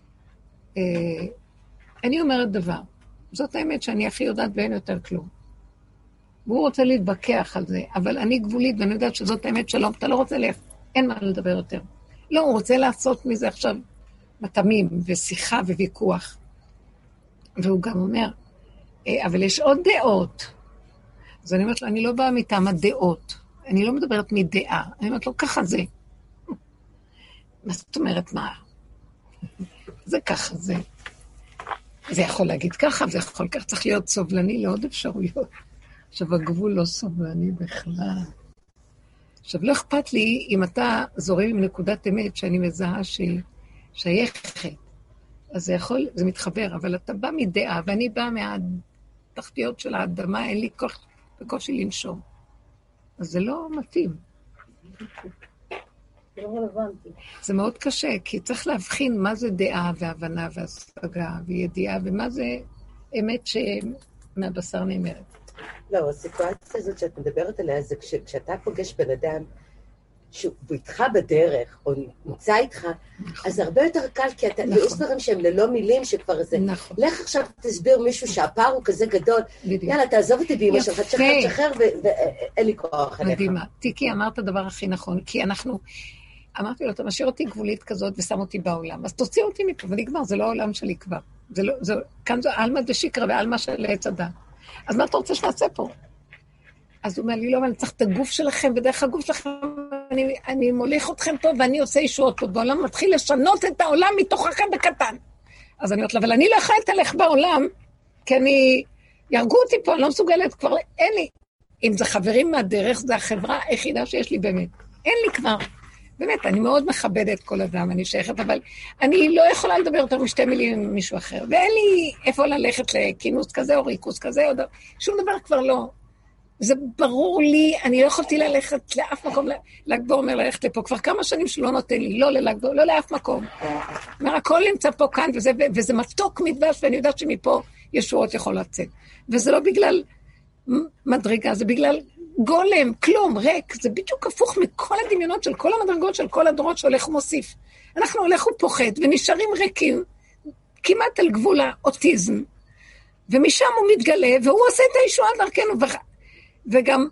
אני אומרת דבר, זאת האמת שאני הכי יודעת ואין יותר כלום. והוא רוצה להתבקח על זה, אבל אני גבולית ואני יודעת שזאת האמת שלום, אתה לא רוצה אין מה לדבר יותר. לא, הוא רוצה לעשות מזה עכשיו מתמים ושיחה וויכוח. והוא גם אומר, אבל יש עוד דעות. אז אני אומרת לו, אני לא באה מטעם הדעות. אני לא מדברת מדעה. אני אומרת לו, ככה זה. מה זאת אומרת, מה? זה ככה זה. זה יכול להגיד ככה, זה יכול כך, צריך להיות סובלני לעוד אפשרויות. עכשיו, הגבול לא סובלני בכלל. עכשיו, לא אכפת לי אם אתה זורם עם נקודת אמת שאני מזהה שהיא שייכת. אז זה יכול, זה מתחבר, אבל אתה בא מדעה, ואני באה מהתחתיות של האדמה, אין לי כוח בקושי לנשום. אז זה לא מתאים. זה לא רלוונטי. זה מאוד קשה, כי צריך להבחין מה זה דעה והבנה והשגה וידיעה, ומה זה אמת שמהבשר נאמרת. לא, הסיטואציה הזאת שאת מדברת עליה, זה כשאתה פוגש בן אדם שהוא איתך בדרך, או נמצא איתך, אז הרבה יותר קל, כי אתה, יש דברים שהם ללא מילים שכבר זה. נכון. לך עכשיו תסביר מישהו שהפער הוא כזה גדול, יאללה, תעזוב אותי באמא שלך, תשחרר, ואין לי כוח עליך. מדהימה. תיקי, אמרת הדבר הכי נכון, כי אנחנו, אמרתי לו, אתה משאיר אותי גבולית כזאת ושם אותי בעולם, אז תוציא אותי מפה, ונגמר, זה לא העולם שלי כבר. כאן זו אלמה דשיקרא ואלמה של עץ הדת. אז מה אתה רוצה שנעשה פה? אז הוא אומר לי, לא, אבל אני צריך את הגוף שלכם, ודרך הגוף שלכם אני מוליך אתכם פה, ואני עושה ישועות פה בעולם, מתחיל לשנות את העולם מתוככם בקטן. אז אני אומרת לה, אבל אני לא יכולה לתהלך בעולם, כי ירגו אותי פה, אני לא מסוגלת, כבר אין לי. אם זה חברים מהדרך, זה החברה היחידה שיש לי באמת. אין לי כבר. באמת, אני מאוד מכבדת כל אדם, אני שייכת, אבל אני לא יכולה לדבר יותר משתי מילים עם מישהו אחר, ואין לי איפה ללכת לכינוס כזה או ריכוס כזה, או שום דבר כבר לא. זה ברור לי, אני לא יכולתי ללכת לאף מקום, לגבור אומר ללכת לפה, כבר כמה שנים שלא נותן לי, לא ללגבור, לא לאף מקום. אומר, הכל נמצא פה כאן, וזה מתוק מדבש, ואני יודעת שמפה ישועות יכול לצאת. וזה לא בגלל מדרגה, זה בגלל גולם, כלום, ריק, זה בדיוק הפוך מכל הדמיונות של כל המדרגות, של כל הדורות שהולך ומוסיף. אנחנו הולך ופוחד, ונשארים ריקים, כמעט על גבול האוטיזם, ומשם הוא מתגלה, והוא עושה את הישועה דרכנו, וגם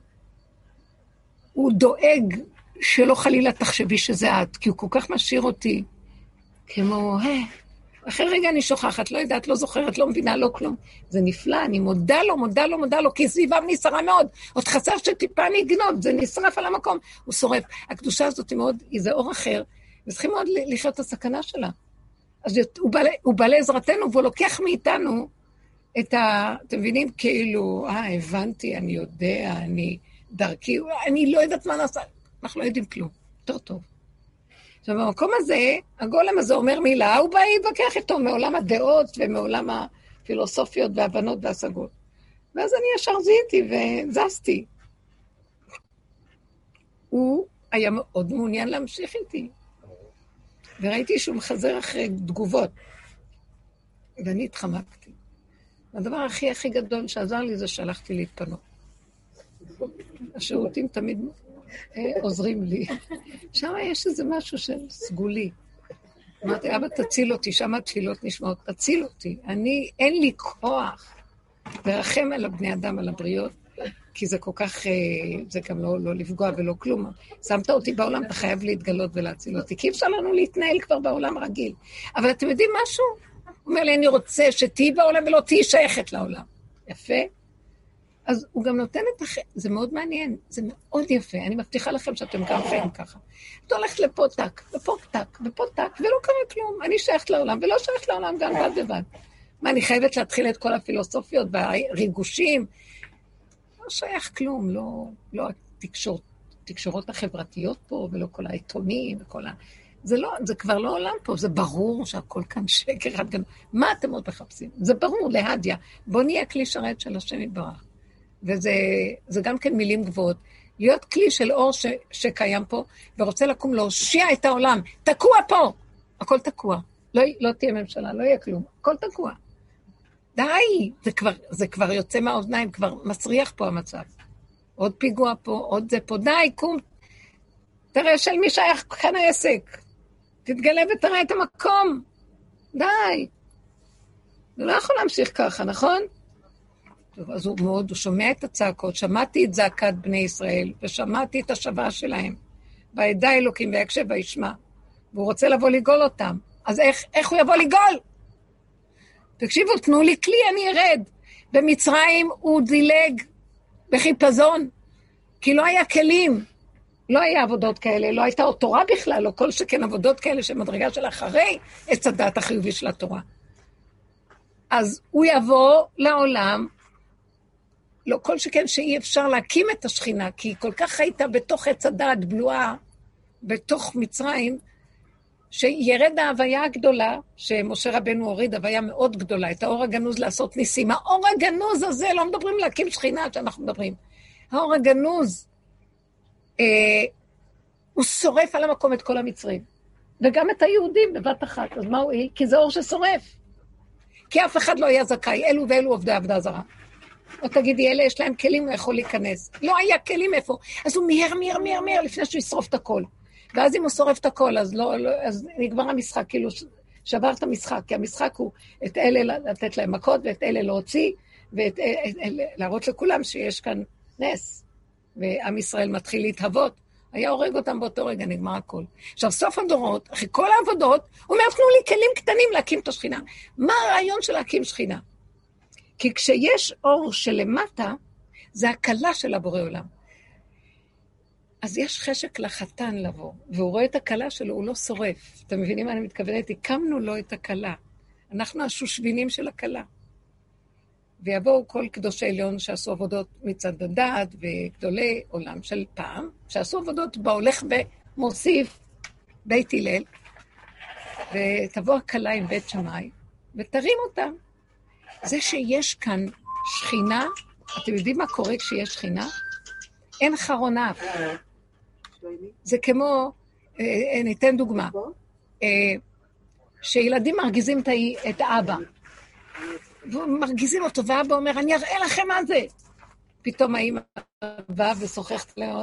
הוא דואג שלא חלילה תחשבי שזה את, כי הוא כל כך משאיר אותי, כמו, אחרי רגע אני שוכחת, לא יודעת, לא זוכרת, לא מבינה, לא כלום. זה נפלא, אני מודה לו, כי סביבם נשרה מאוד. עוד חסר שטיפה אני אגנוב, זה נשרף על המקום, הוא שורף. הקדושה הזאת היא מאוד, זה אור אחר, וצריכים מאוד לחיות את הסכנה שלה. אז הוא בא לעזרתנו, והוא לוקח מאיתנו את אתם מבינים, כאילו, הבנתי, אני יודע, אני דרכי, אני לא יודעת מה נעשה, אנחנו לא יודעים כלום, יותר טוב. עכשיו, במקום הזה, הגולם הזה אומר מילה, הוא בא להתווכח איתו מעולם הדעות ומעולם הפילוסופיות והבנות והשגות. ואז אני ישר זיהיתי וזזתי. הוא היה מאוד מעוניין להמשיך איתי. וראיתי שהוא מחזר אחרי תגובות. ואני התחמקתי. הדבר הכי גדול שעזר לי זה שהלכתי להתפנות. השירותים תמיד עוזרים לי. שם יש איזה משהו של סגולי. אמרתי, אבא תציל אותי, שם התפילות נשמעות, תציל אותי. אין לי כוח לרחם על הבני אדם, על הבריות, כי זה כל כך, זה גם לא לפגוע ולא כלום. שמת אותי בעולם, אתה חייב להתגלות ולהציל אותי, כי אפשר לנו להתנהל כבר בעולם רגיל. אבל אתם יודעים משהו? הוא אומר לי, אני רוצה שתהי בעולם ולא תהי שייכת לעולם. יפה? אז הוא גם נותן את זה מאוד מעניין, זה מאוד יפה, אני מבטיחה לכם שאתם גם חיים ככה. אתה הולכת לפה טק, ופה טק, ופה טק, ולא קרה כלום, אני שייכת לעולם, ולא שייכת לעולם גם בד בבד. מה, אני חייבת להתחיל את כל הפילוסופיות והריגושים? לא שייך כלום, לא התקשורות החברתיות פה, ולא כל העיתונים, וכל זה כבר לא עולם פה, זה ברור שהכל כאן שקר. מה אתם עוד מחפשים? זה ברור, להדיה. בוא נהיה כלי שרת של השם יתברך. וזה גם כן מילים גבוהות. להיות כלי של אור שקיים פה, ורוצה לקום להושיע את העולם. תקוע פה! הכל תקוע. לא תהיה ממשלה, לא יהיה כלום. הכל תקוע. די! זה כבר יוצא מהאוזניים, כבר מסריח פה המצב. עוד פיגוע פה, עוד זה פה. די, קום. תראה של מי שייך כאן העסק. תתגלה ותראה את המקום. די. זה לא יכול להמשיך ככה, נכון? טוב, אז הוא שומע את הצעקות, שמעתי את זעקת בני ישראל, ושמעתי את השווה שלהם. וידע אלוקים ויקשב וישמע. והוא רוצה לבוא לגאול אותם. אז איך הוא יבוא לגאול? תקשיבו, תנו לי כלי, אני ארד. במצרים הוא דילג בחיפזון, כי לא היה כלים, לא היה עבודות כאלה, לא הייתה עוד תורה בכלל, לא כל שכן עבודות כאלה שמדרגה של אחרי עץ הדת החיובי של התורה. אז הוא יבוא לעולם, לא כל שכן שאי אפשר להקים את השכינה, כי היא כל כך הייתה בתוך עץ הדת בלועה, בתוך מצרים, שירד ההוויה הגדולה, שמשה רבנו הוריד הוויה מאוד גדולה, את האור הגנוז לעשות ניסים. האור הגנוז הזה, לא מדברים להקים שכינה שאנחנו מדברים. האור הגנוז, הוא שורף על המקום את כל המצרים. וגם את היהודים בבת אחת. אז מה הוא יהיה? כי זה אור ששורף. כי אף אחד לא היה זכאי, אלו ואלו עובדי עבודה זרה. או תגידי, אלה יש להם כלים, הוא יכול להיכנס. לא היה כלים איפה. אז הוא מהר, לפני שהוא ישרוף את הכל. ואז אם הוא שורף את הכל, אז נגמר המשחק, כאילו שבר את המשחק, כי המשחק הוא את אלה לתת להם מכות, ואת אלה להוציא, ולהראות לכולם שיש כאן נס, ועם ישראל מתחיל להתהוות, היה הורג אותם באותו רגע, נגמר הכל. עכשיו, סוף הדורות, אחרי כל העבודות, הוא אומר, תנו לי כלים קטנים להקים את השכינה. מה הרעיון של להקים שכינה? כי כשיש אור שלמטה, זה הקלה של הבורא עולם. אז יש חשק לחתן לבוא, והוא רואה את הקלה שלו, הוא לא שורף. אתם מבינים מה אני מתכוונת? הקמנו לו את הקלה. אנחנו השושבינים של הקלה. ויבואו כל קדושי עליון שעשו עבודות מצד הדעת, וגדולי עולם של פעם, שעשו עבודות בהולך ומוסיף בית הלל, ותבוא הקלה עם בית שמאי, ותרים אותם. זה שיש כאן שכינה, אתם יודעים מה קורה כשיש שכינה? אין חרונה. זה כמו, ניתן דוגמה, שילדים מרגיזים את האבא, ומרגיזים אותו, והאבא אומר, אני אראה לכם מה זה. פתאום האמא באה ושוחחת להם,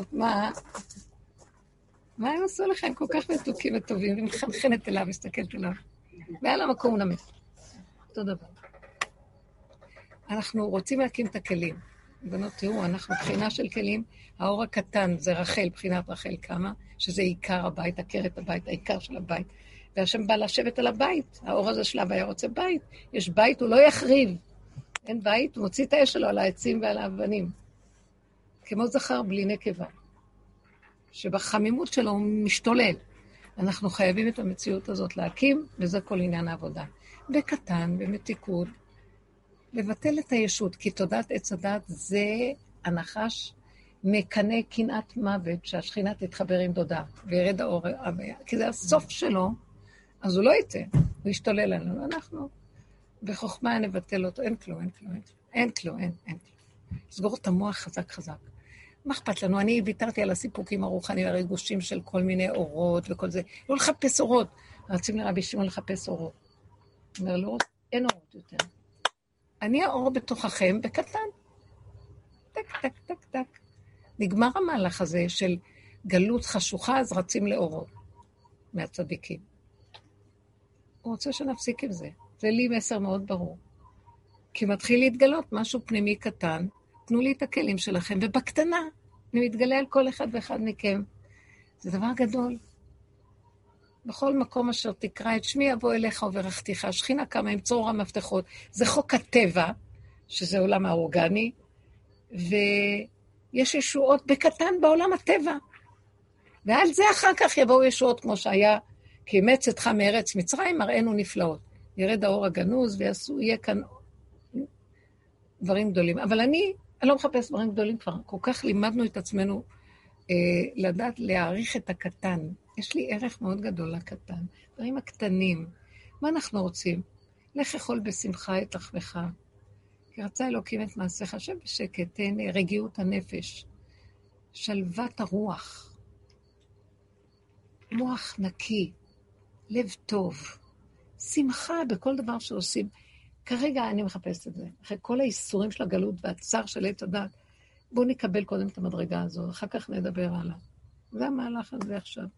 מה הם עשו לכם? כל כך מתוקים וטובים, ומחנחנת אליו, מסתכלת אליו. ועל המקום הוא נמת. אותו דבר. אנחנו רוצים להקים את הכלים. בנות, תראו, אנחנו בחינה של כלים, האור הקטן זה רחל, בחינת רחל כמה, שזה עיקר הבית, עקרת הבית, העיקר של הבית. והשם בא לשבת על הבית, האור הזה שלה היה רוצה בית. יש בית, הוא לא יחריב. אין בית, הוא מוציא את האש שלו על העצים ועל האבנים. כמו זכר בלי נקבה. שבחמימות שלו הוא משתולל. אנחנו חייבים את המציאות הזאת להקים, וזה כל עניין העבודה. בקטן, במתיקות, לבטל את הישות, כי תודעת עץ הדת זה הנחש מקנה קנאת מוות, שהשכינה תתחבר עם דודה, וירד האור, כי זה הסוף שלו, אז הוא לא יצא, הוא ישתולל לנו, אנחנו בחוכמה נבטל אותו, אין כלום. סגור את המוח חזק. מה אכפת לנו? אני ויתרתי על הסיפוקים הרוחניים, הריגושים של כל מיני אורות וכל זה, לא לחפש אורות, רצים לרבי שמעון לחפש אורות. אומר לו, אין אורות יותר. אני האור בתוככם בקטן. טק. נגמר המהלך הזה של גלות חשוכה, אז רצים לאורות מהצדיקים. הוא רוצה שנפסיק עם זה. זה לי מסר מאוד ברור. כי מתחיל להתגלות משהו פנימי קטן, תנו לי את הכלים שלכם, ובקטנה אני מתגלה על כל אחד ואחד מכם. זה דבר גדול. בכל מקום אשר תקרא את שמי אבוא אליך וברכתיך, שכינה כמה עם צרור המפתחות. זה חוק הטבע, שזה עולם האורגני, ויש ישועות בקטן בעולם הטבע. ועל זה אחר כך יבואו ישועות כמו שהיה, כי אמץ אתך מארץ מצרים, מראינו נפלאות. ירד האור הגנוז ויהיה כאן דברים גדולים. אבל אני לא מחפש דברים גדולים כבר, כל כך לימדנו את עצמנו לדעת להעריך את הקטן. יש לי ערך מאוד גדול לקטן. דברים הקטנים. מה אנחנו רוצים? לך אכול בשמחה את לחמך. כי רצה אלוקים את מעשיך, שב בשקט, תן רגיעות הנפש, שלוות הרוח, מוח נקי, לב טוב, שמחה בכל דבר שעושים. כרגע אני מחפשת את זה. אחרי כל האיסורים של הגלות והצער של עץ הדת, בואו נקבל קודם את המדרגה הזו, אחר כך נדבר הלאה. זה המהלך הזה עכשיו.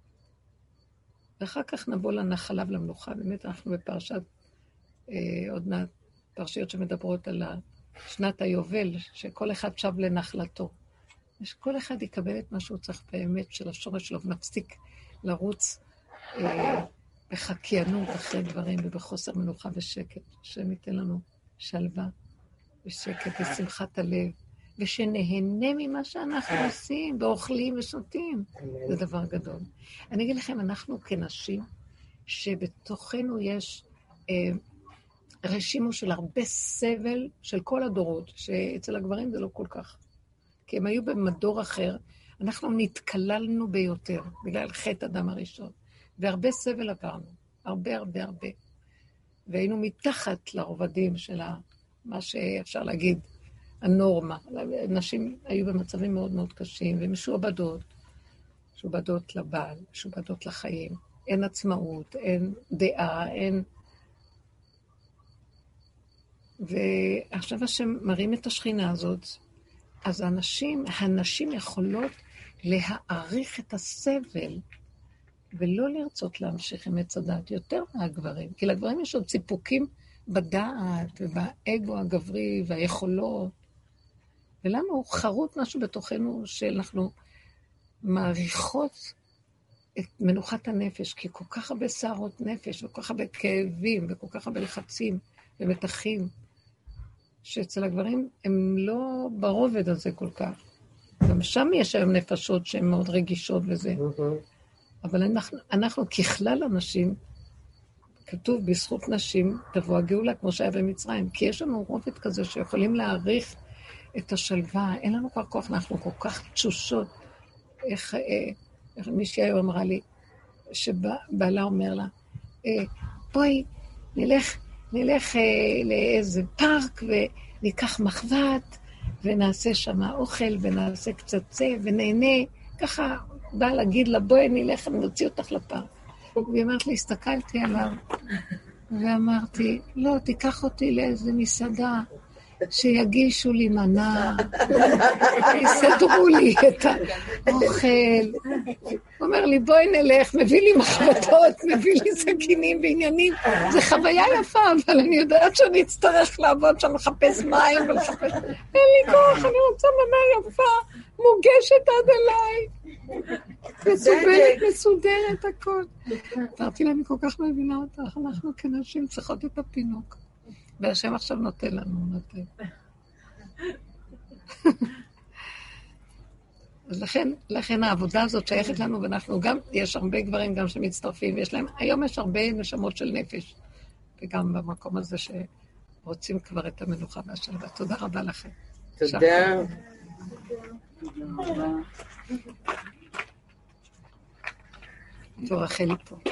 ואחר כך נבוא לנחלה ולמנוחה. באמת אנחנו בפרשת, עוד מעט, פרשיות שמדברות על שנת היובל, שכל אחד שב לנחלתו. שכל אחד יקבל את מה שהוא צריך באמת של השורש שלו, ונפסיק לרוץ בחקיינות אחרי דברים ובחוסר מנוחה ושקט. השם ייתן לנו שלווה ושקט ושמחת הלב, ושנהנה ממה שאנחנו עושים, ואוכלים ושותים. זה דבר גדול. אני אגיד לכם, אנחנו כנשים, שבתוכנו יש רשימו של הרבה סבל של כל הדורות, שאצל הגברים זה לא כל כך. כי הם היו במדור אחר, אנחנו נתקללנו ביותר, בגלל חטא אדם הראשון. והרבה סבל עברנו, הרבה הרבה הרבה. והיינו מתחת לרובדים של מה שאפשר להגיד, הנורמה. נשים היו במצבים מאוד מאוד קשים, ומשועבדות, משועבדות לבעל, משועבדות לחיים. אין עצמאות, אין דעה, אין... ועכשיו השם מרים את השכינה הזאת, אז הנשים יכולות להעריך את הסבל, ולא לרצות להמשיך עם עץ הדת יותר מהגברים. כי לגברים יש עוד ציפוקים בדעת ובאגו הגברי והיכולות. ולמה הוא חרוט משהו בתוכנו שאנחנו מעריכות את מנוחת הנפש, כי כל כך הרבה שערות נפש וכל כך הרבה כאבים וכל כך הרבה לחצים ומתחים, שאצל הגברים הם לא ברובד הזה כל כך. גם שם יש היום נפשות שהן מאוד רגישות וזה. אבל אנחנו ככלל אנשים, כתוב בזכות נשים, תבוא הגאולה כמו שהיה במצרים, כי יש לנו רובד כזה שיכולים להעריך את השלווה, אין לנו כבר כוח, אנחנו כל כך תשושות. איך מישהי היום אמרה לי, שבעלה אומר לה, בואי, נלך לאיזה פארק וניקח מחבת, ונעשה שם אוכל, ונעשה קצת זה, ונהנה. ככה בא להגיד לה, בואי נלך, אני נוציא אותך לפארק. והיא אמרת לי, הסתכלתי עליו, ואמרתי, לא, תיקח אותי לאיזה מסעדה, שיגישו לי מנה, יסדרו לי את האוכל. הוא אומר לי, בואי נלך, מביא לי מחבטות, מביא לי סכינים ועניינים. זה חוויה יפה, אבל אני יודעת שאני אצטרך לעבוד שם, לחפש מים ולחפש... אין לי כוח, אני רוצה מנה יפה, מוגשת עד אליי. מסודרת הכל. אמרתי לה, אני כל כך מבינה אותך, אנחנו כנשים צריכות את הפינוק. והשם עכשיו נותן לנו, נותן. אז לכן העבודה הזאת שייכת לנו, ואנחנו גם, יש הרבה גברים גם שמצטרפים, ויש להם, היום יש הרבה נשמות של נפש, וגם במקום הזה שרוצים כבר את המנוחה והשלווה. תודה רבה לכם. תודה. ורחלי פה.